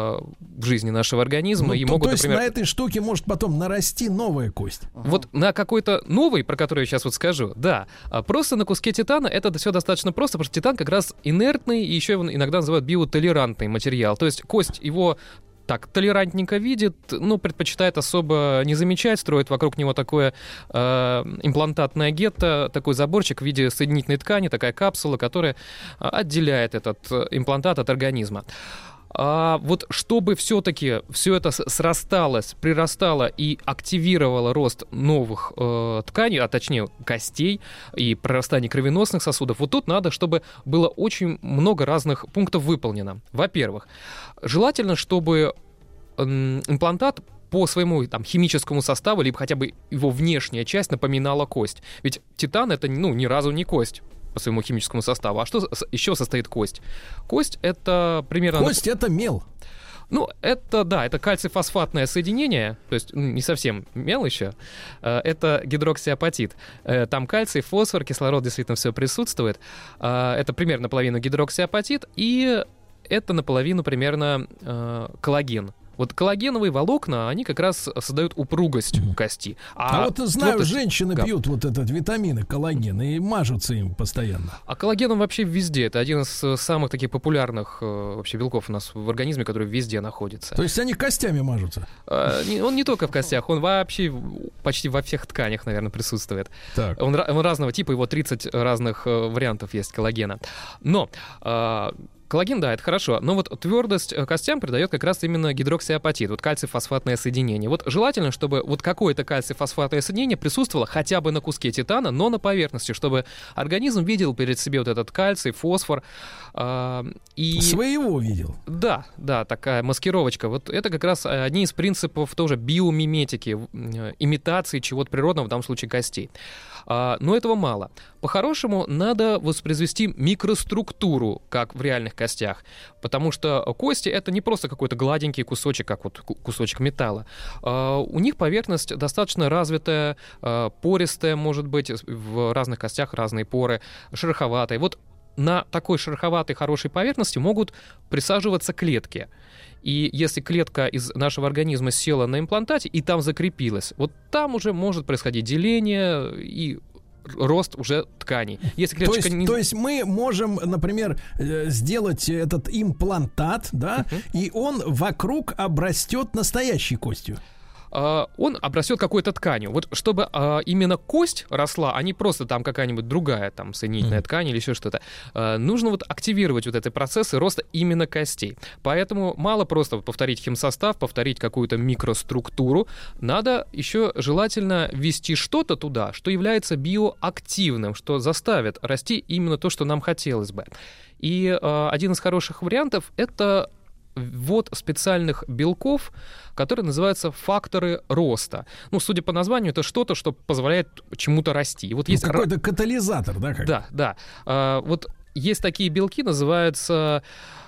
в жизни нашего организма. Ну, и то, могут, то есть например, на этой штуке может потом нарасти новая кость. Вот на какой-то новый, про который я сейчас вот скажу, да. А просто на куске титана это все достаточно просто, потому что титан как раз инертный, и еще его иногда называют биотолерантный материал. То есть кость его так толерантненько видит, но предпочитает особо не замечать, строит вокруг него такое э, имплантатное гетто, такой заборчик в виде соединительной ткани, такая капсула, которая отделяет этот имплантат от организма. А вот чтобы все-таки все это срасталось, прирастало и активировало рост новых э, тканей, а точнее костей и прорастание кровеносных сосудов, вот тут надо, чтобы было очень много разных пунктов выполнено. Во-первых, желательно, чтобы э, имплантат по своему там, химическому составу, либо хотя бы его внешняя часть напоминала кость. Ведь титан — это ну, ни разу не кость по своему химическому составу. А что еще состоит кость? Кость — это примерно... Кость — это мел. Ну, это, да, это кальций-фосфатное соединение, то есть не совсем мел еще, это гидроксиапатит. Там кальций, фосфор, кислород действительно все присутствует. Это примерно наполовину гидроксиапатит, и это наполовину примерно коллаген. Вот коллагеновые волокна, они как раз создают упругость mm-hmm. кости. А, а вот знаю, плотность... женщины да. пьют вот этот витамины, коллаген, и мажутся им постоянно. А коллаген вообще везде. Это один из самых таких популярных вообще белков у нас в организме, который везде находится. То есть они костями мажутся? А, не, он не только в костях, он вообще почти во всех тканях, наверное, присутствует. Так. Он, он разного типа, его тридцать разных вариантов есть коллагена. Но... А, коллаген, да, это хорошо, но вот твердость костям придает как раз именно гидроксиапатит, вот кальций-фосфатное соединение. Вот желательно, чтобы вот какое-то кальций-фосфатное соединение присутствовало хотя бы на куске титана, но на поверхности, чтобы организм видел перед себе вот этот кальций, фосфор. Э, и... Своего видел. Да, да, такая маскировочка. Вот это как раз одни из принципов тоже биомиметики, имитации чего-то природного, в данном случае костей. А, но этого мало. По-хорошему, надо воспроизвести микроструктуру, как в реальных костях, потому что кости — это не просто какой-то гладенький кусочек, как вот кусочек металла. А, у них поверхность достаточно развитая, а, пористая, может быть, в разных костях разные поры, шероховатая. Вот на такой шероховатой, хорошей поверхности могут присаживаться клетки. И если клетка из нашего организма села на имплантате и там закрепилась, вот там уже может происходить деление и рост уже тканей. Если клеточка то, есть, не... то есть мы можем, например, сделать этот имплантат, да, uh-huh. и он вокруг обрастет настоящей костью. э, он обрастет какой-то тканью. Вот чтобы э, именно кость росла, а не просто там какая-нибудь другая там соединительная mm-hmm. ткань или еще что-то, э, нужно вот активировать вот эти процессы роста именно костей. Поэтому мало просто повторить химсостав, повторить какую-то микроструктуру. Надо еще желательно ввести что-то туда, что является биоактивным, что заставит расти именно то, что нам хотелось бы. И э, один из хороших вариантов — это ввод специальных белков, которые называются факторы роста. Ну, судя по названию, это что-то, что позволяет чему-то расти. И вот ну, есть какой-то катализатор, да? Как? Да, да. Э, вот есть такие белки, называются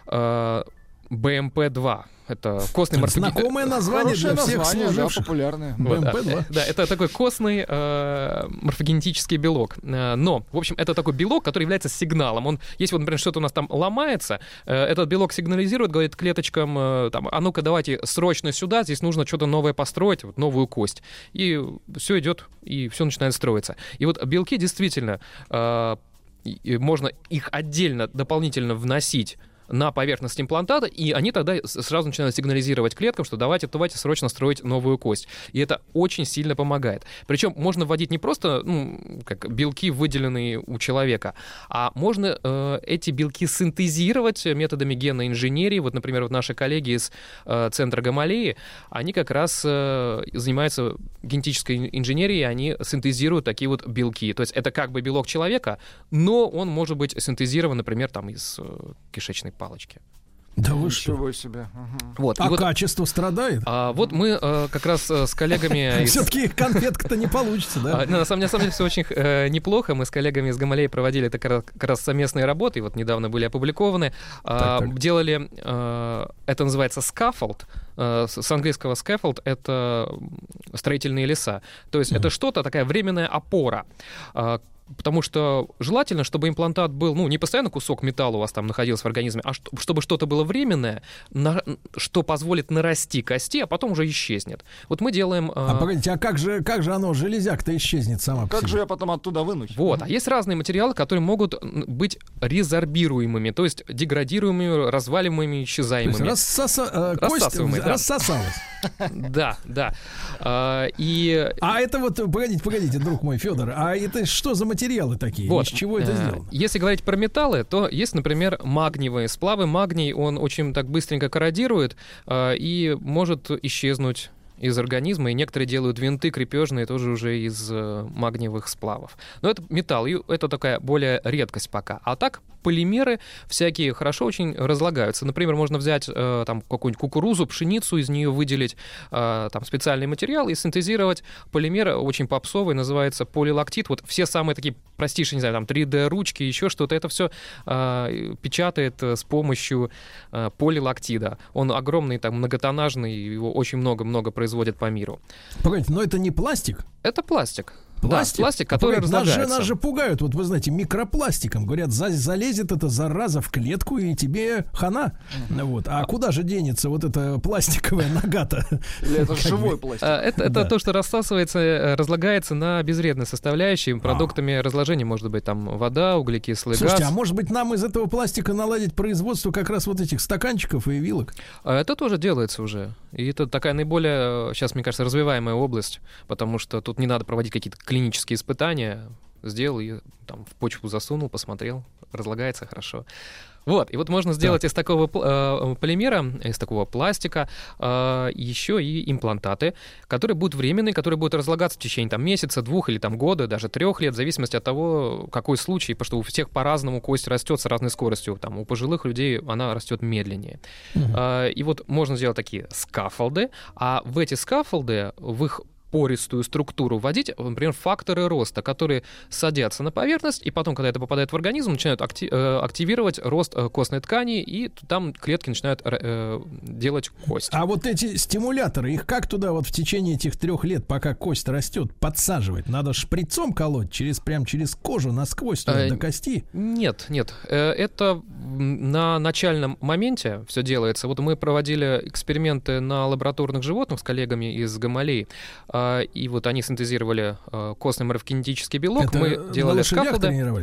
э, бэ эм пэ два. Это костный морфогенетический... Знакомое название для всех название, служивших. Да, популярное. Вот, бэ эм пэ два. Да, да, это такой костный э, морфогенетический белок. Э, но, в общем, это такой белок, который является сигналом. Он, если, вот, например, что-то у нас там ломается, э, этот белок сигнализирует, говорит клеточкам, э, там, а ну-ка давайте срочно сюда, здесь нужно что-то новое построить, вот, новую кость. И все идет, и все начинает строиться. И вот белки действительно, э, можно их отдельно, дополнительно вносить на поверхность имплантата, и они тогда сразу начинают сигнализировать клеткам, что давайте, давайте срочно строить новую кость. И это очень сильно помогает. Причем можно вводить не просто ну, как белки, выделенные у человека, а можно э, эти белки синтезировать методами генной инженерии. Вот, например, вот наши коллеги из э, центра Гамалеи, они как раз э, занимаются генетической инженерией, они синтезируют такие вот белки. То есть это как бы белок человека, но он может быть синтезирован, например, там, из э, кишечной палочки. Да вы Ничего что? себе. Угу. Вот. А вот, качество страдает? А, вот мы а, как раз а, с коллегами... Все-таки конфетка-то не получится, да? А, на, самом, на самом деле все очень э, неплохо. Мы с коллегами из Гамалеи проводили это как раз, как раз совместные работы, и вот недавно были опубликованы. А, так, так. Делали, а, это называется scaffold. А, с, с английского scaffold — это строительные леса. То есть mm-hmm. это что-то, такая временная опора. А, Потому что желательно, чтобы имплантат был, ну, не постоянно кусок металла у вас там находился в организме, а чтобы что-то было временное, на, что позволит нарасти кости, а потом уже исчезнет. Вот мы делаем... А, а погодите, а как же, как же оно, железяка-то исчезнет сама по Как себе? же я потом оттуда вынуть? Вот, mm-hmm. а есть разные материалы, которые могут быть резорбируемыми, то есть деградируемыми, разваливаемыми, исчезаемыми. То есть рассоса... кость да. рассосалась. Да, да. И... А это вот, погодите, погодите, друг мой Федор, а это что за материалы такие? Вот. Из чего это сделано? Если говорить про металлы, то есть, например, магниевые сплавы. Магний, он очень так быстренько корродирует э, и может исчезнуть из организма, и некоторые делают винты крепежные тоже уже из э, магниевых сплавов. Но это металл, и это такая более редкость пока. А так полимеры всякие хорошо очень разлагаются. Например, можно взять э, там какую-нибудь кукурузу, пшеницу, из нее выделить э, там специальный материал и синтезировать полимер очень попсовый, называется полилактит. Вот все самые такие простейшие, не знаю, там три дэ-ручки, еще что-то, это все э, печатает с помощью э, полилактида. Он огромный, там, многотоннажный, его очень много-много производят по миру. Погодите, но это не пластик? Это пластик. Пластик, да, пластик, который Погодите, разлагается. Нас же, нас же пугают, вот вы знаете, микропластиком. Говорят, за, залезет эта зараза в клетку, и тебе хана. Uh-huh. Вот. А куда же денется вот эта пластиковая нога-то? Или это живой пластик? А, это это да. то, что рассасывается, разлагается на безвредные составляющие. Продуктами а. разложения может быть там вода, углекислый Слушайте, газ. а может быть нам из этого пластика наладить производство как раз вот этих стаканчиков и вилок? А это тоже делается уже. И это такая наиболее, сейчас, мне кажется, развиваемая область, потому что тут не надо проводить какие-то клинические испытания, сделал и там в почву засунул, посмотрел, разлагается хорошо. Вот, и вот можно сделать так. из такого э, полимера, из такого пластика э, еще и имплантаты, которые будут временные, которые будут разлагаться в течение там месяца, двух или там года, даже трех лет, в зависимости от того, какой случай, потому что у всех по-разному кость растет с разной скоростью. Там у пожилых людей она растет медленнее. Угу. Э, и вот можно сделать такие скаффолды, а в эти скаффолды, в их пористую структуру вводить, например, факторы роста, которые садятся на поверхность, и потом, когда это попадает в организм, начинают акти- э, активировать рост э, костной ткани, и там клетки начинают э, делать кость. А вот эти стимуляторы, их как туда вот в течение этих трех лет, пока кость растет, подсаживать? Надо шприцом колоть через, прям через кожу насквозь туда, э, до кости? Нет, нет. Э, это на начальном моменте все делается. Вот мы проводили эксперименты на лабораторных животных с коллегами из Гамалеи, и вот они синтезировали э, костный морфогенетический белок. Это мы делали на лошадях скаффолды. тренировались?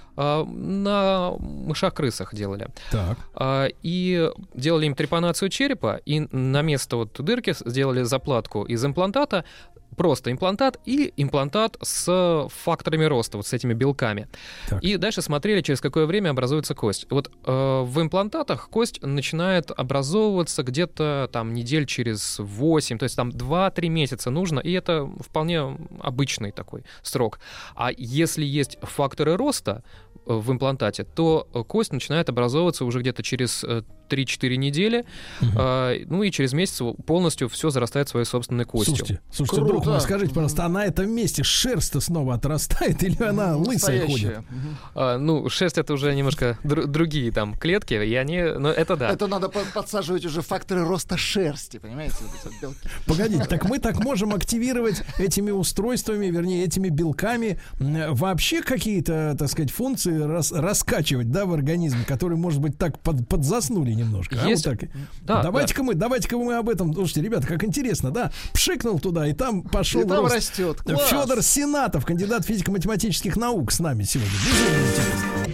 на мышах-крысах делали. Так. И делали им трепанацию черепа, и на место вот дырки сделали заплатку из имплантата, просто имплантат и имплантат с факторами роста, вот с этими белками. Так. И дальше смотрели, через какое время образуется кость. Вот э, в имплантатах кость начинает образовываться где-то там недель через восемь, то есть там два-три месяца нужно, и это вполне обычный такой срок. А если есть факторы роста в имплантате, то кость начинает образовываться уже где-то через три-четыре недели, угу. а, ну и через месяц полностью все зарастает своей собственной костью. Слушайте, слушайте друг мой, скажите, пожалуйста, а на этом месте шерсть-то снова отрастает или она лысая ходит? Угу. А, ну, шерсть — это уже немножко др- другие там клетки, и они, ну, это да. Это надо подсаживать уже факторы роста шерсти, понимаете? Вот эти белки. Погодите, так мы так можем активировать этими устройствами, вернее, этими белками вообще какие-то, так сказать, функции рас- раскачивать, да, в организме, которые, может быть, так под- подзаснули немножко. Есть... А вот так. Да, давайте-ка да. мы, давайте-ка мы об этом. Слушайте, ребята, как интересно, да? Пшикнул туда, и там пошел и там рост. растет. Класс. Федор Сенатов, кандидат физико-математических наук, с нами сегодня. Безумно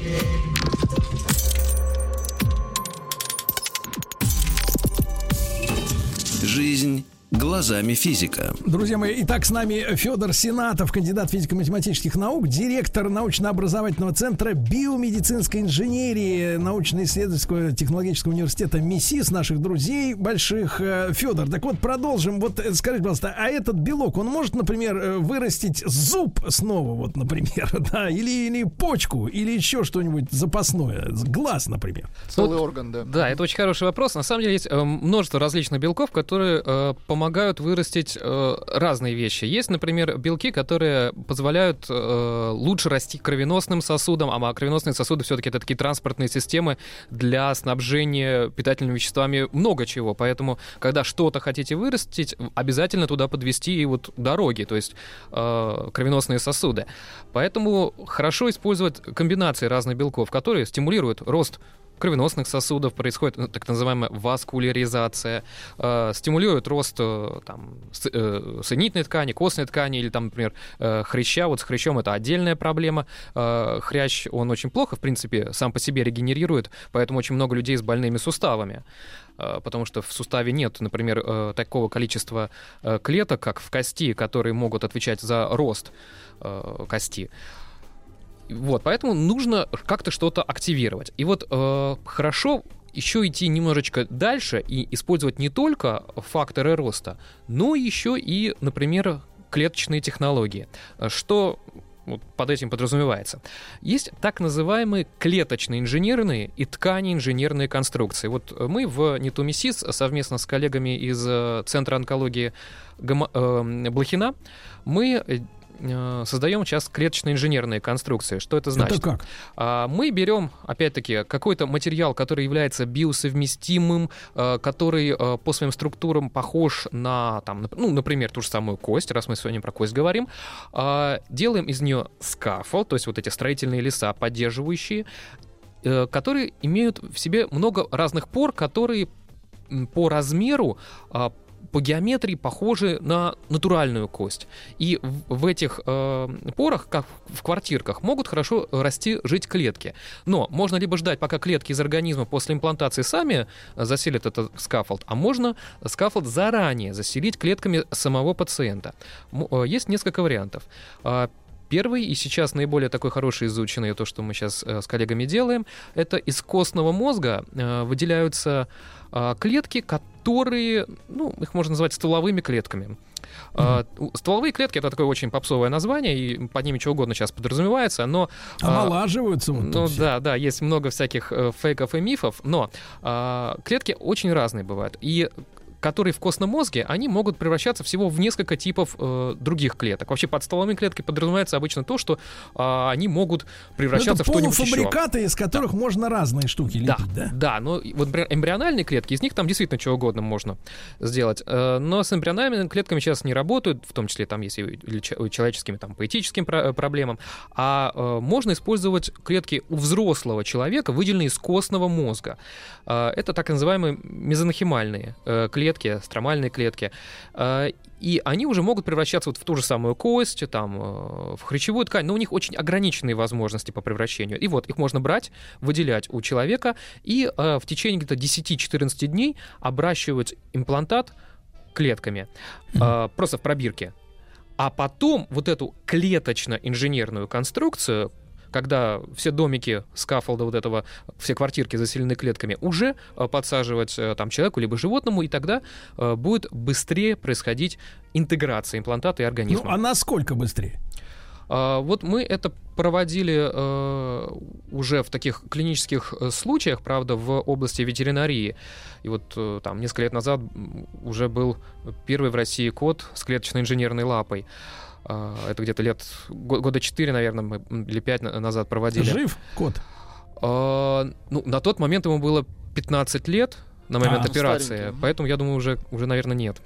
интересно. Жизнь глазами физика. Друзья мои, итак, с нами Федор Сенатов, кандидат физико-математических наук, директор научно-образовательного центра биомедицинской инженерии научно-исследовательского технологического университета МИСИС, наших друзей больших. Федор, так вот, продолжим. Вот скажите, пожалуйста, а этот белок, он может, например, вырастить зуб снова, вот, например, да, или, или почку, или еще что-нибудь запасное, глаз, например? Целый вот, орган, да. Да, это очень хороший вопрос. На самом деле есть э, множество различных белков, которые э, помогают помогают вырастить э, разные вещи. Есть, например, белки, которые позволяют э, лучше расти кровеносным сосудам, а кровеносные сосуды все-таки это такие транспортные системы для снабжения питательными веществами много чего. Поэтому, когда что-то хотите вырастить, обязательно туда подвести и вот дороги, то есть э, кровеносные сосуды. Поэтому хорошо использовать комбинации разных белков, которые стимулируют рост кровеносных сосудов, происходит ну, так называемая васкуляризация, э, стимулирует рост э, там, с, э, соединительной ткани, костной ткани или, там, например, э, хряща. Вот с хрящом это отдельная проблема. Э, хрящ, он очень плохо, в принципе, сам по себе регенерирует, поэтому очень много людей с больными суставами, э, потому что в суставе нет, например, э, такого количества э, клеток, как в кости, которые могут отвечать за рост э, кости. Вот, поэтому нужно как-то что-то активировать. И вот э, хорошо еще идти немножечко дальше и использовать не только факторы роста, но еще и, например, клеточные технологии. Что вот под этим подразумевается? Есть так называемые клеточные инженерные и ткани-инженерные конструкции. Вот мы в НИТУ МИСИС совместно с коллегами из Центра онкологии Гама, э, Блохина мы создаем сейчас клеточно-инженерные конструкции. Что это значит? Это как? Мы берем, опять-таки, какой-то материал, который является биосовместимым, который по своим структурам похож на, там, ну, например, ту же самую кость, раз мы сегодня про кость говорим, делаем из нее скафолд, то есть вот эти строительные леса, поддерживающие, которые имеют в себе много разных пор, которые по размеру, по геометрии похожи на натуральную кость. И в, в этих э, порах, как в квартирках, могут хорошо расти, жить клетки. Но можно либо ждать, пока клетки из организма после имплантации сами заселят этот скафолд, а можно скафолд заранее заселить клетками самого пациента. Есть несколько вариантов. Первый и сейчас наиболее такой хороший изученный, то, что мы сейчас э, с коллегами делаем, это из костного мозга э, выделяются э, клетки, которые, ну, их можно назвать стволовыми клетками. Mm-hmm. Э, стволовые клетки — это такое очень попсовое название, и под ними чего угодно сейчас подразумевается, но... Омолаживаются. Э, вот ну да, да, есть много всяких э, фейков и мифов, но э, клетки очень разные бывают. И которые в костном мозге, они могут превращаться всего в несколько типов э, других клеток. Вообще под стволовыми клетками подразумевается обычно то, что э, они могут превращаться в что-нибудь еще. Это полуфабрикаты, из которых да. можно разные штуки лепить, да? Да, да, но вот эмбриональные клетки, из них там действительно чего угодно можно сделать. Э, но с эмбриональными клетками сейчас не работают, в том числе там есть и человеческими, там, по этическим про- проблемам, а э, можно использовать клетки у взрослого человека, выделенные из костного мозга. Э, это так называемые мезонхимальные э, клетки, клетки, стромальные клетки. И они уже могут превращаться вот в ту же самую кость, там, в хрящевую ткань, но у них очень ограниченные возможности по превращению. И вот их можно брать, выделять у человека и в течение где-то десять-четырнадцать дней обращивать имплантат клетками, mm-hmm. просто в пробирке. А потом вот эту клеточно-инженерную конструкцию, когда все домики скафолда вот этого, все квартирки заселены клетками, уже подсаживать там человеку либо животному, и тогда будет быстрее происходить интеграция имплантата и организма. Ну, а насколько быстрее? Uh, вот мы это проводили uh, уже в таких клинических uh, случаях, правда, в области ветеринарии. И вот uh, там несколько лет назад уже был первый в России кот с клеточно-инженерной лапой. Uh, это где-то лет года четыре, наверное, мы, или пять назад проводили. Жив кот? Uh, ну, на тот момент ему было пятнадцать лет на момент а, операции, старенький. Поэтому я думаю, уже, уже наверное, нет.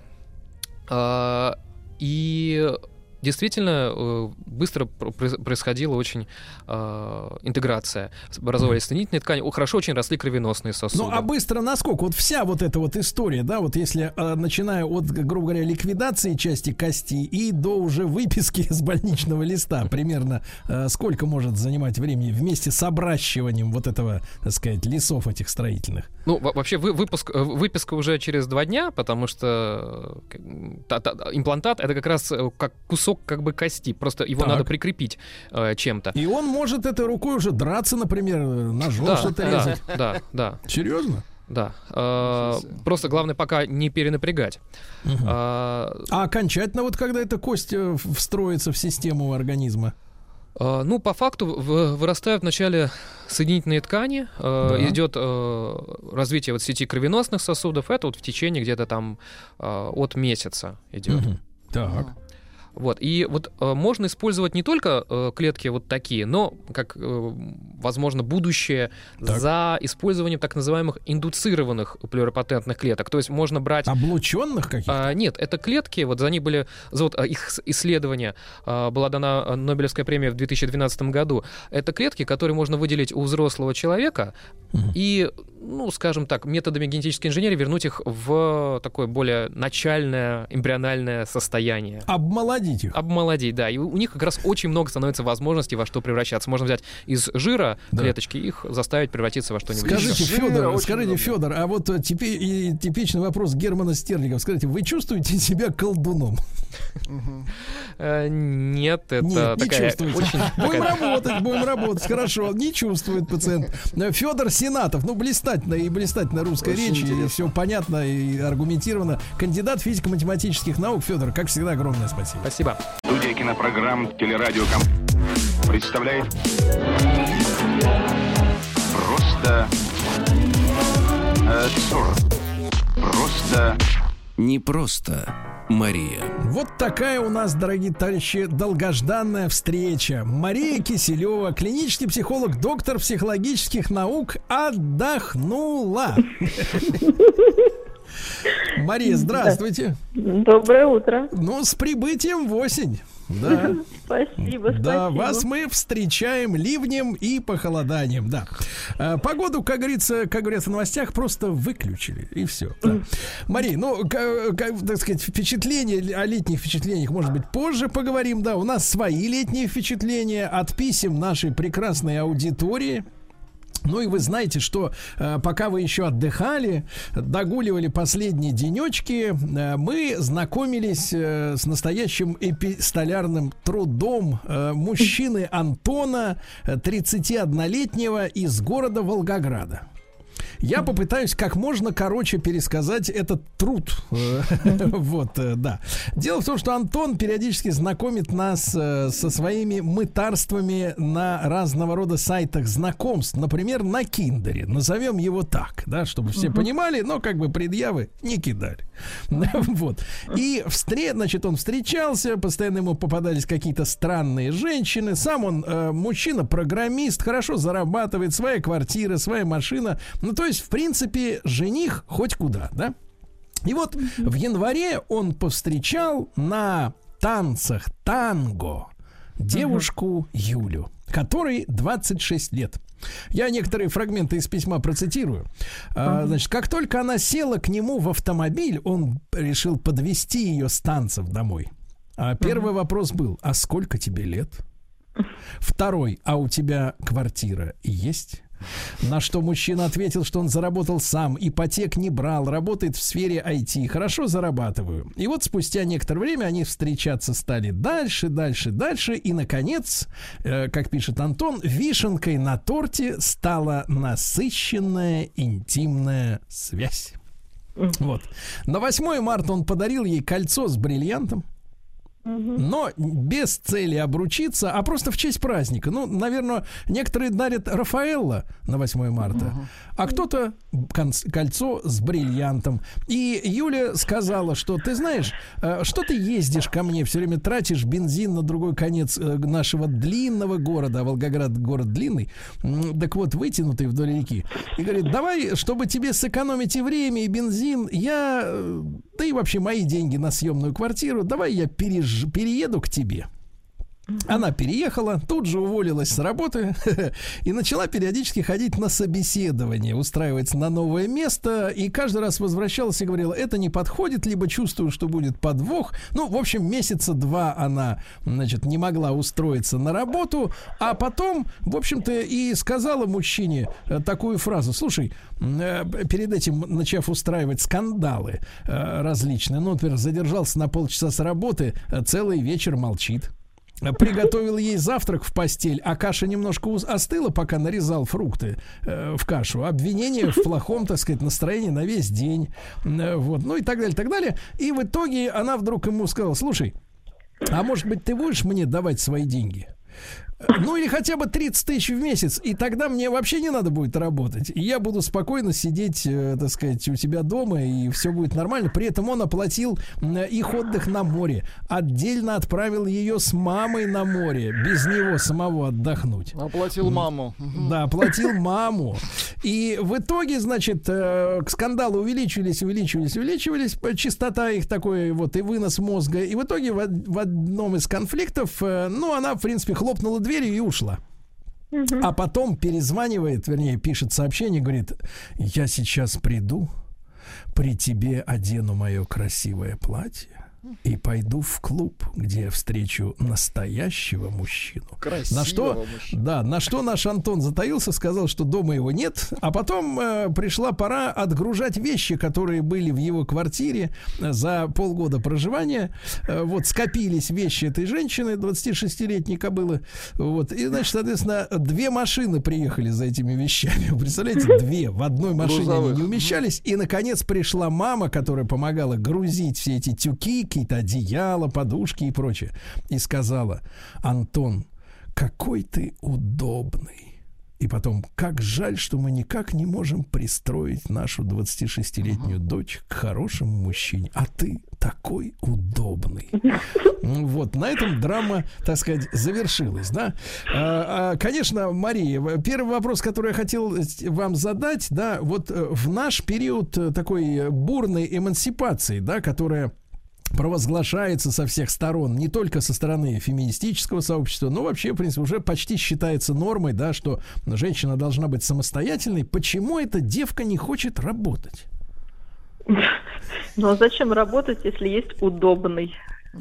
Uh, и действительно, быстро происходила очень э, интеграция. Образовались соединительные ткани. О, хорошо очень росли кровеносные сосуды. Ну, а быстро насколько? Вот вся вот эта вот история, да, вот если, э, начиная от, грубо говоря, ликвидации части кости и до уже выписки с больничного листа, примерно э, сколько может занимать времени вместе с обращиванием вот этого, так сказать, лесов этих строительных? Ну, вообще, вы, выпуск, выписка уже через два дня, потому что та, та, имплантат — это как раз как кусок как бы кости, просто его так. надо прикрепить э, чем-то. И он может этой рукой уже драться, например, ножом да, что-то да, резать. Да, да. Серьезно? Да. Э, просто главное пока не перенапрягать. Угу. А, а окончательно вот когда эта кость встроится в систему организма? Uh, ну, по факту в, вырастают вначале соединительные ткани, uh, да. идет uh, развитие вот сети кровеносных сосудов, это вот в течение где-то там uh, от месяца идет. Uh-huh. Так. Вот. И вот э, можно использовать не только э, клетки вот такие, но, как, э, возможно, будущее так. за использованием так называемых индуцированных плюрипотентных клеток. То есть можно брать... Облученных каких-то? А, нет, это клетки, вот за них были... За вот, их исследования а, была дана Нобелевская премия в две тысячи двенадцатом году. Это клетки, которые можно выделить у взрослого человека угу. и, ну, скажем так, методами генетической инженерии вернуть их в такое более начальное эмбриональное состояние. Обмолодить их. Обмолодить, да. И у них как раз очень много становится возможностей во что превращаться. Можно взять из жира да. клеточки, их заставить превратиться во что-нибудь. Скажите, Федор, скажите, Федор, а вот типи, и типичный вопрос Германа Стерлигова. Скажите, вы чувствуете себя колдуном? Нет, это Нет, не такая чувствуете. Очень... Будем работать, будем работать. Хорошо, не чувствует пациент. Федор Сенатов, ну, блистательно и блистательно русская речь, и все понятно и аргументировано. Кандидат физико-математических наук. Федор, как всегда, огромное спасибо. Спасибо. Студия кинопрограмм «Телерадиоком» представляет просто абсурд. Просто не просто. Мария. Вот такая у нас, дорогие товарищи, долгожданная встреча. Мария Киселева, клинический психолог, доктор психологических наук, отдохнула. Мария, здравствуйте. Доброе утро. Ну, с прибытием в осень. Да. Спасибо, да, спасибо. Вас мы встречаем ливнем и похолоданием, да. А, погоду, как говорится, как говорят в новостях, просто выключили, и все. Да. Мария, ну, как, как, так сказать, впечатления, о летних впечатлениях, может быть, позже поговорим, да. У нас свои летние впечатления от писем нашей прекрасной аудитории. Ну и вы знаете, что э, пока вы еще отдыхали, догуливали последние денечки, э, мы знакомились э, с настоящим эпистолярным трудом э, мужчины Антона, тридцатиоднолетнего, из города Волгограда. Я попытаюсь как можно короче пересказать этот труд. Вот, да. Дело в том, что Антон периодически знакомит нас со своими мытарствами на разного рода сайтах знакомств. Например, на Киндере. Назовем его так, да, чтобы все понимали, но как бы предъявы не кидали. Вот. И встре... значит, он встречался, постоянно ему попадались какие-то странные женщины. Сам он э, мужчина-программист, хорошо зарабатывает, своя квартира, своя машина. Ну, то есть, в принципе, жених хоть куда, да? И вот в январе он повстречал на танцах танго девушку Юлю. которой двадцать шесть лет. Я некоторые фрагменты из письма процитирую. А, значит, как только она села к нему в автомобиль, он решил подвезти ее с танцев домой. А первый вопрос был: а сколько тебе лет? Второй: а у тебя квартира есть? На что мужчина ответил, что он заработал сам, ипотек не брал, работает в сфере ай ти, хорошо зарабатываю. И вот спустя некоторое время они встречаться стали дальше, дальше, дальше. И, наконец, э, как пишет Антон, вишенкой на торте стала насыщенная интимная связь. Вот. На восьмое марта он подарил ей кольцо с бриллиантом. Но без цели обручиться, а просто в честь праздника. Ну, наверное, некоторые дарят Рафаэлло на восьмое марта, uh-huh. а кто-то кольцо с бриллиантом. И Юля сказала, что ты знаешь, что ты ездишь ко мне, все время тратишь бензин на другой конец нашего длинного города, а Волгоград город длинный, так вот, вытянутый вдоль реки. И говорит: давай, чтобы тебе сэкономить и время, и бензин, я, да и вообще мои деньги на съемную квартиру, давай я переж... перееду к тебе. Она переехала, тут же уволилась с работы и начала периодически ходить на собеседование, устраиваться на новое место, и каждый раз возвращалась и говорила: это не подходит, либо чувствую, что будет подвох. Ну, в общем, месяца два она, значит, не могла устроиться на работу, а потом, в общем-то, и сказала мужчине такую фразу: слушай, перед этим начав устраивать скандалы различные, ну, например, задержался на полчаса с работы, целый вечер молчит. Приготовил ей завтрак в постель, а каша немножко остыла, пока нарезал фрукты э, в кашу. Обвинение в плохом, так сказать, настроении на весь день. Э, вот, ну и так далее, так далее. И в итоге она вдруг ему сказала: слушай, а может быть, ты будешь мне давать свои деньги? Ну или хотя бы тридцать тысяч в месяц, и тогда мне вообще не надо будет работать. И я буду спокойно сидеть, э, так сказать, у тебя дома, и все будет нормально. При этом он оплатил э, их отдых на море. Отдельно отправил ее с мамой на море, без него самого отдохнуть. Оплатил маму. Да, оплатил маму. И в итоге, значит, э, скандалы увеличивались, увеличивались, увеличивались. Частота их такой вот и вынос мозга. И в итоге в, в одном из конфликтов, э, ну, она, в принципе, хлопнула дверью и ушла. Uh-huh. А потом перезванивает, вернее, пишет сообщение, говорит: я сейчас приду, при тебе одену мое красивое платье и пойду в клуб, где я встречу настоящего мужчину. Красивого на что, мужчину. Да, на что наш Антон затаился, сказал, что дома его нет. А потом э, пришла пора отгружать вещи, которые были в его квартире за полгода проживания. Э, вот скопились вещи этой женщины, двадцатишестилетней кобылы. Вот. И, значит, соответственно, две машины приехали за этими вещами. Вы представляете, две. В одной машине Грузовых. Они не умещались. И, наконец, пришла мама, которая помогала грузить все эти тюки, какие-то одеяла, подушки и прочее. И сказала: Антон, какой ты удобный. И потом: как жаль, что мы никак не можем пристроить нашу двадцатишестилетнюю uh-huh. дочь к хорошему мужчине. А ты такой удобный. Вот, на этом драма, так сказать, завершилась, да? А, а, конечно, Мария, первый вопрос, который я хотел вам задать, да, вот в наш период такой бурной эмансипации, да, которая провозглашается со всех сторон, не только со стороны феминистического сообщества, но вообще, в принципе, уже почти считается нормой, да, что женщина должна быть самостоятельной. Почему эта девка не хочет работать? Ну а зачем работать, если есть удобный?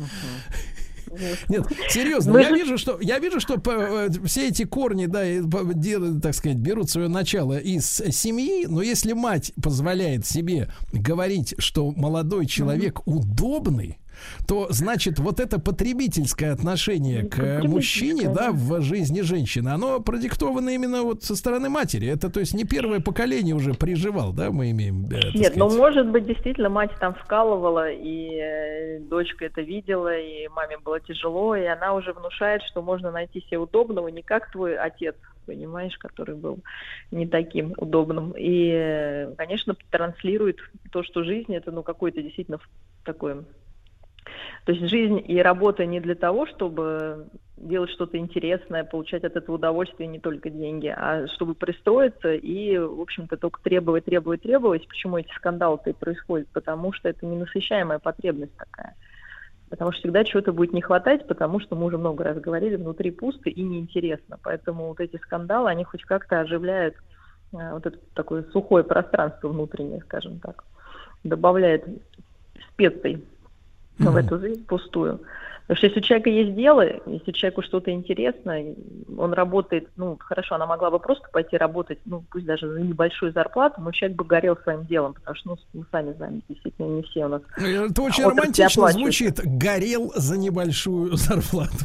Нет, серьезно, Мы я же... вижу, что я вижу, что по, все эти корни, да, делают, так сказать, берут свое начало из семьи, но если мать позволяет себе говорить, что молодой человек mm-hmm. удобный, то, значит, вот это потребительское отношение к мужчине, да, в жизни женщины, оно продиктовано именно вот со стороны матери. Это, то есть, не первое поколение уже приживал, да, мы имеем. Нет, сказать. Но может быть, действительно, мать там вкалывала, и э, дочка это видела, и маме было тяжело, и она уже внушает, что можно найти себе удобного, не как твой отец, понимаешь, который был не таким удобным. И, конечно, транслирует то, что жизнь это, ну, какое-то действительно такое... То есть жизнь и работа не для того, чтобы делать что-то интересное, получать от этого удовольствие, не только деньги, а чтобы пристроиться и, в общем-то, только требовать, требовать, требовать. Почему эти скандалы-то и происходят? Потому что это ненасыщаемая потребность такая. Потому что всегда чего-то будет не хватать, потому что мы уже много раз говорили, внутри пусто и неинтересно. Поэтому вот эти скандалы, они хоть как-то оживляют э, вот это такое сухое пространство внутреннее, скажем так. Добавляет специй mm-hmm. в эту жизнь пустую. Потому что если у человека есть дело, если человеку что-то интересно, он работает, ну, хорошо, она могла бы просто пойти работать, ну, пусть даже за небольшую зарплату, но человек бы горел своим делом, потому что, ну, мы сами знаем, действительно, не все у нас... Это очень романтично звучит, горел за небольшую зарплату.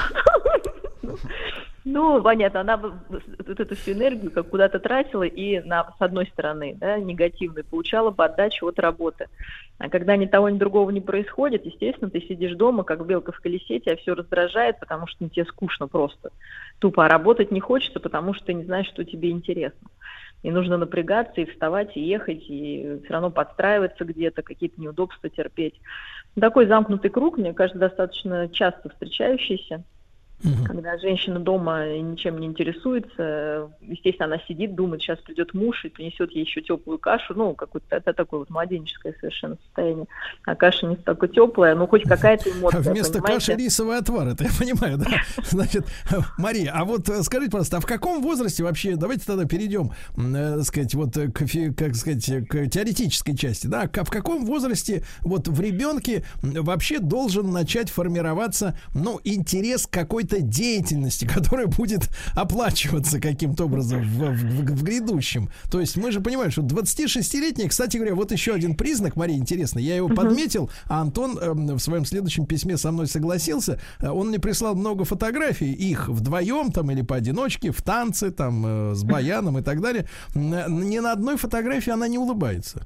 Ну, понятно, она бы вот эту всю энергию как куда-то тратила и, на, с одной стороны, да, негативной, получала бы отдачу от работы. А когда ни того, ни другого не происходит, естественно, ты сидишь дома, как белка в колесе, тебя все раздражает, потому что ну, тебе скучно просто. Тупо, а работать не хочется, потому что ты не знаешь, что тебе интересно. И нужно напрягаться, и вставать, и ехать, и все равно подстраиваться где-то, какие-то неудобства терпеть. Такой замкнутый круг, мне кажется, достаточно часто встречающийся. Угу. Когда женщина дома ничем не интересуется, естественно, она сидит, думает, сейчас придет муж и принесет ей еще теплую кашу, ну, какое-то это такое вот младенческое совершенно состояние. А каша не столько теплая, ну, хоть какая-то эмоция, вместо понимаете? каши рисовый отвар, это я понимаю, да? Значит, Мария, а вот скажите, пожалуйста, а в каком возрасте вообще, давайте тогда перейдем, э, сказать, вот к, как сказать, к теоретической части, да, в каком возрасте вот в ребенке вообще должен начать формироваться, ну, интерес к какой-то деятельности, которая будет оплачиваться каким-то образом в, в, в грядущем. То есть мы же понимаем, что двадцатишестилетние, кстати говоря, вот еще один признак, Мария, интересно, я его uh-huh. подметил, а Антон э, в своем следующем письме со мной согласился, он мне прислал много фотографий, их вдвоем там или поодиночке, в танце, там, э, с баяном и так далее. Ни на одной фотографии она не улыбается.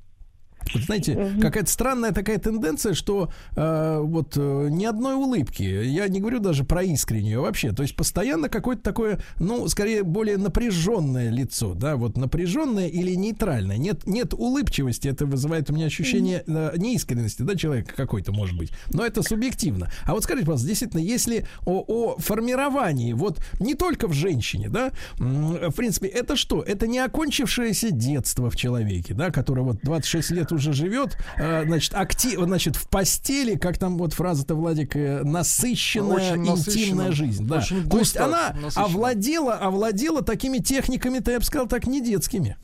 Вот знаете, mm-hmm. какая-то странная такая тенденция, что э, вот э, ни одной улыбки. Я не говорю даже про искреннюю вообще. То есть постоянно какое-то такое, ну, скорее более напряженное лицо, да, вот напряженное или нейтральное. Нет, нет улыбчивости, это вызывает у меня ощущение э, неискренности, да, человека какой-то может быть. Но это субъективно. А вот скажите, пожалуйста, действительно, если о, о формировании, вот не только в женщине, да, в принципе, это что? Это не окончившееся детство в человеке, да, которое вот двадцать шесть лет уже живет, значит, актив, значит, в постели, как там вот фраза-то, Владик, насыщенная, очень интимная жизнь. Да. Очень густо, то есть она овладела, овладела такими техниками-то, я бы сказал, так, не детскими.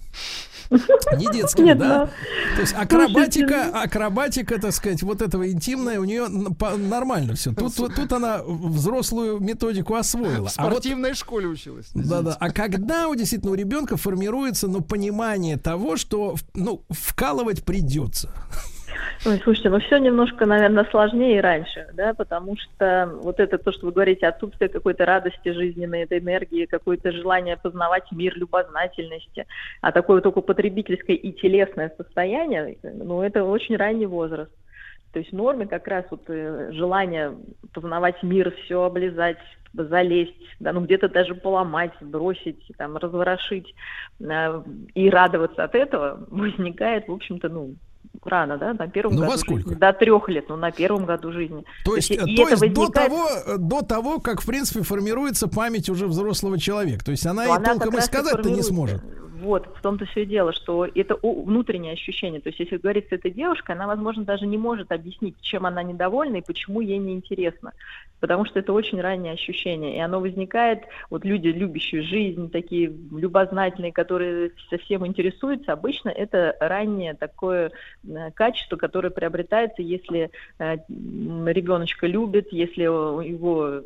Не детскими, Нет, да? Но... То есть акробатика, акробатика, так сказать, вот этого интимная у нее нормально все. Тут, тут, тут она взрослую методику освоила. В спортивной а вот, школе училась. Да-да. А когда у действительно у ребенка формируется, ну, понимание того, что, ну, вкалывать придется. Ой, слушайте, ну все немножко, наверное, сложнее и раньше, да, потому что вот это то, что вы говорите, отсутствие какой-то радости жизненной, этой энергии, какое-то желание познавать мир, любознательности, а такое только потребительское и телесное состояние, ну, это очень ранний возраст. То есть в норме как раз вот желание познавать мир, все облизать, залезть, да, ну где-то даже поломать, бросить, там, разворошить э, и радоваться от этого возникает, в общем-то, ну, рано, да, на первом ну, году во сколько? Жизни, до трех лет, ну, на первом году жизни. То есть, то есть, то есть возникает... до, того, до того, как, в принципе, формируется память уже взрослого человека. То есть она но и она толком и сказать-то не сможет. Вот, в том-то все и дело, что это внутреннее ощущение. То есть, если говорить с этой девушкой, она, возможно, даже не может объяснить, чем она недовольна и почему ей неинтересно. Потому что это очень раннее ощущение. И оно возникает, вот люди, любящие жизнь, такие любознательные, которые совсем интересуются, обычно это раннее такое качество, которое приобретается, если ребеночка любит, если его...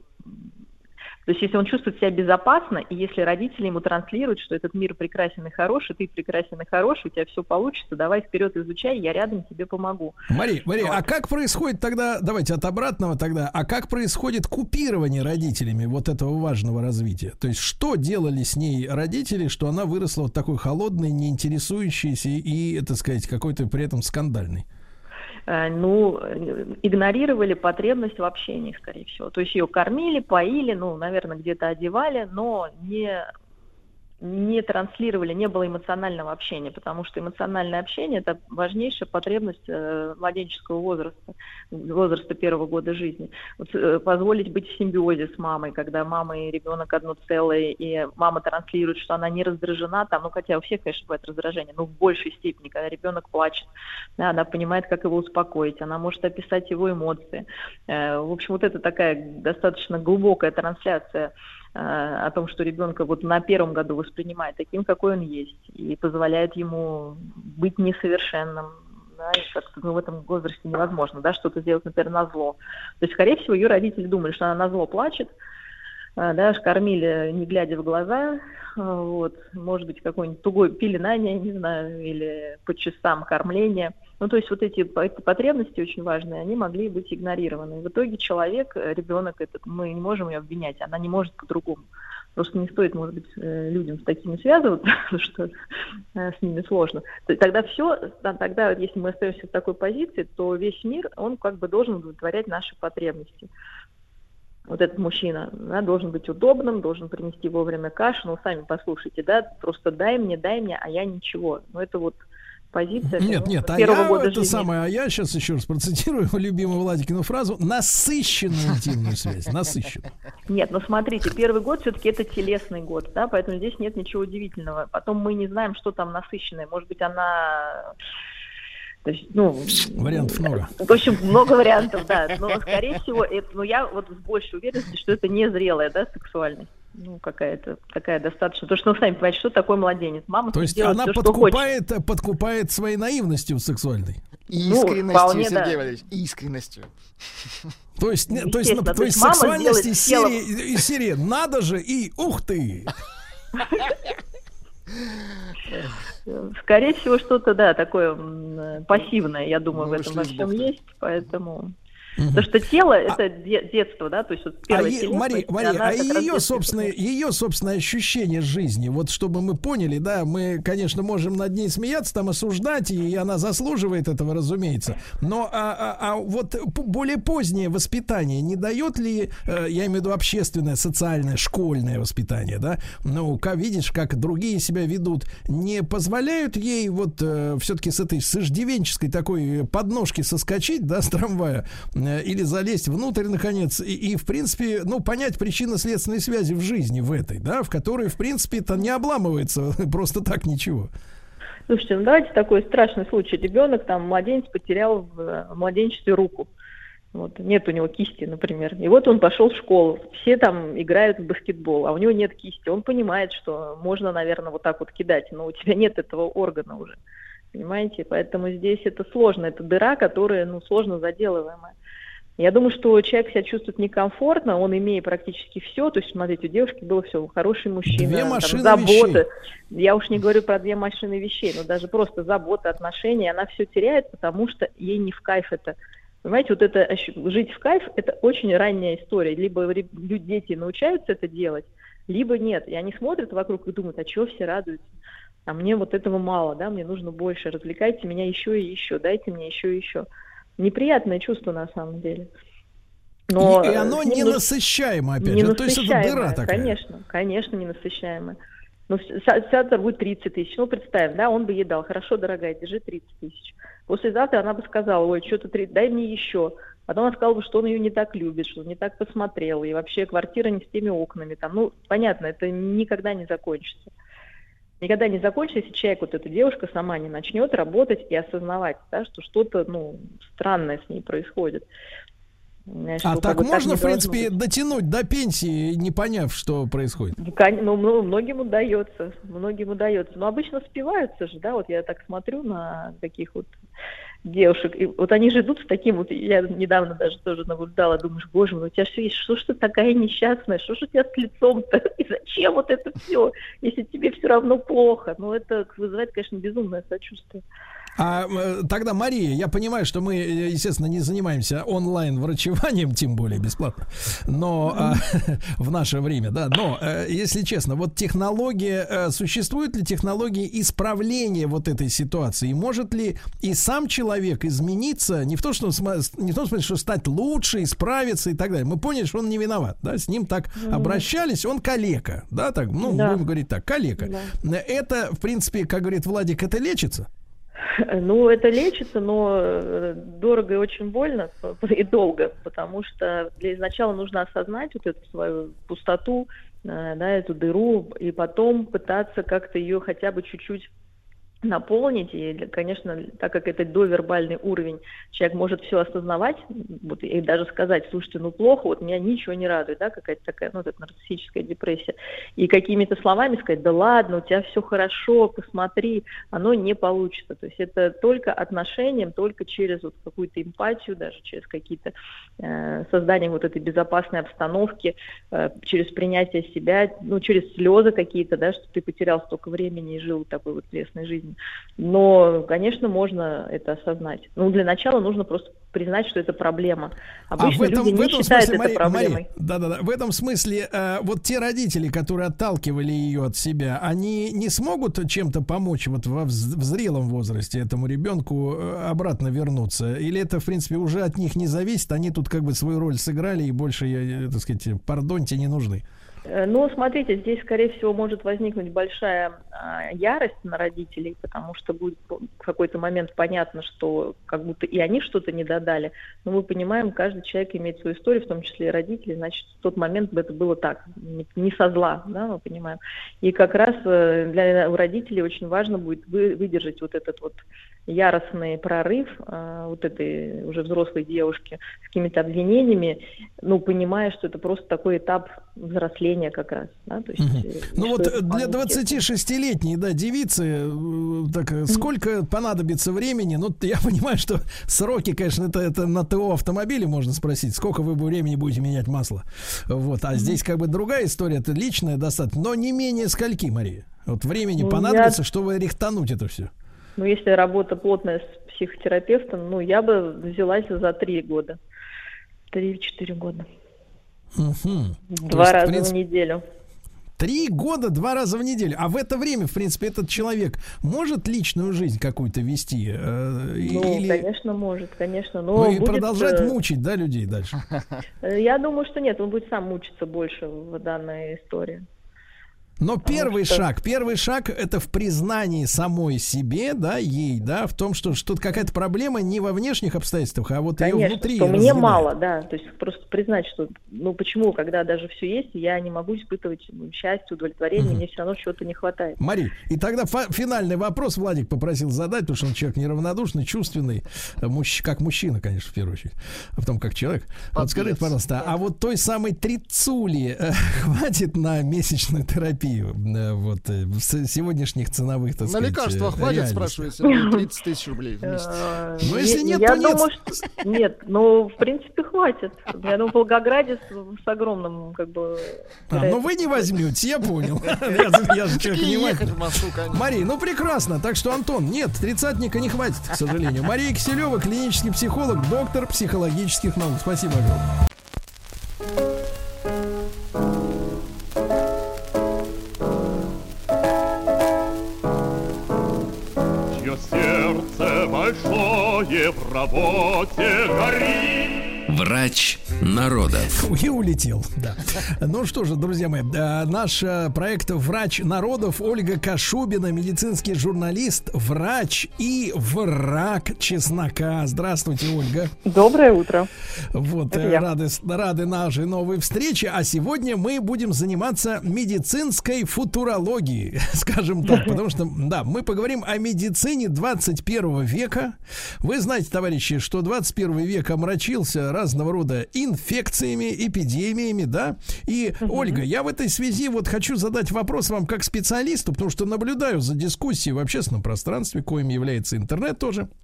То есть, если он чувствует себя безопасно, и если родители ему транслируют, что этот мир прекрасен и хороший, ты прекрасен и хороший, у тебя все получится, давай вперед изучай, я рядом тебе помогу. Мария, Мария, вот. А как происходит тогда, давайте от обратного тогда, а как происходит купирование родителями вот этого важного развития? То есть, что делали с ней родители, что она выросла вот такой холодной, неинтересующейся и, так сказать, какой-то при этом скандальной? Ну, игнорировали потребность в общении, скорее всего. То есть ее кормили, поили, ну, наверное, где-то одевали, но не, не транслировали, не было эмоционального общения, потому что эмоциональное общение – это важнейшая потребность э, младенческого возраста, возраста первого года жизни. Вот, э, позволить быть в симбиозе с мамой, когда мама и ребенок одно целое, и мама транслирует, что она не раздражена, там, ну хотя у всех, конечно, бывает раздражение, но в большей степени, когда ребенок плачет, да, она понимает, как его успокоить, она может описать его эмоции. Э, в общем, вот это такая достаточно глубокая трансляция о том, что ребенка вот на первом году воспринимает таким, какой он есть, и позволяет ему быть несовершенным, да, и как-то ну, в этом возрасте невозможно, да, что-то сделать, например, назло. То есть, скорее всего, ее родители думали, что она назло плачет, да, кормили, не глядя в глаза, вот, может быть, какое-нибудь тугое пеленание, не знаю, или по часам кормление. Ну, то есть вот эти потребности очень важные, они могли быть игнорированы. И в итоге человек, ребенок этот, мы не можем ее обвинять, она не может по-другому. Просто не стоит, может быть, людям с такими связываться, потому что с ними сложно. Тогда все, тогда, если мы остаемся в такой позиции, то весь мир, он как бы должен удовлетворять наши потребности. Вот этот мужчина, да, должен быть удобным, должен принести вовремя кашу. Ну, сами послушайте, да, просто дай мне, дай мне, а я ничего. Ну, это вот позиция. Нет, нет, а я, года это жизни. Самое, а я сейчас еще раз процитирую любимую Владикину фразу: насыщенную интимную связь, насыщенную. Нет, ну смотрите, первый год все-таки это телесный год, да, поэтому здесь нет ничего удивительного. Потом мы не знаем, что там насыщенное. Может быть, она... То есть, ну, вариантов много. В общем, много вариантов, да. Но, скорее всего, это, ну, я вот с большей уверенностью, что это не зрелая, да, сексуальность. Ну, какая-то такая достаточно. Потому что, ну, сами понимаете, что такое младенец. Мама То есть она все, подкупает, подкупает своей наивностью сексуальной. Искренностью, ну, вполне, Сергей да. Валерьевич, искренностью. То есть, то есть, то есть, то есть сексуальность из серии, из серии «надо же» и «ух ты». Скорее всего, что-то, да, такое пассивное, я думаю, Мы в этом во всем есть, поэтому... Угу. Потому что тело — это де- детство, да, то есть вот первое а тело... Мария, Мария, а ее собственное, ее собственное ощущение жизни, вот чтобы мы поняли, да, мы, конечно, можем над ней смеяться, там осуждать, и она заслуживает этого, разумеется, но а, а, а вот более позднее воспитание не дает ли, э, я имею в виду общественное, социальное, школьное воспитание, да, ну, как видишь, как другие себя ведут, не позволяют ей вот э, все-таки с этой с иждивенческой такой подножки соскочить, да, с трамвая, или залезть внутрь, наконец, и, и, в принципе, ну, понять причинно-следственные связи в жизни в этой, да, в которой, в принципе, это не обламывается просто так ничего. Слушайте, ну давайте такой страшный случай. Ребенок, там, младенец потерял в младенчестве руку. Вот, нет у него кисти, например. И вот он пошел в школу. Все там играют в баскетбол, а у него нет кисти. Он понимает, что можно, наверное, вот так вот кидать, но у тебя нет этого органа уже. Понимаете? Поэтому здесь это сложно. Это дыра, которая, ну, сложно заделываемая. Я думаю, что человек себя чувствует некомфортно, он имеет практически все. То есть, смотрите, у девушки было все, хороший мужчина, две машины там, заботы. Вещей. Я уж не говорю про две машины вещей, но даже просто забота, отношения. Она все теряет, потому что ей не в кайф это. Понимаете, вот это жить в кайф, это очень ранняя история. Либо дети научаются это делать, либо нет. И они смотрят вокруг и думают, а чего все радуются? А мне вот этого мало, да, мне нужно больше. Развлекайте меня еще и еще, дайте мне еще и еще. Неприятное чувство на самом деле. Но и, и оно ненасыщаемо, опять же. То есть это дыра такая. Конечно, конечно, ненасыщаемое. Ну, завтра будет тридцать тысяч. Ну, представим, да, он бы ей дал. Хорошо, дорогая, держи тридцать тысяч. Послезавтра она бы сказала, ой, что-то тридцать, дай мне еще. Потом она сказала бы, что он ее не так любит, что он не так посмотрел. И вообще квартира не с теми окнами. Там, ну, понятно, это никогда не закончится. Никогда не закончится, если человек, вот эта девушка, сама не начнет работать и осознавать, да, что что-то, ну, странное с ней происходит. Знаешь, а так можно, так в принципе, быть. дотянуть до пенсии, не поняв, что происходит? Ну, многим удается, многим удается. Но обычно спиваются же, да, вот я так смотрю на таких вот девушек, и вот они же идут с таким вот, я недавно даже тоже наблюдала, думаешь, боже мой, у тебя все есть, что ж ты такая несчастная, что ж у тебя с лицом-то, и зачем вот это все, если тебе все равно плохо? Ну, это вызывает, конечно, безумное сочувствие. А тогда, Мария, я понимаю, что мы, естественно, не занимаемся онлайн-врачеванием, тем более бесплатно, но а, в наше время, да, но, если честно, вот технология, существует ли технология исправления вот этой ситуации? Может ли из сам человек измениться, не в то, что, не в том смысле, что стать лучше, исправиться и так далее. Мы поняли, что он не виноват, да, с ним так mm-hmm. обращались, он калека, да, так, ну, да. будем говорить так, калека. Да. Это, в принципе, как говорит Владик, это лечится? Ну, это лечится, но дорого и очень больно, и долго, потому что для начала нужно осознать вот эту свою пустоту, да, эту дыру, и потом пытаться как-то ее хотя бы чуть-чуть наполнить. И, конечно, так как это довербальный уровень, человек может все осознавать, вот, и даже сказать: слушайте, ну плохо, вот меня ничего не радует, да, какая-то такая, ну, это нарциссическая депрессия. И какими-то словами сказать: да ладно, у тебя все хорошо, посмотри, оно не получится. То есть это только отношением, только через вот какую-то эмпатию, даже через какие-то э, создание вот этой безопасной обстановки, э, через принятие себя, ну, через слезы какие-то, да, что ты потерял столько времени и жил такой вот пресной жизнью. Но, конечно, можно это осознать. Ну, для начала нужно просто признать, что это проблема. Обычно а в этом, люди не в этом считают смысле, это Мария, проблемой. Мария, да, да, да. В этом смысле э, вот те родители, которые отталкивали ее от себя, они не смогут чем-то помочь вот во, в зрелом возрасте этому ребенку обратно вернуться? Или это, в принципе, уже от них не зависит? Они тут как бы свою роль сыграли и больше, так сказать, пардоньте, не нужны? Ну, смотрите, здесь, скорее всего, может возникнуть большая а, ярость на родителей, потому что будет в какой-то момент понятно, что как будто и они что-то не додали. Но мы понимаем, каждый человек имеет свою историю, в том числе и родители, значит, в тот момент это было так, не, не со зла, да, мы понимаем. И как раз для у родителей очень важно будет вы, выдержать вот этот вот яростный прорыв а, вот этой уже взрослой девушки с какими-то обвинениями, ну, понимая, что это просто такой этап взросления как раз, да, то есть, угу. Ну вот для двадцатишестилетней, да, девицы, так, сколько понадобится времени? Ну, я понимаю, что сроки, конечно, это, это на ТО автомобиля можно спросить, сколько вы времени будете менять масло, вот, а здесь как бы другая история, это личная достаточно, но не менее скольки, Мария? Вот времени ну, понадобится, я... чтобы рихтануть это все? Ну, если работа плотная с психотерапевтом, ну, я бы взялась за три года, три-четыре года. Угу. Два есть, раза в, принципе, в неделю. Три года, два раза в неделю. А в это время, в принципе, этот человек может личную жизнь какую-то вести? Э, ну, или... конечно, может, конечно. Но ну, и будет... продолжать мучить, да, людей дальше? Я думаю, что нет, он будет сам мучиться больше в данной истории. Но Потому первый что... шаг, первый шаг это в признании самой себе, да, ей, да, в том, что что-то какая-то проблема не во внешних обстоятельствах, а вот Конечно, ее внутри. Что мне мало, да, то есть просто признать, что, ну почему, когда даже все есть, я не могу испытывать ну, счастье, удовлетворение, угу. мне все равно чего-то не хватает. Мари, и тогда финальный вопрос Владик попросил задать, потому что он человек неравнодушный, чувственный, мужч... как мужчина, конечно, в первую очередь, а потом как человек. Подпец. Вот скажите, пожалуйста, а вот той самой трицули э, хватит на месячную терапию? Вот с сегодняшних ценовых, так сказать, на лекарства хватит, спрашивает Сергей, тридцать тысяч рублей в месяц. Ну, если нет, я то думаю, нет. Что... Нет, но в принципе хватит. Я думаю, в Волгограде с, с огромным, как бы... А, ну вы не возьмете, я понял. Я же человек внимательный. Мария, ну прекрасно. Так что, Антон, нет, тридцатника не хватит, к сожалению. Мария Киселева, клинический психолог, доктор психологических наук. Спасибо огромное. Большое в работе горит. Врач народов. И улетел, да. Ну что же, друзья мои, наш проект «Врач народов», Ольга Кашубина, медицинский журналист, врач и враг чеснока. Здравствуйте, Ольга. Доброе утро. Вот, рады, рады нашей новой встрече. А сегодня мы будем заниматься медицинской футурологией, скажем так, потому что, да, мы поговорим о медицине двадцать первого века. Вы знаете, товарищи, что двадцать первый век омрачился разного рода инфекциями, эпидемиями, да. И, угу. Ольга, я в этой связи вот хочу задать вопрос вам как специалисту, потому что наблюдаю за дискуссией в общественном пространстве, коим является интернет тоже.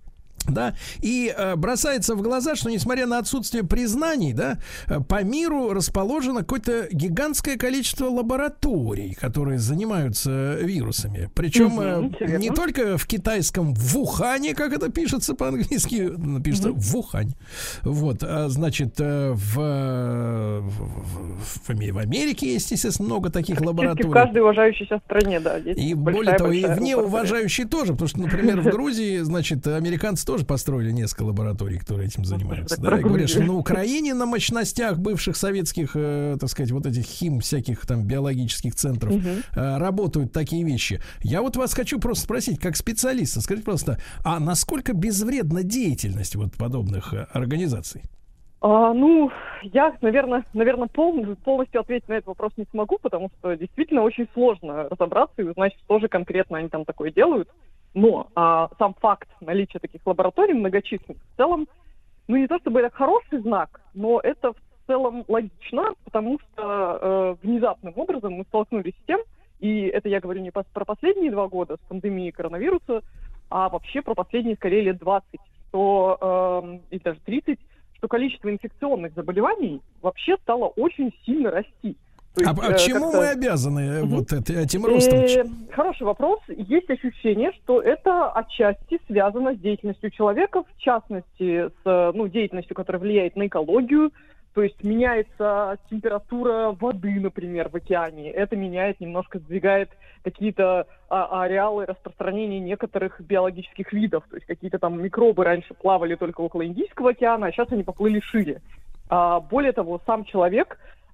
Да, и э, бросается в глаза, что несмотря на отсутствие признаний, да, э, по миру расположено какое-то гигантское количество лабораторий, которые занимаются вирусами. Причем Угу, э, не только в китайском Вухане, как это пишется по-английски, пишется угу. Вухань. Вот, а, значит, э, в, в, в, в Америке есть, естественно, много таких лабораторий. В каждой уважающейся стране, да. И более того, и вне уважающие тоже, потому что, например, в Грузии, значит, американцы тоже построили несколько лабораторий, которые этим занимаются. Да, и говорят, что на Украине на мощностях бывших советских, э, так сказать, вот этих хим всяких там биологических центров угу. э, работают такие вещи. Я вот вас хочу просто спросить, как специалиста, скажите, пожалуйста, а насколько безвредна деятельность вот подобных э, организаций? А, ну, я, наверное, наверное пол, полностью ответить на этот вопрос не смогу, потому что действительно очень сложно разобраться и узнать, что же конкретно они там такое делают. Но а, сам факт наличия таких лабораторий многочисленных в целом, ну не то чтобы это хороший знак, но это в целом логично, потому что э, внезапным образом мы столкнулись с тем, и это я говорю не по, про последние два года с пандемией коронавируса, а вообще про последние скорее лет двадцать, что, э, и даже тридцать, что количество инфекционных заболеваний вообще стало очень сильно расти. То есть, а, а чему мы обязаны угу. вот это, этим ростом? Э, хороший вопрос. Есть ощущение, что это отчасти связано с деятельностью человека, в частности, с ну, деятельностью, которая влияет на экологию. То есть меняется температура воды, например, в океане. Это меняет, немножко сдвигает какие-то а, ареалы распространения некоторых биологических видов. То есть какие-то там микробы раньше плавали только около Индийского океана, а сейчас они поплыли шире. А, более того, сам человек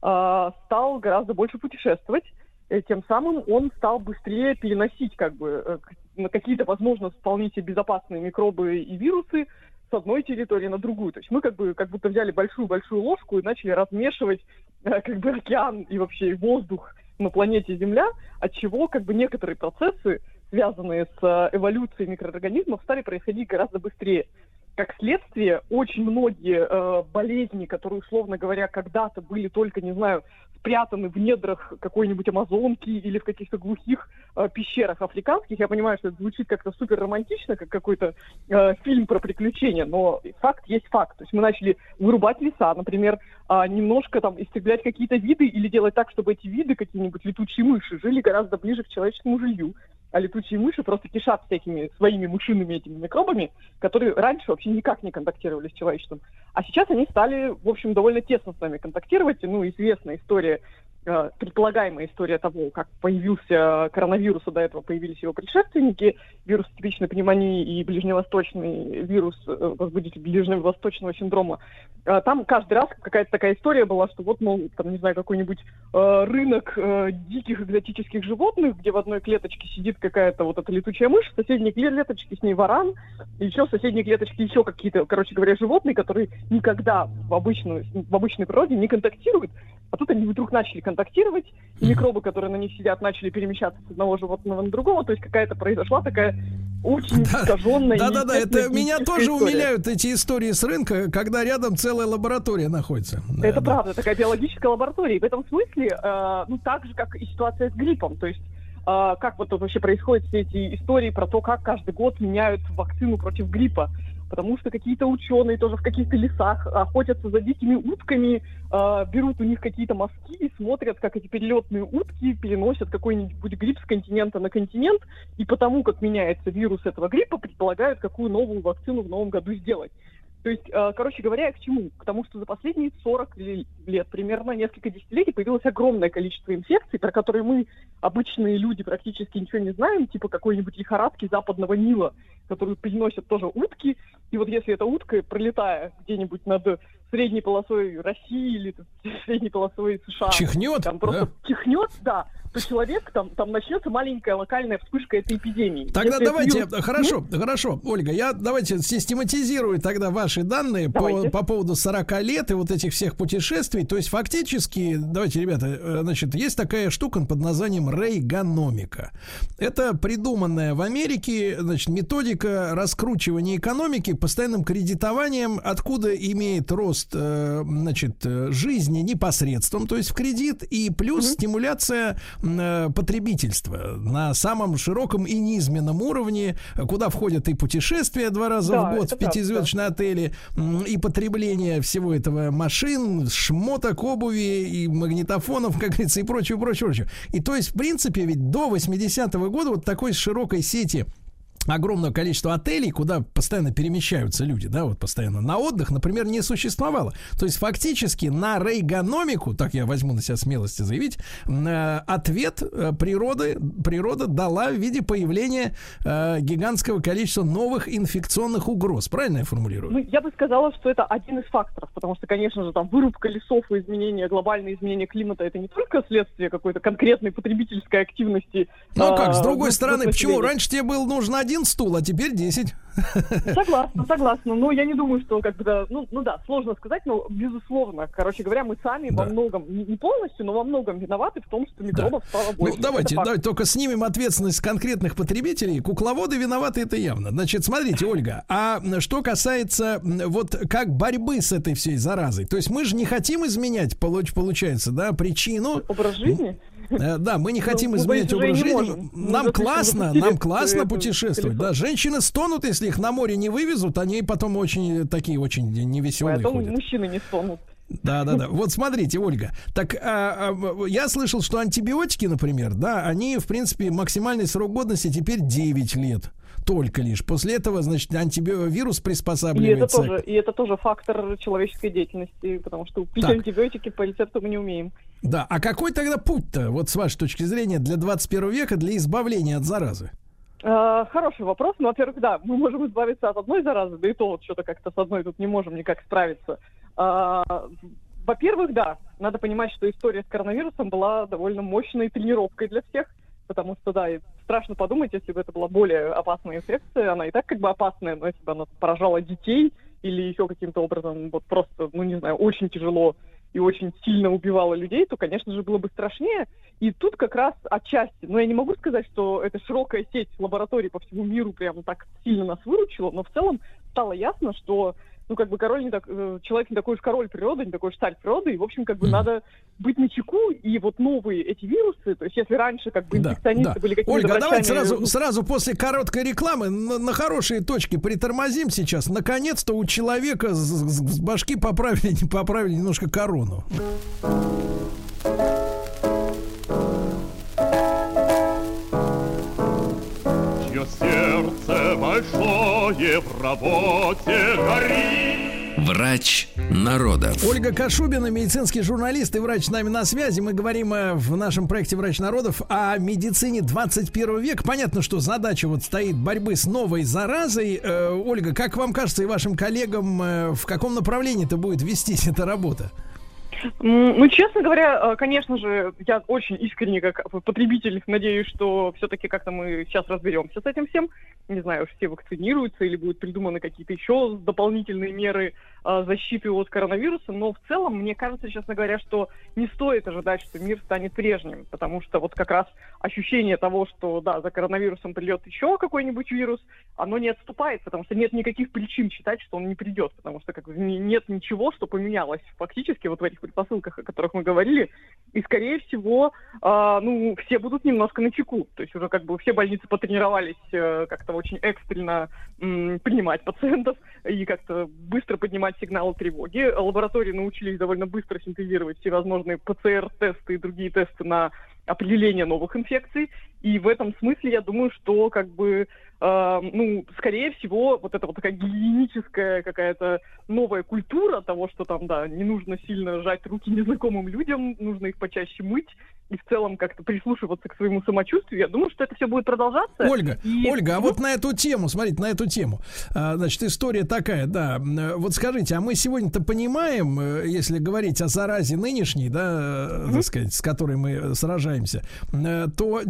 стал гораздо больше путешествовать, тем самым он стал быстрее переносить как бы какие-то, возможно, вполне себе безопасные микробы и вирусы с одной территории на другую. То есть мы как бы как будто взяли большую-большую ложку и начали размешивать как бы океан и вообще воздух на планете Земля, от чего как бы некоторые процессы, связанные с эволюцией микроорганизмов, стали происходить гораздо быстрее. Как следствие, очень многие э, болезни, которые, условно говоря, когда-то были только, не знаю, спрятаны в недрах какой-нибудь Амазонки или в каких-то глухих э, пещерах африканских, я понимаю, что это звучит как-то супер романтично, как какой-то э, фильм про приключения, но факт есть факт. То есть мы начали вырубать леса, например, э, немножко там истреблять какие-то виды или делать так, чтобы эти виды, какие-нибудь летучие мыши, жили гораздо ближе к человеческому жилью. А летучие мыши просто кишат всякими своими мышиными этими микробами, которые раньше вообще никак не контактировали с человечеством. А сейчас они стали, в общем, довольно тесно с нами контактировать. Ну, известная история, э, предполагаемая история того, как появился коронавирус, а до этого появились его предшественники, вирус типичной пневмонии и ближневосточный вирус, э, возбудитель ближневосточного синдрома. Э, там каждый раз какая-то такая история была, что вот, мол, там, не знаю, какой-нибудь э, рынок э, диких экзотических животных, где в одной клеточке сидит какая-то вот эта летучая мышь, в соседней клеточке с ней варан, и еще в соседней клеточке еще какие-то, короче говоря, животные, которые никогда в обычной, в обычной природе не контактируют, а тут они вдруг начали контактировать, и микробы, которые на них сидят, начали перемещаться с одного животного на другого, то есть какая-то произошла такая очень искаженная... Да-да-да, это меня тоже умиляют эти истории с рынка, когда рядом целая лаборатория находится. Это правда, такая биологическая лаборатория, и в этом смысле, э, ну, так же, как и ситуация с гриппом, то есть Uh, как вот тут вообще происходят все эти истории про то, как каждый год меняют вакцину против гриппа. Потому что какие-то ученые тоже в каких-то лесах охотятся за дикими утками, uh, берут у них какие-то мазки и смотрят, как эти перелетные утки переносят какой-нибудь грипп с континента на континент, и потому как меняется вирус этого гриппа, предполагают, какую новую вакцину в новом году сделать. То есть, короче говоря, к чему? К тому, что за последние сорок лет, примерно несколько десятилетий, появилось огромное количество инфекций, про которые мы, обычные люди, практически ничего не знаем, типа какой-нибудь лихорадки западного Нила, которую переносят тоже утки. И вот если эта утка, пролетая где-нибудь над средней полосой России или средней полосой США... Чихнет? Там просто да? чихнет, да. То человек, там, там начнется маленькая локальная вспышка этой эпидемии. Тогда Если давайте, вирус... хорошо, Нет? хорошо, Ольга, я давайте систематизирую тогда ваши данные по, по поводу сорок лет и вот этих всех путешествий. То есть фактически, давайте, ребята, значит, есть такая штука под названием рейгономика. Это придуманная в Америке, значит, методика раскручивания экономики постоянным кредитованием, откуда имеет рост рост, э, значит, жизни непосредством, то есть в кредит, и плюс mm-hmm. стимуляция э, потребительства на самом широком и низменном уровне, куда входят и путешествия два раза да, в год в пятизвездочные отели, и потребление всего этого машин, шмоток, обуви и магнитофонов, как говорится, и прочее, прочее, прочее. И то есть, в принципе, ведь до восьмидесятого года вот такой широкой сети огромного количества отелей, куда постоянно перемещаются люди, да, вот постоянно на отдых, например, не существовало. То есть фактически на рейгономику, так я возьму на себя смелости заявить, э, ответ э, природы, природа дала в виде появления э, гигантского количества новых инфекционных угроз. Правильно я формулирую? Ну, я бы сказала, что это один из факторов, потому что, конечно же, там вырубка лесов и изменения, глобальные изменения климата, это не только следствие какой-то конкретной потребительской активности. Ну а, как, с другой стороны, почему раньше тебе был нужен один стул, а теперь десять. Согласна, согласна. Но я не думаю, что как бы да, ну, ну да, сложно сказать, но безусловно, короче говоря, мы сами да. во многом, не полностью, но во многом виноваты в том, что микробов да. стало больше. Ну давайте, давайте только снимем ответственность с конкретных потребителей. Кукловоды виноваты, это явно. Значит, смотрите, Ольга, а что касается вот как борьбы с этой всей заразой, то есть мы же не хотим изменять, получается, да, причину. Образ жизни? Да, мы не хотим ну, изменять образ жизни. Нам классно, нам классно путешествовать. Да, женщины стонут, если их на море не вывезут, они потом очень такие очень невеселые Поэтому ходят. Мужчины не стонут. Да, да, да. Вот смотрите, Ольга. Так а, а, я слышал, что антибиотики, например, да, они, в принципе, максимальный срок годности теперь девять лет. Только лишь. После этого, значит, антивирус приспосабливается. И это тоже, и это тоже фактор человеческой деятельности, потому что пить так. антибиотики по рецепту мы не умеем. Да, а какой тогда путь-то, вот с вашей точки зрения, для двадцать первого века, для избавления от заразы? Uh, хороший вопрос. Ну, во-первых, да, мы можем избавиться от одной заразы, да и то вот что-то как-то с одной тут не можем никак справиться. Uh, во-первых, да, надо понимать, что история с коронавирусом была довольно мощной тренировкой для всех, потому что, да, страшно подумать, если бы это была более опасная инфекция, она и так как бы опасная, но если бы она поражала детей или еще каким-то образом вот просто, ну, не знаю, очень тяжело и очень сильно убивала людей, то, конечно же, было бы страшнее. И тут как раз отчасти, ну, я не могу сказать, что эта широкая сеть лабораторий по всему миру прямо так сильно нас выручила, но в целом стало ясно, что, ну, как бы король не так, человек не такой уж король природы, не такой уж царь природы, и, в общем, как бы mm. надо быть начеку, и вот новые эти вирусы, то есть если раньше как бы инфекционисты да, да. были какими-то Ольга, врачами... давайте сразу, сразу после короткой рекламы на, на хорошие точки притормозим сейчас. Наконец-то у человека с, с, с башки поправили, поправили немножко корону. Чье сердце большое в работе горит. Врач народа. Ольга Кашубина, медицинский журналист и врач с нами на связи. Мы говорим в нашем проекте «Врач народов» о медицине двадцать первого века. Понятно, что задача вот стоит борьбы с новой заразой. Э, Ольга, как вам кажется и вашим коллегам, э, в каком направлении-то будет вестись эта работа? Ну, честно говоря, конечно же, я очень искренне, как потребитель, надеюсь, что все-таки как-то мы сейчас разберемся с этим всем. Не знаю, уж все вакцинируются или будут придуманы какие-то еще дополнительные меры а, защиты от коронавируса. Но в целом, мне кажется, честно говоря, что не стоит ожидать, что мир станет прежним. Потому что вот как раз ощущение того, что, да, за коронавирусом придет еще какой-нибудь вирус, оно не отступает, потому что нет никаких причин считать, что он не придет. Потому что как бы нет ничего, что поменялось фактически вот в этих предпосылках, о которых мы говорили, и, скорее всего, э, ну, все будут немножко начеку. То есть уже как бы все больницы потренировались э, как-то очень экстренно м, принимать пациентов и как-то быстро поднимать сигналы тревоги. Лаборатории научились довольно быстро синтезировать всевозможные ПЦР-тесты и другие тесты на определение новых инфекций. И в этом смысле я думаю, что как бы э, ну, скорее всего, вот эта вот такая гигиеническая какая-то новая культура того, что там, да, не нужно сильно жать руки незнакомым людям, нужно их почаще мыть и в целом как-то прислушиваться к своему самочувствию. Я думаю, что это все будет продолжаться. Ольга, и... Ольга, а вот на эту тему, смотрите, на эту тему, а, значит, история такая, да, вот скажите, а мы сегодня-то понимаем, если говорить о заразе нынешней, да, mm-hmm. так сказать, с которой мы сражаемся, то действительно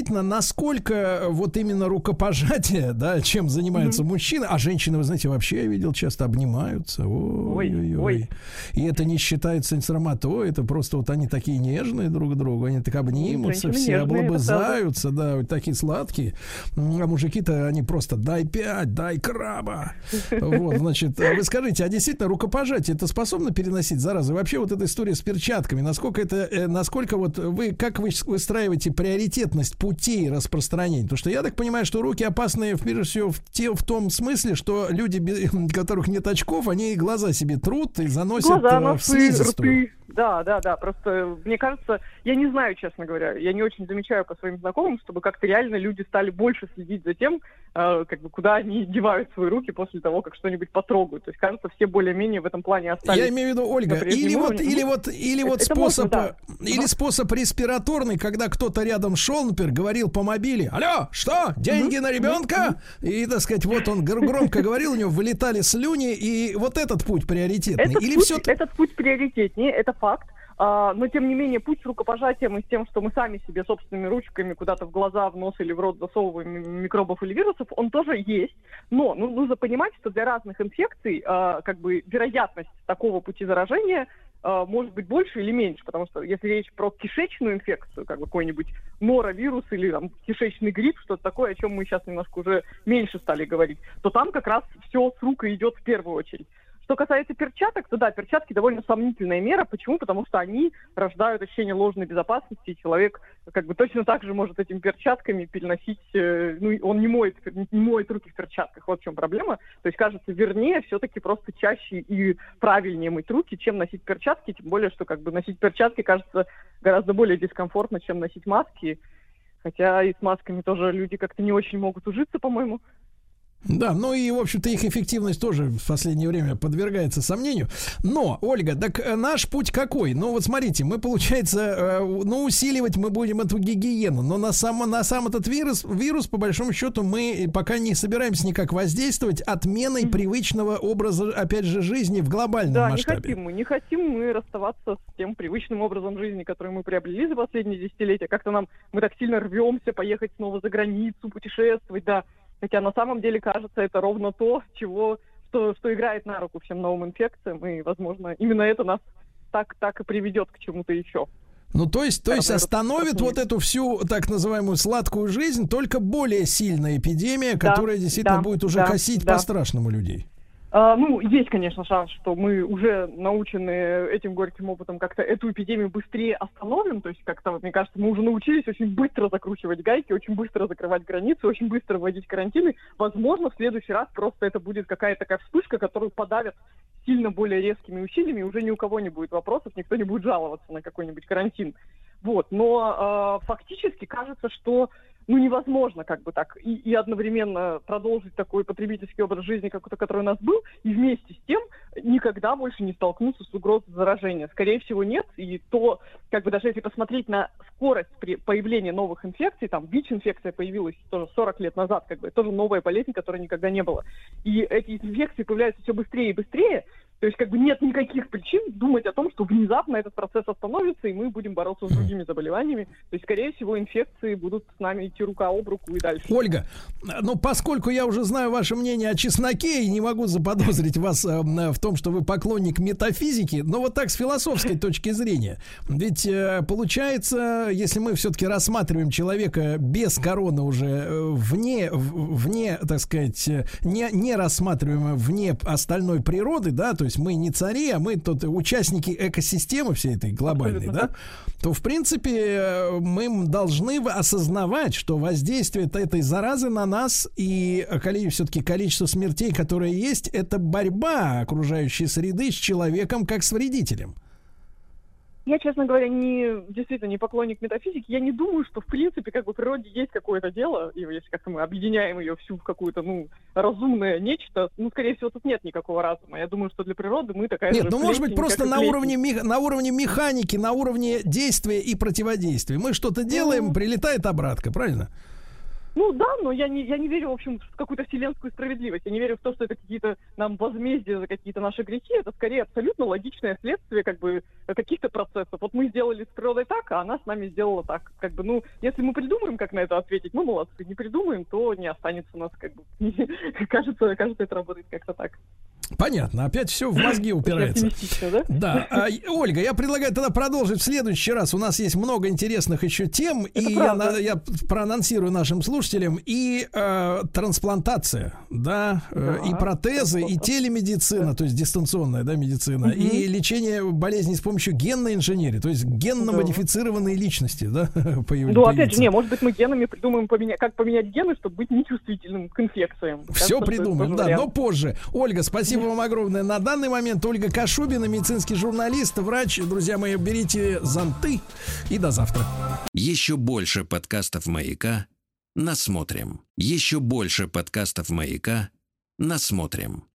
действительно, насколько вот именно рукопожатие, да, чем занимаются mm-hmm. мужчины, а женщины, вы знаете, вообще я видел, часто обнимаются. Ой-ой-ой. И это не считается срамотой, это просто вот они такие нежные друг к другу, они так обнимутся, женщины все облобызаются, да, вот такие сладкие. А мужики-то, они просто дай пять, дай краба. Вот, значит, вы скажите, а действительно рукопожатие это способно переносить заразу? И вообще вот эта история с перчатками, насколько это, насколько вот вы, как вы выстраиваете приоритетность путей распространения? Потому что я так понимаю, что руки опасные, прежде всего, в, те, в том смысле, что люди, у которых нет очков, они глаза себе трут и заносят глаза, в слизистую. Рты. Да, да, да. Просто, мне кажется, я не знаю, честно говоря, я не очень замечаю по своим знакомым, чтобы как-то реально люди стали больше следить за тем, э, как бы, куда они девают свои руки после того, как что-нибудь потрогают. То есть, кажется, все более-менее в этом плане остались. Я имею в виду, Ольга, или вот, или вот, или вот это способ, можно, да. или uh-huh. способ респираторный, когда кто-то рядом шел, например, говорил по мобиле: алло, что, деньги uh-huh. на ребенка? Uh-huh. И, так сказать, вот он громко говорил, у него вылетали слюни, и вот этот путь приоритетный. Этот, или путь, все... этот путь приоритетнее, это факт. А, но, тем не менее, путь с рукопожатием и с тем, что мы сами себе собственными ручками куда-то в глаза, в нос или в рот засовываем микробов или вирусов, он тоже есть. Но ну, нужно понимать, что для разных инфекций а, как бы вероятность такого пути заражения а, может быть больше или меньше. Потому что если речь про кишечную инфекцию, как бы какой-нибудь норовирус или там, кишечный грипп, что-то такое, о чем мы сейчас немножко уже меньше стали говорить, то там как раз все с рук идет в первую очередь. Что касается перчаток, то да, перчатки довольно сомнительная мера. Почему? Потому что они рождают ощущение ложной безопасности, и человек как бы точно так же может этими перчатками переносить, э, ну, он не моет, не моет руки в перчатках, вот в чем проблема. То есть, кажется, вернее все-таки просто чаще и правильнее мыть руки, чем носить перчатки, тем более, что как бы носить перчатки кажется гораздо более дискомфортно, чем носить маски. Хотя и с масками тоже люди как-то не очень могут ужиться, по-моему. Да, ну и, в общем-то, их эффективность тоже в последнее время подвергается сомнению. Но, Ольга, так наш путь какой? Ну вот смотрите, мы, получается, ну усиливать мы будем эту гигиену, но на сам, на сам этот вирус, вирус, по большому счету, мы пока не собираемся никак воздействовать отменой mm-hmm. привычного образа, опять же, жизни в глобальном да, масштабе. Да, не хотим мы, не хотим мы расставаться с тем привычным образом жизни, который мы приобрели за последние десятилетия. Как-то нам, мы так сильно рвемся поехать снова за границу, путешествовать, да. Хотя на самом деле, кажется, это ровно то, чего, что, что играет на руку всем новым инфекциям, и, возможно, именно это нас так, так и приведет к чему-то еще. Ну, то есть, то есть остановит вот эту всю так называемую сладкую жизнь только более сильная эпидемия, да, которая действительно да, будет уже да, косить да. по-страшному людей. А, ну, есть, конечно, шанс, что мы уже научены этим горьким опытом как-то эту эпидемию быстрее остановим. То есть, как-то, мне кажется, мы уже научились очень быстро закручивать гайки, очень быстро закрывать границы, очень быстро вводить карантины. Возможно, в следующий раз просто это будет какая-то такая вспышка, которую подавят сильно более резкими усилиями, уже ни у кого не будет вопросов, никто не будет жаловаться на какой-нибудь карантин. Вот. Но э, фактически кажется, что ну, невозможно как бы так и, и одновременно продолжить такой потребительский образ жизни, какой-то, который у нас был, и вместе с тем никогда больше не столкнуться с угрозой заражения. Скорее всего, нет. И то, как бы даже если посмотреть на скорость при появления новых инфекций, там ВИЧ-инфекция появилась тоже сорок лет назад, как бы, тоже новая болезнь, которой никогда не было. И эти инфекции появляются все быстрее и быстрее. То есть, как бы, нет никаких причин думать о том, что внезапно этот процесс остановится, и мы будем бороться с другими заболеваниями. То есть, скорее всего, инфекции будут с нами идти рука об руку и дальше. Ольга, ну, поскольку я уже знаю ваше мнение о чесноке и не могу заподозрить вас э, в том, что вы поклонник метафизики, но вот так с философской точки зрения. Ведь э, получается, если мы все-таки рассматриваем человека без короны уже э, вне, в, вне, так сказать, не, не рассматриваем вне остальной природы, да, то То есть мы не цари, а мы тут участники экосистемы всей этой глобальной, да, то, в принципе, мы должны осознавать, что воздействие этой заразы на нас и все-таки количество смертей, которые есть, это борьба окружающей среды с человеком как с вредителем. Я, честно говоря, не, действительно не поклонник метафизики. Я не думаю, что, в принципе, как бы в природе есть какое-то дело, и если как-то мы объединяем ее всю в какое-то, ну, разумное нечто, ну, скорее всего, тут нет никакого разума. Я думаю, что для природы мы такая Нет, же ну, может быть, просто на уровне, на уровне механики, на уровне действия и противодействия. Мы что-то делаем, mm-hmm. прилетает обратка, правильно? Ну да, но я не, я не верю, в общем, в какую-то вселенскую справедливость. Я не верю в то, что это какие-то нам возмездия за какие-то наши грехи. Это скорее абсолютно логичное следствие как бы каких-то процессов. Вот мы сделали с природой так, а она с нами сделала так. Как бы, ну, если мы придумаем, как на это ответить, мы молодцы. Не придумаем, то не останется у нас как бы. Кажется, кажется, это работает как-то так. Понятно, опять все в мозги упирается. Да? Да. А, Ольга, я предлагаю тогда продолжить в следующий раз. У нас есть много интересных еще тем, это и я, я проанонсирую нашим слушателям и э, трансплантация, да, э, да, и протезы, и телемедицина, то есть дистанционная, да, медицина, угу. и лечение болезней с помощью генной инженерии, то есть генно-модифицированные да. личности, да, появляются. Ну, опять же, не, может быть, мы генами придумаем, поменять, как поменять гены, чтобы быть нечувствительным к инфекциям. Все придумаем, да, но позже. Ольга, спасибо вам огромное. На данный момент Ольга Кашубина, медицинский журналист, врач. Друзья мои, берите зонты и до завтра. Еще больше подкастов «Маяка» насмотрим. Еще больше подкастов «Маяка» насмотрим.